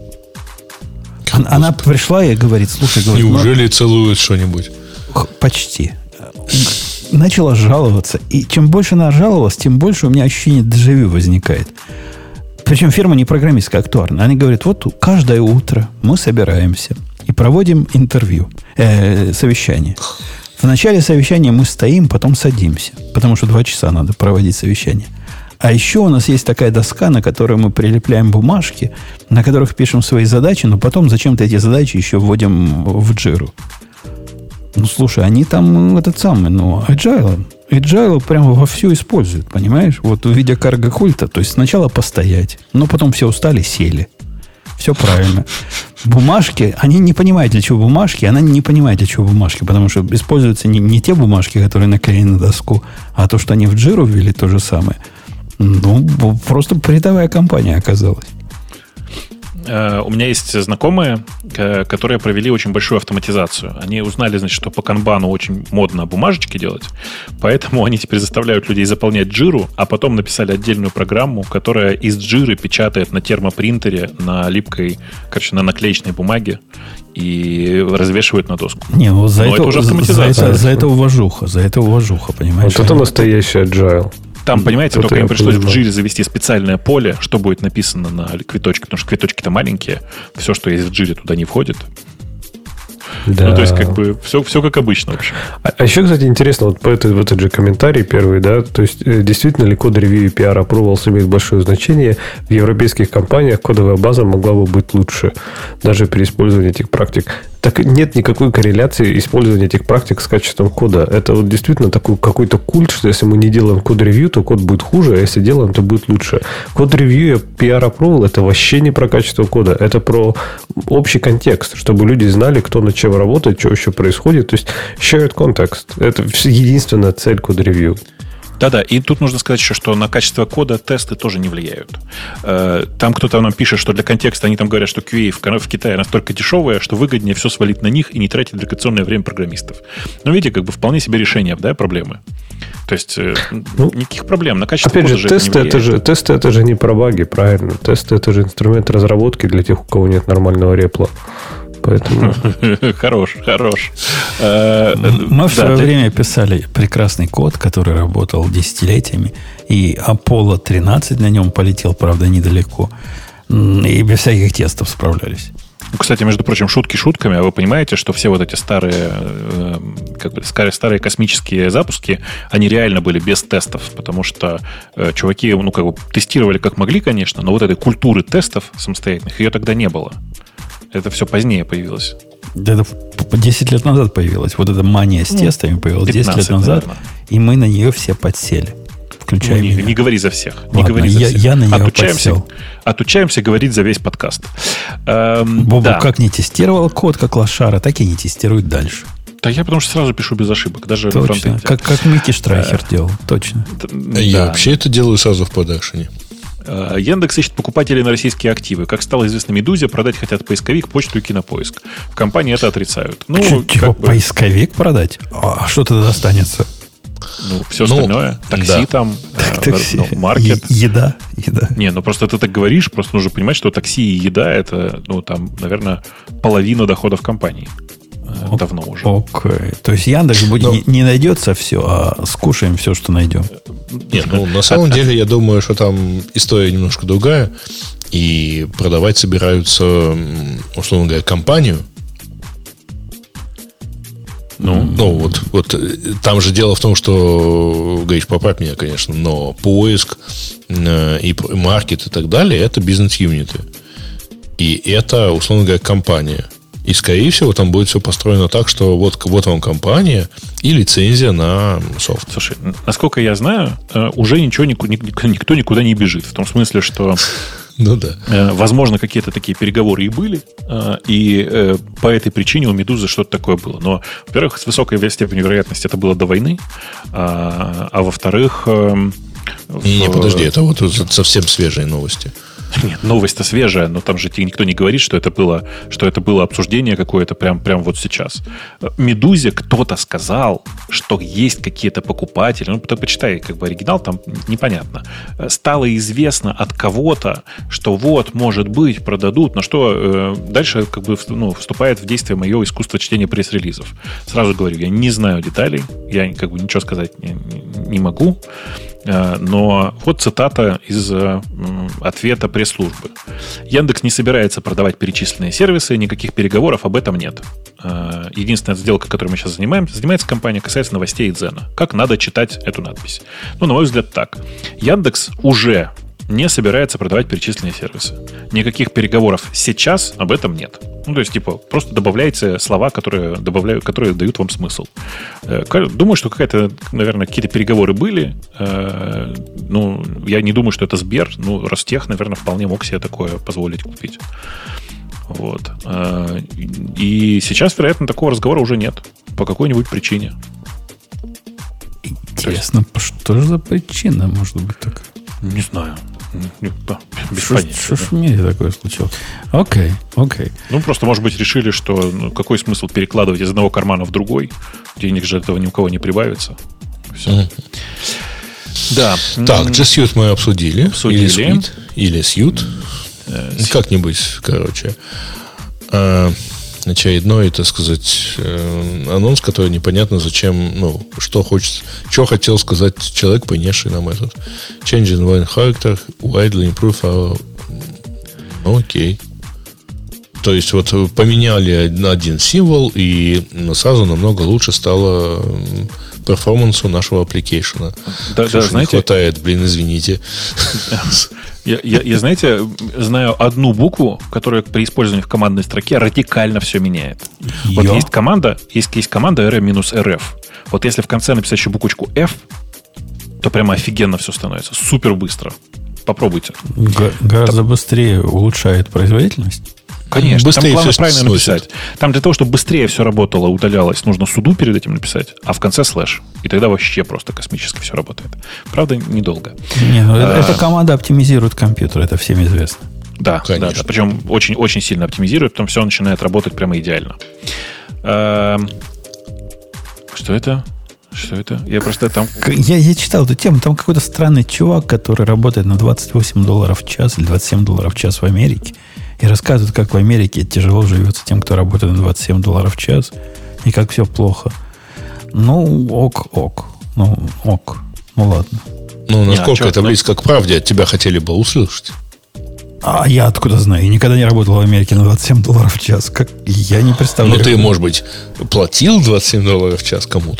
Она пришла и говорит, слушай... Неужели целует что-нибудь? Почти. Начала жаловаться. И чем больше она жаловалась, тем больше у меня ощущение дежавю возникает. Причем фирма не программистская, а актуарная. Они говорят, вот каждое утро мы собираемся и проводим интервью, совещание. В начале совещания мы стоим, потом садимся, потому что 2 часа надо проводить совещание. А еще у нас есть такая доска, на которой мы прилепляем бумажки, на которых пишем свои задачи, но потом зачем-то эти задачи еще вводим в Jira. Ну, слушай, они там Agile прямо вовсю используют, понимаешь? Вот в виде карго-культа, то есть сначала постоять, но потом все устали, сели. Все правильно. Бумажки, они не понимают, для чего бумажки, она не понимает, для чего бумажки, потому что используются не те бумажки, которые наклеены на доску, а то, что они в Jira ввели, то же самое. Ну, просто передовая компания оказалась. У меня есть знакомые, которые провели очень большую автоматизацию. Они узнали, значит, что по канбану очень модно бумажечки делать, поэтому они теперь заставляют людей заполнять джиру, а потом написали отдельную программу, которая из джиры печатает на термопринтере, на липкой, на наклеечной бумаге и развешивает на доску. Не, ну за это уже автоматизация. За это уважуха, понимаешь? Вот это настоящий agile. Там, понимаете, только им пришлось в Jira завести специальное поле, что будет написано на квиточке, потому что квиточки-то маленькие, все, что есть в Jira, туда не входит. Да. Ну, то есть, как бы, все как обычно, в общем. А еще, кстати, интересно, вот этот же комментарий первый, да, то есть, действительно ли код-ревью и PR-апрувалс имеют большое значение? В европейских компаниях кодовая база могла бы быть лучше, даже при использовании этих практик. Так нет никакой корреляции использования этих практик с качеством кода. Это вот действительно такой какой-то культ, что если мы не делаем код-ревью, то код будет хуже, а если делаем, то будет лучше. Код-ревью и PR-апрувал – это вообще не про качество кода. Это про общий контекст, чтобы люди знали, кто над чем работает, что еще происходит. То есть shared context. Это единственная цель код-ревью. Да-да, и тут нужно сказать еще, что на качество кода тесты тоже не влияют. Там кто-то нам пишет, что для контекста они там говорят, что QA в Китае настолько дешевое, что выгоднее все свалить на них и не тратить драгоценное время программистов. Но видите, как бы вполне себе решение, да, проблемы. То есть никаких проблем. На качество опять кода же, тесты это же не про баги, правильно? Тесты это же инструмент разработки для тех, у кого нет нормального репла. Поэтому... Хорош. Мы в свое время писали прекрасный код, который работал десятилетиями, и Apollo 13 на нем полетел, правда, недалеко, и без всяких тестов справлялись. Кстати, между прочим, шутки шутками, а вы понимаете, что все вот эти старые космические запуски, они реально были без тестов, потому что чуваки, тестировали как могли, конечно, но вот этой культуры тестов самостоятельных ее тогда не было. Это все позднее появилось. Это 10 лет назад появилась. Вот эта мания с тестами появилась 10 лет назад. Наверное. И мы на нее все подсели. Включая меня. Не говори за всех. Ладно, не говори за всех. Я на нее подсел. Отучаемся говорить за весь подкаст. Бобу как не тестировал код, как лошара, так и не тестирует дальше. Да я потому что сразу пишу без ошибок. Даже точно. Как Микки Штрайхер делал. Точно. Я вообще это делаю сразу в продакшене. Яндекс ищет покупателей на российские активы. Как стало известно Медузе, продать хотят поисковик, почту и кинопоиск. В компании это отрицают. Поисковик продать? А что тогда останется? Все остальное. Такси там, маркет. Еда. Не, просто ты так говоришь, просто нужно понимать, что такси и еда это, там, наверное, половина доходов компании. Давно уже. Окей. То есть Яндекс не найдется все, а скушаем все, что найдем. Нет, на самом деле, я думаю, что там история немножко другая. И продавать собираются, условно говоря, компанию. Вот там же дело в том, что, Гриш, поправь меня, конечно, но поиск и маркет и так далее — это бизнес-юниты. И это, условно говоря, компания. И, скорее всего, там будет все построено так, что вот вам компания и лицензия на софт. Слушай, насколько я знаю, уже никто никуда не бежит. В том смысле, что возможно, какие-то такие переговоры и были, и по этой причине у «Медузы» что-то такое было. Но, во-первых, с высокой степенью вероятности это было до войны, а во-вторых... подожди, это вот совсем свежие новости. Нет, новость-то свежая, но там же никто не говорит, что это было обсуждение какое-то прям вот сейчас. «Медузе» кто-то сказал, что есть какие-то покупатели. Ну, почитай, оригинал, там непонятно. Стало известно от кого-то, что вот, может быть, продадут, на что дальше вступает в действие мое искусство чтения пресс-релизов. Сразу говорю, я не знаю деталей, я ничего сказать не могу. Но вот цитата из ответа пресс-службы. Яндекс не собирается продавать перечисленные сервисы, никаких переговоров об этом нет. Единственная сделка, которой мы сейчас занимается компания, касается новостей и Дзена. Как надо читать эту надпись? На мой взгляд, так. Яндекс уже не собирается продавать перечисленные сервисы. Никаких переговоров сейчас об этом нет. То есть, просто добавляйте слова, которые дают вам смысл. Думаю, что наверное, какие-то переговоры были. Я не думаю, что это Сбер. Ростех, наверное, вполне мог себе такое позволить купить. Вот. И сейчас, вероятно, такого разговора уже нет. По какой-нибудь причине. Интересно, что же за причина может быть такая? Не знаю. Что ж в мире такое случилось? Окей. Просто, может быть, решили, что какой смысл перекладывать из одного кармана в другой? Денег же этого ни у кого не прибавится. Все. Да. Так, G Suite мы обсудили. Или Suite. Как-нибудь, короче. Очередной, так сказать, анонс, который непонятно зачем, что хотел сказать человек, принесший нам этот. Change in one character, widely improve our... Окей. То есть, вот поменяли один символ, и сразу намного лучше стало перформансу нашего аппликейшена. Да, знаете, не хватает, извините. Я, знаете, знаю одну букву, которая при использовании в командной строке радикально все меняет. Вот есть команда rm-rf. Вот если в конце написать еще буквочку F, то прямо офигенно все становится. Супер быстро. Попробуйте. Гораздо быстрее улучшает производительность. Конечно, быстрее там главное правильно написать. Там для того, чтобы быстрее все работало, удалялось, нужно суду перед этим написать, а в конце слэш. И тогда вообще просто космически все работает. Правда, недолго. Эта команда оптимизирует компьютер, это всем известно. Да, причем очень-очень сильно оптимизирует, потом все начинает работать прямо идеально. Что это? Я просто там... Я читал эту тему. Там какой-то странный чувак, который работает на $28 в час или $27 в час в Америке. И рассказывают, как в Америке тяжело живется тем, кто работает на $27 в час, и как все плохо. Ок. Ладно. Насколько это близко к правде, от тебя хотели бы услышать? А я откуда знаю? Я никогда не работал в Америке на $27 в час. Я не представляю. Ты, может быть, платил $27 в час кому-то?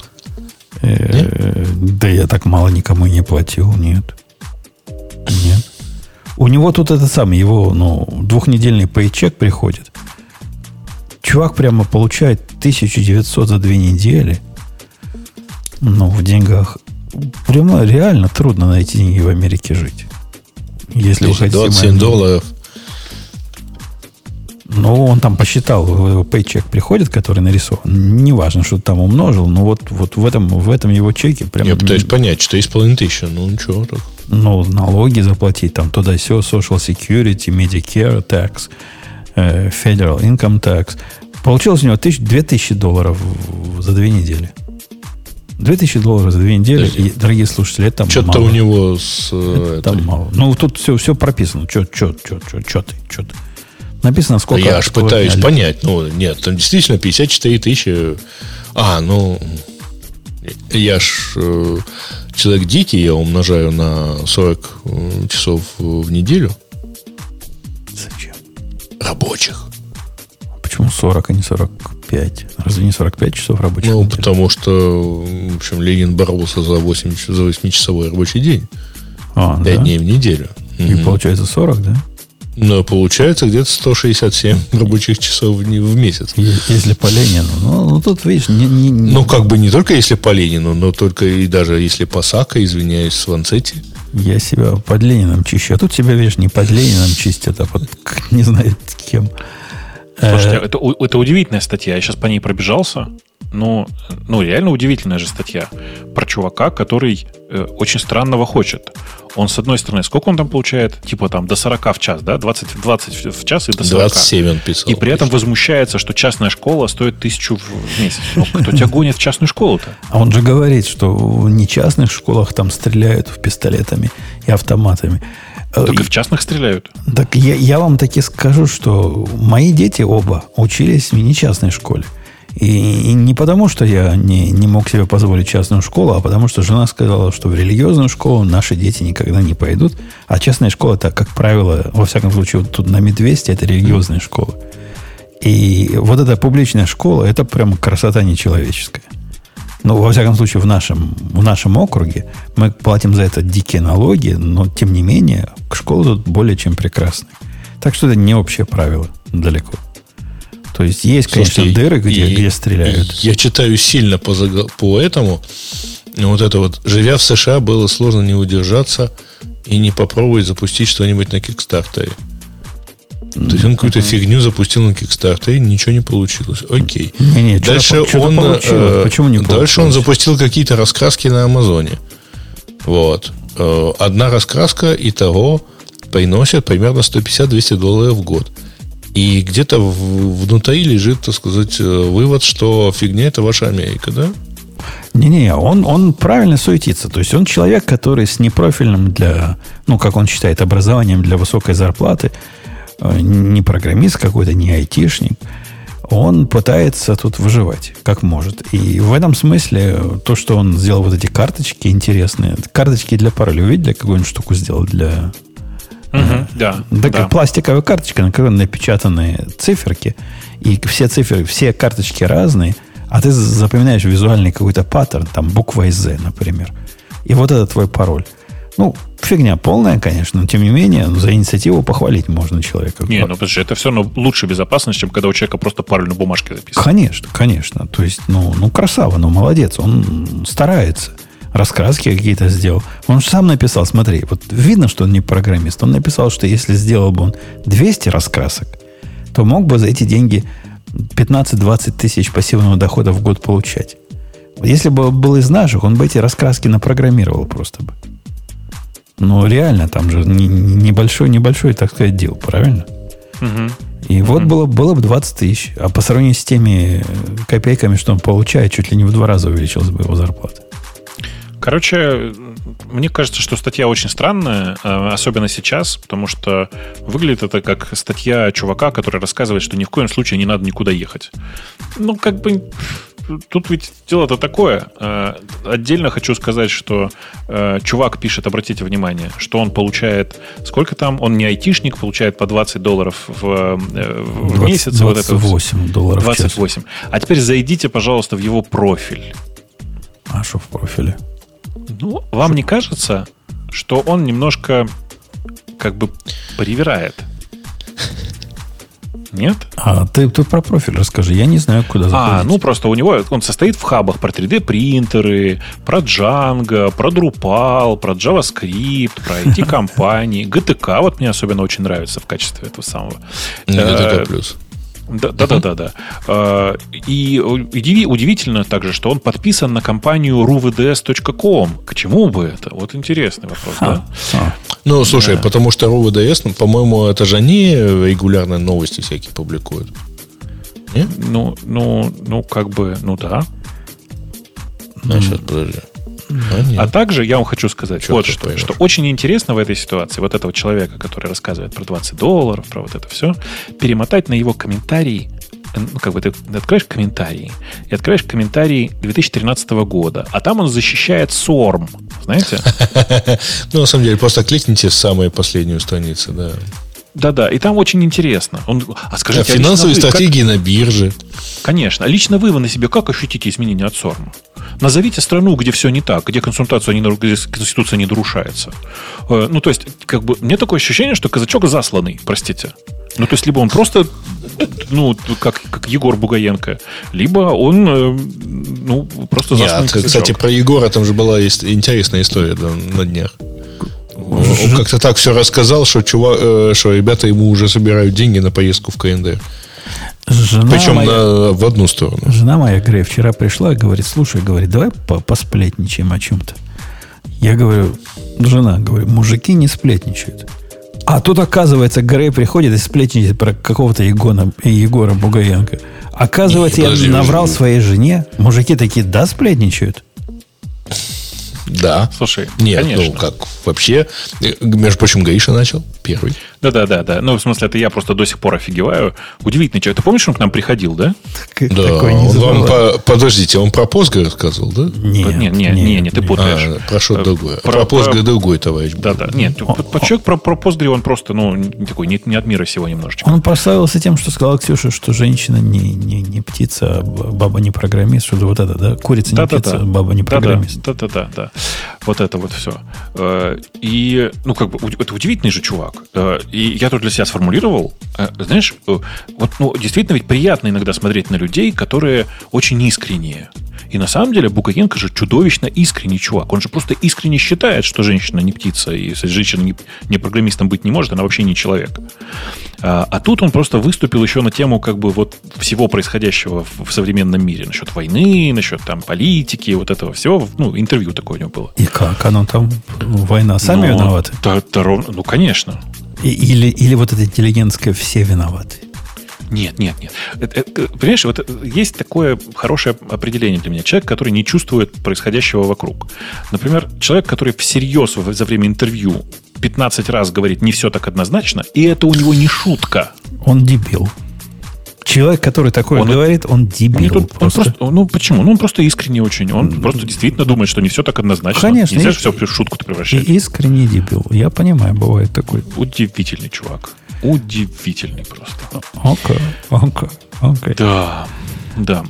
Да я так мало никому не платил. Нет. У него тут его двухнедельный пейчек приходит. Чувак прямо получает 1900 за 2 недели. В деньгах. Прямо реально трудно на эти деньги в Америке жить. Если вы хотите... $27. Он там посчитал, его пейчек приходит, который нарисован. Неважно, что там умножил, но вот в этом его чеке прям... Я пытаюсь понять, 4500. Ничего так. Налоги заплатить, там туда-сё, Social Security, Medicare Tax, Federal Income Tax. Получилось у него $2000 за 2 недели. $2000 за 2 недели, и, дорогие слушатели, это что-то мало. У него это мало. Тут все прописано. Что ты? Написано, сколько... Я аж пытаюсь понять. Нет, там действительно 54 тысячи. Я ж человек дикий, я умножаю на 40 часов в неделю. Зачем? Рабочих. Почему 40, а не 45? Разве не 45 часов рабочих? Ну, потому что, в общем, Ленин боролся за 8-часовой рабочий день. 5 дней в неделю. И получается 40, да? Ну, получается где-то 167 рабочих часов в месяц. Если по Ленину. Ну, тут, видишь, Ну, как бы не только если по Ленину, но только и даже если по Сако, извиняюсь, с Ванцетти. Я себя под Лениным чищу. А тут себя, видишь, не под Лениным чистят, а под не знаю кем. Слушайте, это удивительная статья. Я сейчас по ней пробежался. Ну, реально удивительная же статья про чувака, который очень странного хочет. Он, с одной стороны, сколько он там получает? Типа там до 40 в час, да? 20 в час и до 40. 27 он писал. И при этом возмущается, что частная школа стоит 1000 в месяц. Ну, кто тебя гонит в частную школу-то? А он же говорит, что в нечастных школах там стреляют пистолетами и автоматами. Только в частных стреляют. Так я вам таки скажу, что мои дети оба учились в нечастной школе. И не потому, что я не мог себе позволить частную школу, а потому, что жена сказала, что в религиозную школу наши дети никогда не пойдут. А частная школа, это, как правило, во всяком случае, вот тут на Медвесте, это религиозная школа. И вот эта публичная школа, это прям красота нечеловеческая. Ну, во всяком случае, в нашем округе мы платим за это дикие налоги, но, тем не менее, школа тут более чем прекрасная. Так что это не общее правило далеко. То есть, есть, конечно, дыры, где стреляют. Я читаю сильно по этому. Вот это вот. Живя в США, было сложно не удержаться и не попробовать запустить что-нибудь на Кикстартере. То есть, он какую-то фигню запустил на Кикстартере, ничего не получилось. Окей. Дальше он запустил какие-то раскраски на Амазоне. Вот. Одна раскраска итого приносит примерно $150-200 в год. И где-то внутри лежит, так сказать, вывод, что фигня это ваша Америка, да? Не-не, он правильно суетится. То есть он человек, который с непрофильным для, ну, как он считает, образованием для высокой зарплаты, не программист какой-то, не айтишник, он пытается тут выживать, как может. И в этом смысле то, что он сделал вот эти карточки интересные, карточки для пароля, увидели, какую-нибудь штуку сделал для... Да. Такая пластиковая карточка, на которой напечатаны циферки, и все цифры, все карточки разные, а ты запоминаешь визуальный какой-то паттерн, там буква Z, например. И вот это твой пароль. Ну, фигня полная, конечно, но тем не менее, за инициативу похвалить можно человека. Не, ну подожди, это все равно лучше безопасность, чем когда у человека просто пароль на бумажке записан. Конечно. То есть, ну красава, молодец, он старается. Раскраски какие-то сделал. Он же сам написал, смотри, вот видно, что он не программист. Он написал, что если сделал бы он 200 раскрасок, то мог бы за эти деньги 15-20 тысяч пассивного дохода в год получать. Если бы он был из наших, он бы эти раскраски напрограммировал просто бы. Ну, реально, там же небольшой, так сказать, дел, правильно? И вот было бы 20 тысяч. А по сравнению с теми копейками, что он получает, чуть ли не в 2 раза увеличилась бы его зарплата. Короче, мне кажется, что статья очень странная, особенно сейчас, потому что выглядит это как статья чувака, который рассказывает, что ни в коем случае не надо никуда ехать. Ну, как бы, тут ведь дело-то такое. Отдельно хочу сказать, что чувак пишет, обратите внимание, что он получает, сколько там, он не айтишник, получает по $20 в месяц. $28 28. А теперь зайдите, пожалуйста, в его профиль. А что в профиле? Ну, вам не кажется, что он немножко как бы привирает? Нет? А ты про профиль расскажи. Я не знаю, куда заходить. Ну просто у него он состоит в хабах про 3D-принтеры, про Django, про Drupal, про JavaScript, про IT-компании. GTK вот мне особенно очень нравится в качестве этого самого. GTK плюс. Да. И удивительно также, что он подписан на компанию ruvds.com. К чему бы это? Вот интересный вопрос, да? Ну, слушай, потому что RUVDS, по-моему, это же они регулярно новости всякие публикуют. Нет? Ну, как бы, ну да. Сейчас, подожди. А также я вам хочу сказать вот что очень интересно в этой ситуации, вот этого человека, который рассказывает про $20, про вот это все, перемотать на его комментарий ты открываешь комментарии, и открываешь комментарии 2013 года, а там он защищает SORM, знаете? Ну, на самом деле, просто кликните в самую последнюю страницу, да. Да-да, и там очень интересно. Скажите, финансовые стратегии на бирже. Конечно. Лично вы на себе как ощутите изменения от SORM? Назовите страну, где все не так, где Конституция не нарушается. Ну, то есть, мне такое ощущение, что казачок засланный, простите. Ну, то есть, либо он просто, как Егор Бугаенко, либо он, просто засланный казачок. Кстати, про Егора там же была интересная история на днях. Он как-то так все рассказал, что ребята ему уже собирают деньги на поездку в КНДР. Причем в одну сторону. Жена моя, Грей, вчера пришла и говорит: слушай, давай посплетничаем о чем-то. Я говорю: жена, мужики не сплетничают. А тут, оказывается, Грей приходит и сплетничает про какого-то Егора Бугаенко. Оказывается, я наврал своей жене. Мужики такие: да, сплетничают. Да. Слушай, нет, конечно. Как вообще. Между прочим, Гриша начал первый. Да. Ну, в смысле, это я просто до сих пор офигеваю. Удивительный человек. Ты помнишь, он к нам приходил, да? Да. Он вам, подождите, он про Postgre рассказывал, да? Нет, ты путаешь. Про что другое. Про Postgre другой товарищ. Да. Нет, человек про Postgre, он просто, такой, не от мира сего немножечко. Он прославился тем, что сказал Ксюше, что женщина не птица, а баба не программист. Что-то вот это, да? Курица не птица, баба не программист. Да. Вот это вот все. И, это удивительный же чувак. И я тут для себя сформулировал, знаешь, действительно ведь приятно иногда смотреть на людей, которые очень искренние. И на самом деле Бугаенко же чудовищно искренний чувак. Он же просто искренне считает, что женщина не птица, и если женщина не программистом быть не может, она вообще не человек. А тут он просто выступил еще на тему всего происходящего в современном мире. Насчет войны, насчет политики, вот этого всего. Интервью такое у него было. И как? Оно там, война, сами виноваты? Конечно. Или вот это интеллигентское все виноваты? Нет. Понимаешь, есть такое хорошее определение для меня. Человек, который не чувствует происходящего вокруг. Например, человек, который всерьез за время интервью 15 раз говорит не все так однозначно, и это у него не шутка. Он дебил. Человек, который такое говорит, он дебил. Почему? Он просто искренне очень. Он просто действительно думает, что не все так однозначно. Конечно. Нельзя же все в шутку-то превращать. И искренне дебил. Я понимаю, бывает такой. Удивительный чувак. Удивительный просто. Окей. Да.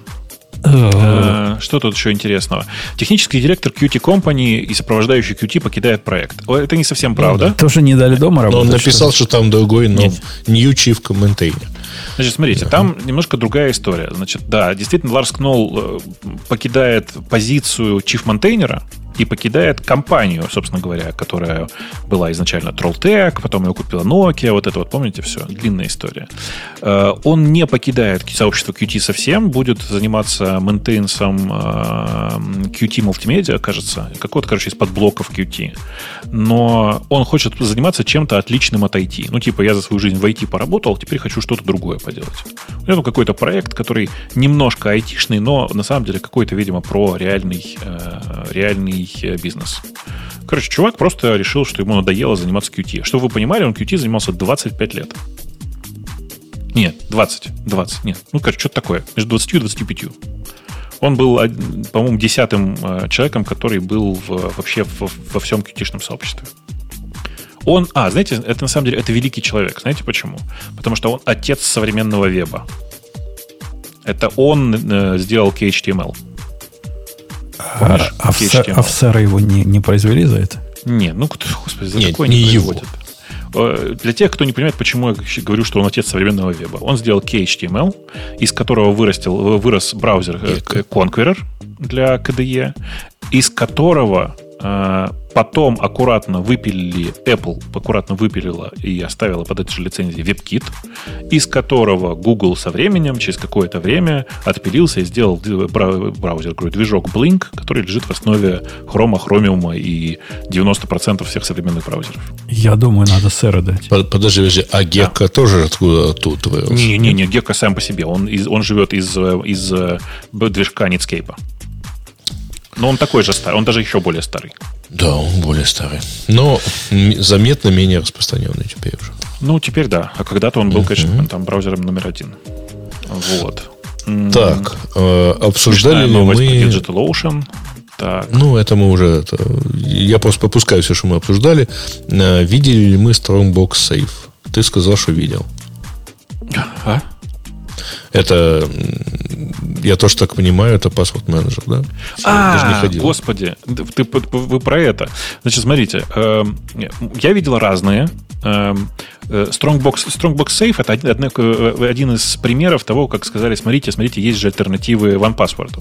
Что тут еще интересного? Технический директор Qt Company и сопровождающий Qt покидает проект. Это не совсем правда. Тоже не дали дома работать. Но он написал, что там другой, но New Chief Maintainer. Значит, смотрите, там немножко другая история. Значит, да, действительно, Ларс Кнолл покидает позицию Chief Maintainer и покидает компанию, собственно говоря, которая была изначально Trolltech, потом ее купила Nokia, вот это вот, помните, все, длинная история. Он не покидает сообщество Qt совсем, будет заниматься мейнтейнсом Qt Multimedia, кажется, какого-то, из подблоков Qt. Но он хочет заниматься чем-то отличным от IT. Я за свою жизнь в IT поработал, теперь хочу что-то другое поделать. У него какой-то проект, который немножко айтишный, но на самом деле какой-то, видимо, про реальный бизнес. Чувак просто решил, что ему надоело заниматься Qt. Чтобы вы понимали, он Qt занимался 25 лет. Нет, 20. Нет. Что-то такое. Между 20 и 25. Он был, по-моему, 10-м человеком, который был вообще во всем Qt-шном сообществе. Знаете, это на самом деле это великий человек. Знаете почему? Потому что он отец современного веба. Это он сделал KHTML. Офсеры его не произвели за это? Нет, господи, за такое не производят. Для тех, кто не понимает, почему я говорю, что он отец современного веба. Он сделал KHTML, из которого вырос браузер Conqueror для KDE, из которого потом Apple аккуратно выпилила и оставила под этой же лицензией WebKit, из которого Google со временем, через какое-то время отпилился и сделал движок Blink, который лежит в основе Chrome, Chromium и 90% всех современных браузеров. Я думаю, надо сэра дать. Подожди, а Gecko тоже оттуда вырос? Не, Gecko сам по себе. Он живет из движка Netscape. Но он такой же старый, он даже еще более старый. Да, он более старый. Но заметно менее распространенный теперь уже. Теперь да. А когда-то он был, конечно, там браузером номер 1. Вот. Так, обсуждали ли мы... DigitalOcean. Так. Ну, это мы уже... Я просто попускаю все, что мы обсуждали. Видели ли мы Strongbox Safe? Ты сказал, что видел. А? Это, я тоже так понимаю, это password менеджер, да? Даже не ходил. Господи, вы про это. Значит, смотрите, я видел разные. Strongbox Safe — это один из примеров того, как сказали, смотрите, есть же альтернативы OnePassword.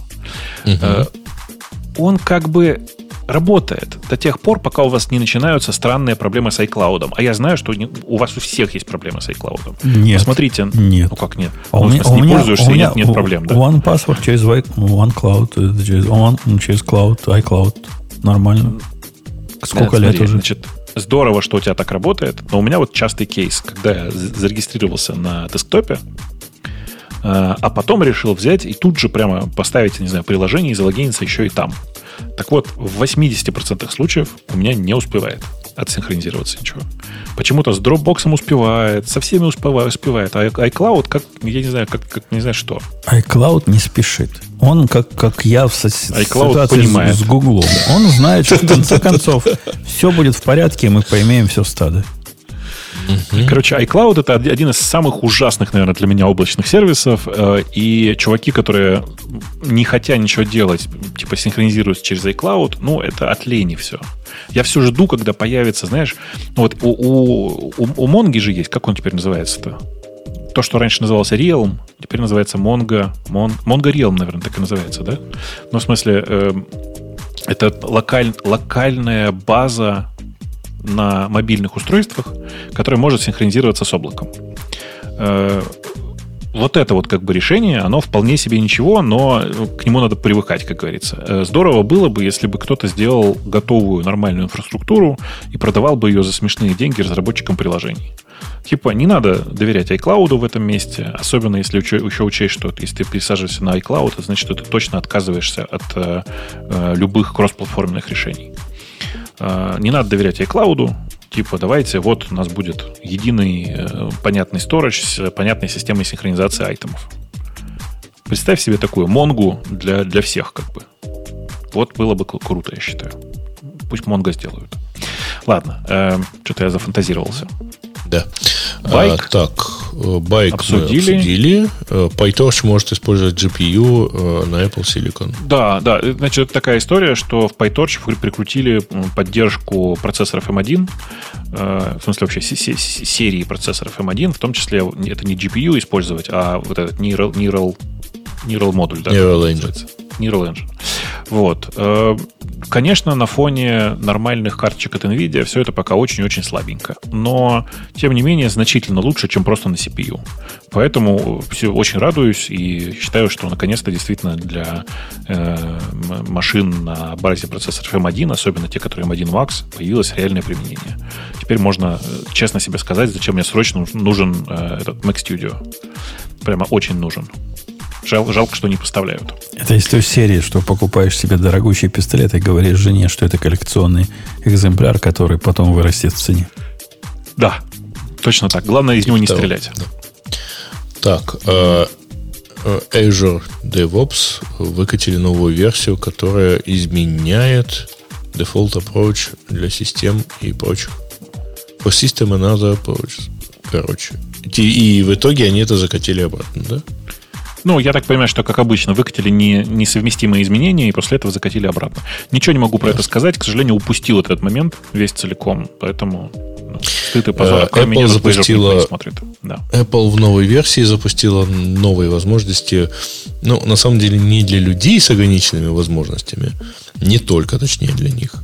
Он как бы работает до тех пор, пока у вас не начинаются странные проблемы с iCloud. А я знаю, что у вас у всех есть проблемы с iCloud. Нет. Посмотрите. Нет. Ну как нет? Не пользуешься, и нет проблем, да? OnePassword через OneCloud, через Cloud, iCloud. Нормально. Сколько лет уже? Значит, здорово, что у тебя так работает, но у меня вот частый кейс, когда я зарегистрировался на десктопе, а потом решил взять и тут же прямо поставить, не знаю, приложение и залогиниться еще и там. Так вот, в 80% случаев у меня не успевает отсинхронизироваться ничего. Почему-то с Dropbox успевает, со всеми успевает, а iCloud, как, я не знаю, как не знаю что. iCloud не спешит. Он, как я в ситуации с Гуглом, он знает, что в конце концов все будет в порядке, и мы поимеем все стадо. Короче, iCloud — это один из самых ужасных, наверное, для меня облачных сервисов. И чуваки, которые, не хотя ничего делать, типа синхронизируются через iCloud, ну, это от лени все. Я все жду, когда появится, знаешь, вот у Монги же есть, как он теперь называется-то? То, что раньше назывался Realm, теперь называется Mongo Realm, наверное, так и называется, да? Ну, в смысле, это локальная база на мобильных устройствах, которое может синхронизироваться с облаком. Вот это вот как бы решение, оно вполне себе ничего, но к нему надо привыкать, как говорится. Здорово было бы, если бы кто-то сделал готовую нормальную инфраструктуру и продавал бы ее за смешные деньги разработчикам приложений. Типа, не надо доверять iCloud в этом месте, особенно если еще учесть, что если ты пересаживаешься на iCloud, это значит, что ты точно отказываешься от любых кроссплатформенных решений. Не надо доверять iCloud. Типа, давайте, вот у нас будет единый понятный сторидж с понятной системой синхронизации айтемов. Представь себе такую Монгу для всех, как бы. Вот было бы круто, я считаю. Пусть Монго сделают. Ладно, что-то я зафантазировался. Да. Байк. Байк обсудили. PyTorch может использовать GPU на Apple Silicon. Да. Значит, это такая история, что в PyTorch прикрутили поддержку процессоров M1, в смысле вообще серии процессоров M1, в том числе это не GPU использовать, а вот этот Neural модуль. Да, Neural Engine. Neural Engine. Вот. Конечно, на фоне нормальных карточек от NVIDIA все это пока очень-очень слабенько. Но, тем не менее, значительно лучше, чем просто на CPU. Поэтому очень радуюсь и считаю, что наконец-то действительно для машин на базе процессоров M1, особенно те, которые M1 Max, появилось реальное применение. Теперь можно честно себе сказать, зачем мне срочно нужен этот Mac Studio. Прямо очень нужен. Жалко, что не поставляют. Это из той серии, что покупаешь себе дорогущий пистолет и говоришь жене, что это коллекционный экземпляр, который потом вырастет в цене. Да, точно так. Главное из него не стрелять. Да. Так, Azure DevOps выкатили новую версию, которая изменяет default approach для систем и прочих. For system and other approaches. Короче. И в итоге они это закатили обратно, да? Ну, я так понимаю, что, как обычно, выкатили несовместимые изменения и после этого закатили обратно. Ничего не могу про это сказать. К сожалению, упустил этот момент весь целиком. Поэтому стыд и позор. Apple запустила... Да. Apple в новой версии запустила новые возможности. Ну, на самом деле, не для людей с ограниченными возможностями. Не только, точнее, для них.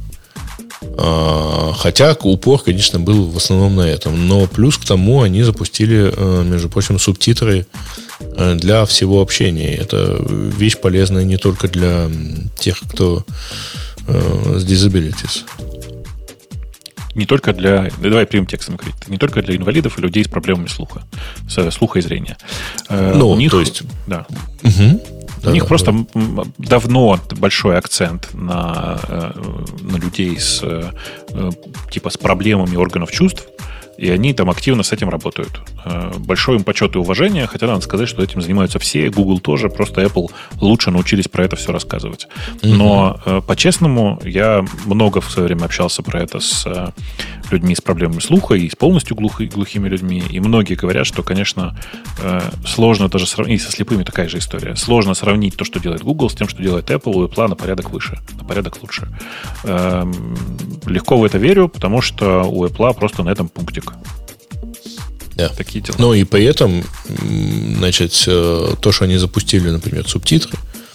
Хотя упор, конечно, был в основном на этом. Но плюс к тому они запустили, между прочим, субтитры для всего общения. Это вещь полезная не только для тех, кто с disabilities. Не только для... Давай прямым текстом говорить. Не только для инвалидов и людей с проблемами слуха и зрения. Ну, у них, то есть... Да. У них просто давно большой акцент на людей с проблемами органов чувств, и они там активно с этим работают. большой им почет и уважение, хотя надо сказать, что этим занимаются все, Google тоже, просто Apple лучше научились про это все рассказывать. Но, по-честному, я много в свое время общался про это с людьми с проблемами слуха и с полностью глухими людьми, и многие говорят, что, конечно, сложно даже сравнить, и со слепыми такая же история, сложно сравнить то, что делает Google, с тем, что делает Apple, у Apple на порядок выше, на порядок лучше. Легко в это верю, потому что у Apple просто на этом пунктик. Да. Такие дела. Ну и при этом, значит, то, что они запустили, например, субтитры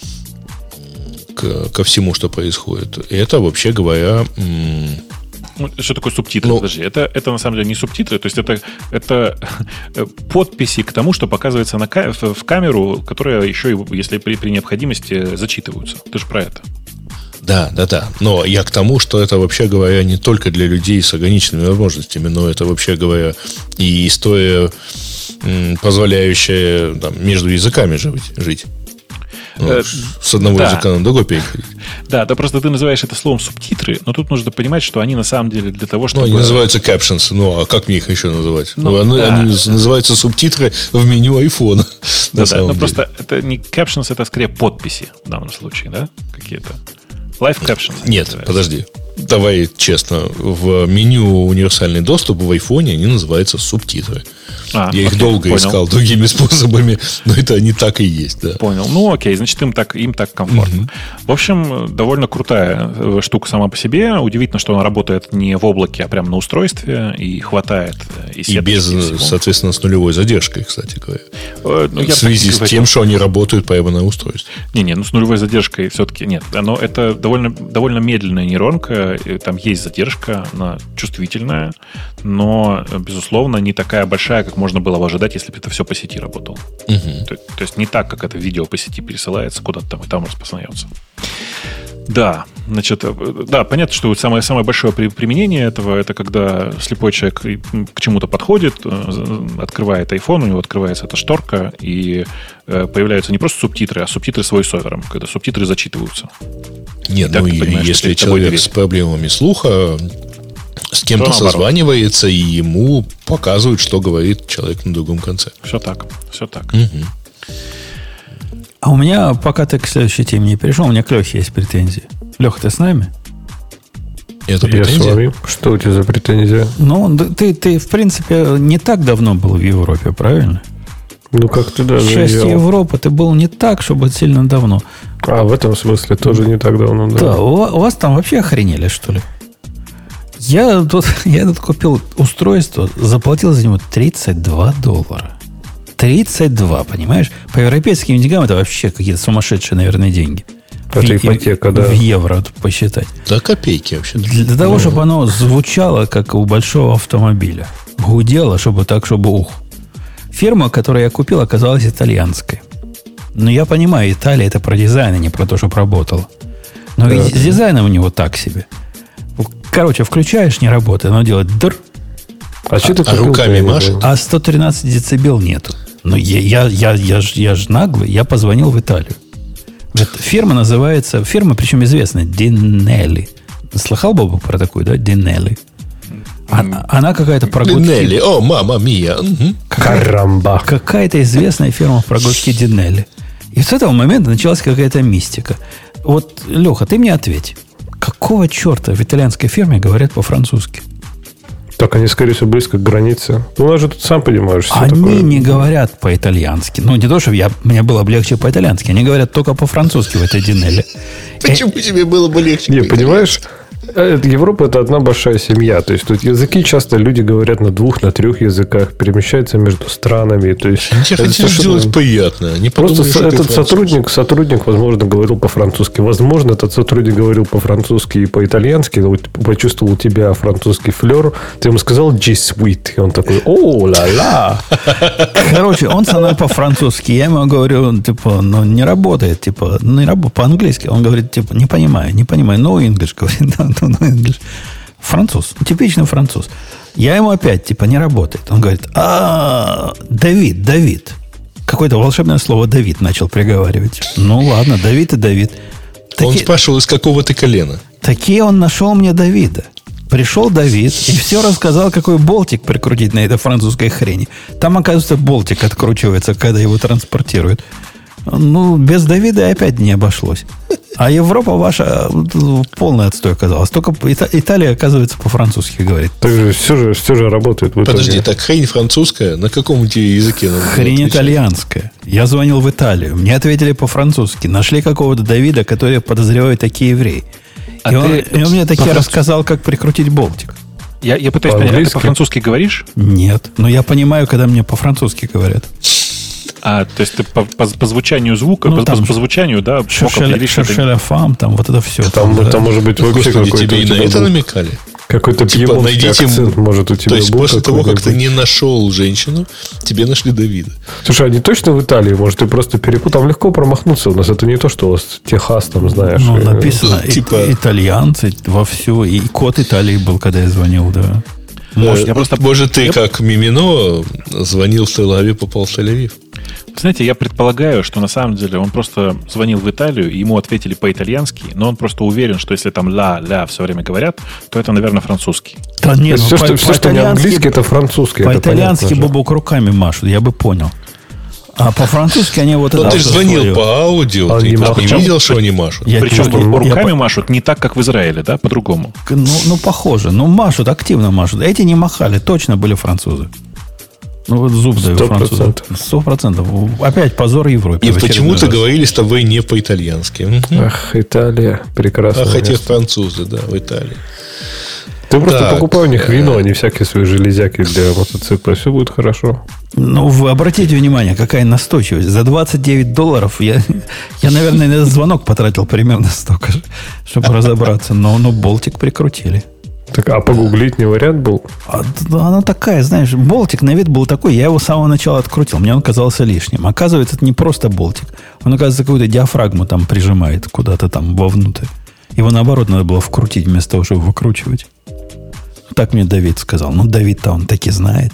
ко всему, что происходит, это, вообще говоря... Что такое субтитры? Подожди, это на самом деле не субтитры, то есть это подписи к тому, что показывается в камеру, которая еще, если при необходимости, зачитываются. Ты же про это. Да. Но я к тому, что это, вообще говоря, не только для людей с ограниченными возможностями, но это, вообще говоря, и история, позволяющая там, между языками жить. С одного языка на другой переходить. Да, просто ты называешь это словом субтитры, но тут нужно понимать, что они на самом деле для того, чтобы... они называются captions, а как мне их еще называть? Они называются субтитры в меню айфона. Да, но просто это не captions, это скорее подписи в данном случае, да? Какие-то. Live captions. Нет, подожди. Давай честно. В меню универсальный доступ в айфоне они называются субтитры. Я их долго искал другими способами, но это не так и есть. Да. Понял. Ну, окей, значит, им так комфортно. В общем, довольно крутая штука сама по себе. Удивительно, что она работает не в облаке, а прямо на устройстве, и хватает. И без, соответственно, с нулевой задержкой, кстати говоря. В связи с тем, что они работают прямо на устройстве. Не, с нулевой задержкой все-таки нет. Это довольно медленная нейронка. Там есть задержка, она чувствительная, но, безусловно, не такая большая, как можно было бы ожидать, если бы это все по сети работало. То есть не так, как это видео по сети пересылается куда-то там и там распознается. Да, значит, понятно, что самое большое применение этого, это когда слепой человек к чему-то подходит, открывает iPhone, у него открывается эта шторка, и появляются не просто субтитры, а субтитры с voice-over, когда субтитры зачитываются. Нет, если человек с проблемами слуха с кем-то созванивается, и ему показывают, что говорит человек на другом конце. Все так. А у меня, пока ты к следующей теме не перешел, у меня к Лехе есть претензии. Леха, ты с нами? Это претензия? Я с вами. Что у тебя за претензия? Ну, ты, в принципе, не так давно был в Европе, правильно? Ну, как ты даже... Частью Европы ты был не так, чтобы сильно давно. В этом смысле тоже не так давно, да. Да, у вас там вообще охренели, что ли? Я тут купил устройство, заплатил за него $32. 32, понимаешь? По европейским деньгам это вообще какие-то сумасшедшие, наверное, деньги. Это ипотека, да. В евро посчитать. Да, копейки вообще. Для того, чтобы оно звучало, как у большого автомобиля. Гудело, чтобы ух. Фирма, которую я купил, оказалась итальянской. Но я понимаю, Италия это про дизайн, а не про то, чтобы работало. Но с дизайном у него так себе. Короче, включаешь, не работает, оно делает др. А что ты руками машет? А 113 децибел нету. Но я ж наглый, я позвонил в Италию. Фирма называется, причем известная, Dinelli. Слыхал, Бобу, про такую, да? Dinelli. Она какая-то прогулки... Dinelli, о, мама мия. Карамба. Какая-то известная фирма в прогулке Dinelli. И с этого момента началась какая-то мистика. Вот, Леха, ты мне ответь. Какого черта в итальянской фирме говорят по-французски? Так, они, скорее всего, близко к границе. Ну, у нас же тут, сам понимаешь, все они такое. Не говорят по-итальянски. Ну, не то, чтобы мне было бы легче по-итальянски. Они говорят только по-французски в этой Dinelli. Почему тебе было бы легче? Не, понимаешь, Европа – это одна большая семья. То есть, тут языки часто люди говорят на 2, на 3 языках, перемещаются между странами. То есть, они хотят сделать приятно. Они просто этот сотрудник, возможно, говорил по-французски. Возможно, этот сотрудник говорил по-французски и по-итальянски, но почувствовал у тебя французский флер. Ты ему сказал «G sweet», и он такой «О, ла-ла». Короче, он со мной по-французски. Я ему говорю, не работает, по-английски. Он говорит, не понимаю, no English, говорит, no English. Француз, типичный француз. Я ему опять, не работает. Он говорит, Давид. Какое-то волшебное слово Давид начал приговаривать. Ну, ладно, Давид и Давид. Он спрашивал, из какого ты колена. Такие он нашел мне Давида. Пришел Давид и все рассказал, какой болтик прикрутить на этой французской хрени. Там, оказывается, болтик откручивается, когда его транспортируют. Ну, без Давида опять не обошлось. А Европа ваша полный отстой оказалась. Только Италия, оказывается, по-французски говорит. Так же все же работает в итоге. Подожди, так хрень французская? На каком у тебя языке? Хрень итальянская. Я звонил в Италию. Мне ответили по-французски. Нашли какого-то Давида, который подозревает такие евреи. И он мне таки рассказал, как прикрутить болтик. Я пытаюсь понять, ты по-французски говоришь? Нет. Но я понимаю, когда мне по-французски говорят. То есть ты по звучанию звука, ну, по звучанию, да, шершеляфам, там вот это все. Там может быть вообще какой-то... Тебе и на это намекали? Какой-то пьемонтский акцент, может, у тебя был. То есть после того, как ты не нашел женщину, тебе нашли Давида. Слушай, они точно в Италии? Может, ты просто перепутал? Там легко промахнуться. У нас это не то, что у вас Техас, там, знаешь. Ну, написано, итальянцы вовсю. И код Италии был, когда я звонил, да. Может, ты, как Мимино, звонил в Тель-Авив, попал в Тель-Авив? Знаете, я предполагаю, что на самом деле он просто звонил в Италию, и ему ответили по-итальянски, но он просто уверен, что если там ля все время говорят, то это, наверное, французский. Да нет, все, что не английский, это французский. По-итальянски Бобок руками машут, я бы понял. А по-французски они вот это... Ну, ты же звонил по аудио, ты не видел, что они машут? Причем руками машут не так, как в Израиле, да, по-другому. Ну, похоже. Ну, машут, активно машут. Эти не махали, точно были французы. Ну, вот зуб даю французам. 100%. Опять позор Европе. И почему-то говорили с тобой не по-итальянски. Ах, Италия. Прекрасно. Ах, эти французы, да, в Италии. Ты просто покупай у них вино, а не всякие свои железяки для мотоцикла. Все будет хорошо. Ну, вы обратите внимание, какая настойчивость. За $29 я наверное, на этот звонок потратил примерно столько же, чтобы разобраться. Но болтик прикрутили. Так, а погуглить не вариант был? Она такая, знаешь, болтик на вид был такой, я его с самого начала открутил, мне он казался лишним. Оказывается, это не просто болтик. Он, оказывается, какую-то диафрагму там прижимает куда-то там вовнутрь. Его, наоборот, надо было вкрутить вместо того, чтобы выкручивать. Так мне Давид сказал. Ну, Давид-то он таки знает.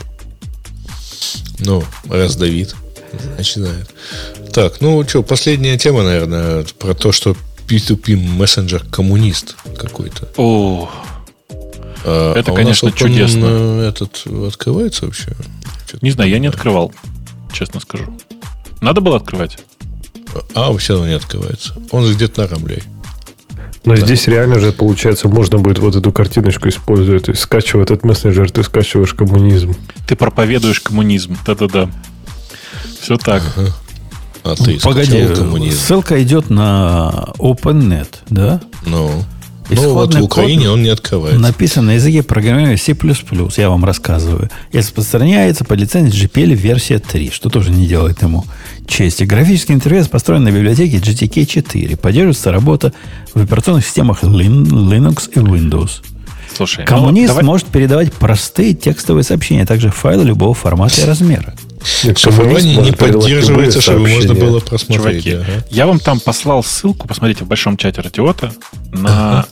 Ну, раз Давид, значит знает. Так, ну что, последняя тема, наверное, про то, что P2P мессенджер коммунист какой-то. О, это, конечно, чудесно. Этот открывается вообще? Не знаю, я не открывал, честно скажу. Надо было открывать? А, все равно не открывается. Он же где-то на Рамбле. Но здесь реально же, получается, можно будет вот эту картиночку использовать. То есть, скачивая этот мессенджер, ты скачиваешь коммунизм. Ты проповедуешь коммунизм. Да-да-да. Все так. Ага. А ты погоди, ссылка идет на OpenNet, да? Ну вот в Украине он не открывается. Написано на языке программирования C++, я вам рассказываю. И распространяется по лицензии GPL версия 3, что тоже не делает ему чести. Графический интерфейс построен на библиотеке GTK4. Поддерживается работа в операционных системах Linux и Windows. Слушай, коммунист может передавать простые текстовые сообщения, а также файлы любого формата и размера. Шифрование не поддерживается, чтобы можно было просмотреть. Чуваки, я вам там послал ссылку, посмотрите в большом чате Радиота, на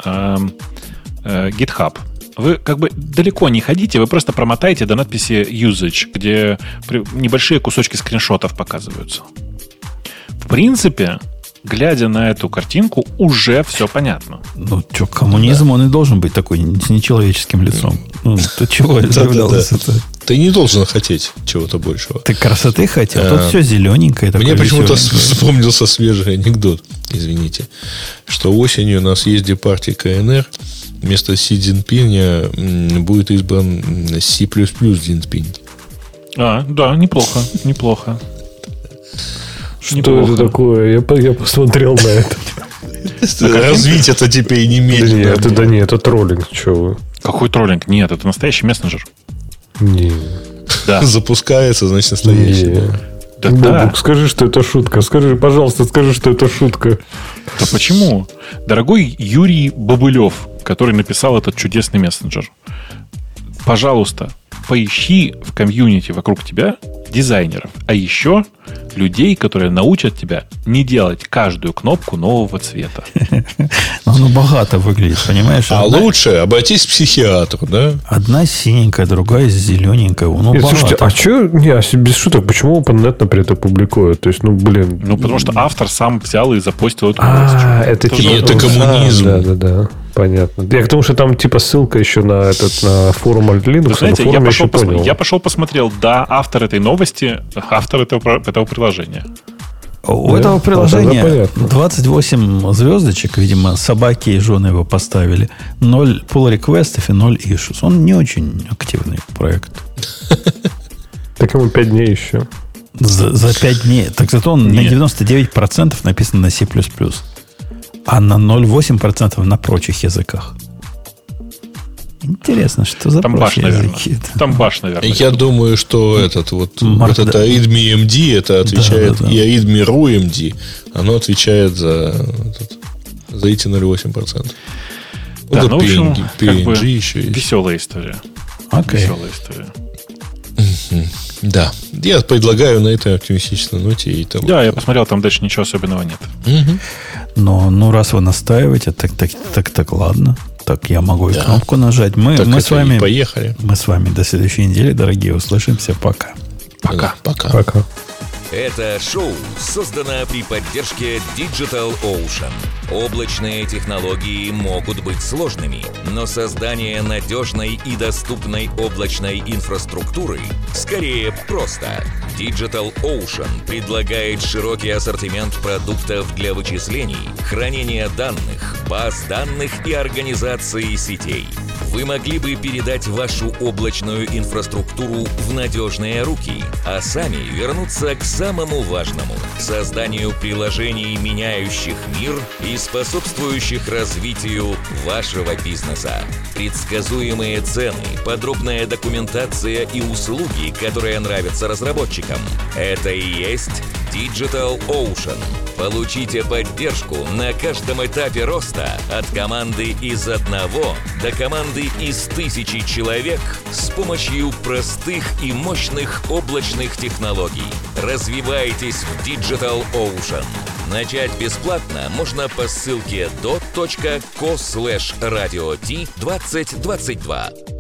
GitHub. Вы как бы далеко не ходите, вы просто промотаете до надписи usage, где небольшие кусочки скриншотов показываются. В принципе, глядя на эту картинку, уже все понятно. Ну, что, коммунизм, он и должен быть такой, с нечеловеческим лицом. Ну, ты чего удивлялся? Ты не должен хотеть чего-то большего. Ты красоты хотел? Тут все зелененькое. Мне почему-то вспомнился свежий анекдот, извините, что осенью на съезде партии КНР вместо Си Цзиньпиня будет избран C++ Цзиньпинь. Да, неплохо. Что это такое? Я посмотрел на это. Развить это теперь немедленно. Да нет, это троллинг. Че вы? Какой троллинг? Нет, это настоящий мессенджер. Не. Да. Запускается, значит, настоящий. Да. Скажи, что это шутка. Пожалуйста, скажи, что это шутка. Да почему? Дорогой Юрий Бобылев, который написал этот чудесный мессенджер, пожалуйста, поищи в комьюнити вокруг тебя дизайнеров, а еще людей, которые научат тебя не делать каждую кнопку нового цвета. Оно богато выглядит, понимаешь? А лучше обойтись к психиатру, да? Одна синенькая, другая зелененькая. Слушайте, а что, без шуток, почему OpenNet, например, это публикует? То есть, потому что автор сам взял и запостил эту новость. Это коммунизм. Да. Понятно. Я к тому, что там типа ссылка еще на форум Linux. Знаете, я пошел посмотрел, да, автор этой новости, автор этого приложения. У этого приложения 28 звездочек, видимо, собаки и жены его поставили. 0 pull реквестов и 0 issues. Он не очень активный проект. Так ему 5 дней еще. За 5 дней. Так зато он на 99% написан на C++. А на 0,8% на прочих языках. Интересно, что за прочие языки. Там баш, наверное. Я думаю, что это IDME-MD, это отвечает, и IDME-RU-MD, оно отвечает за эти 0,8%. Да, ну, в общем, PNG еще есть. Веселая история. Веселая история. Да. Я предлагаю на этой оптимистичной ноте и того. Да, я посмотрел, там дальше ничего особенного нет. Но раз вы настаиваете, так ладно. Так я могу и кнопку нажать. Мы с вами поехали. Мы с вами до следующей недели, дорогие. Услышимся. Пока. Пока. Это шоу создано при поддержке Digital Ocean. Облачные технологии могут быть сложными, но создание надежной и доступной облачной инфраструктуры скорее просто. Digital Ocean предлагает широкий ассортимент продуктов для вычислений, хранения данных, баз данных и организации сетей. Вы могли бы передать вашу облачную инфраструктуру в надежные руки, а сами вернуться к самому важному – созданию приложений, меняющих мир и способствующих развитию вашего бизнеса. Предсказуемые цены, подробная документация и услуги, которые нравятся разработчикам – это и есть Digital Ocean. Получите поддержку на каждом этапе роста от команды из 1 до команды из 1000 человек с помощью простых и мощных облачных технологий. Развивайтесь в Digital Ocean. Начать бесплатно можно по ссылке dot.co/radio-t2022.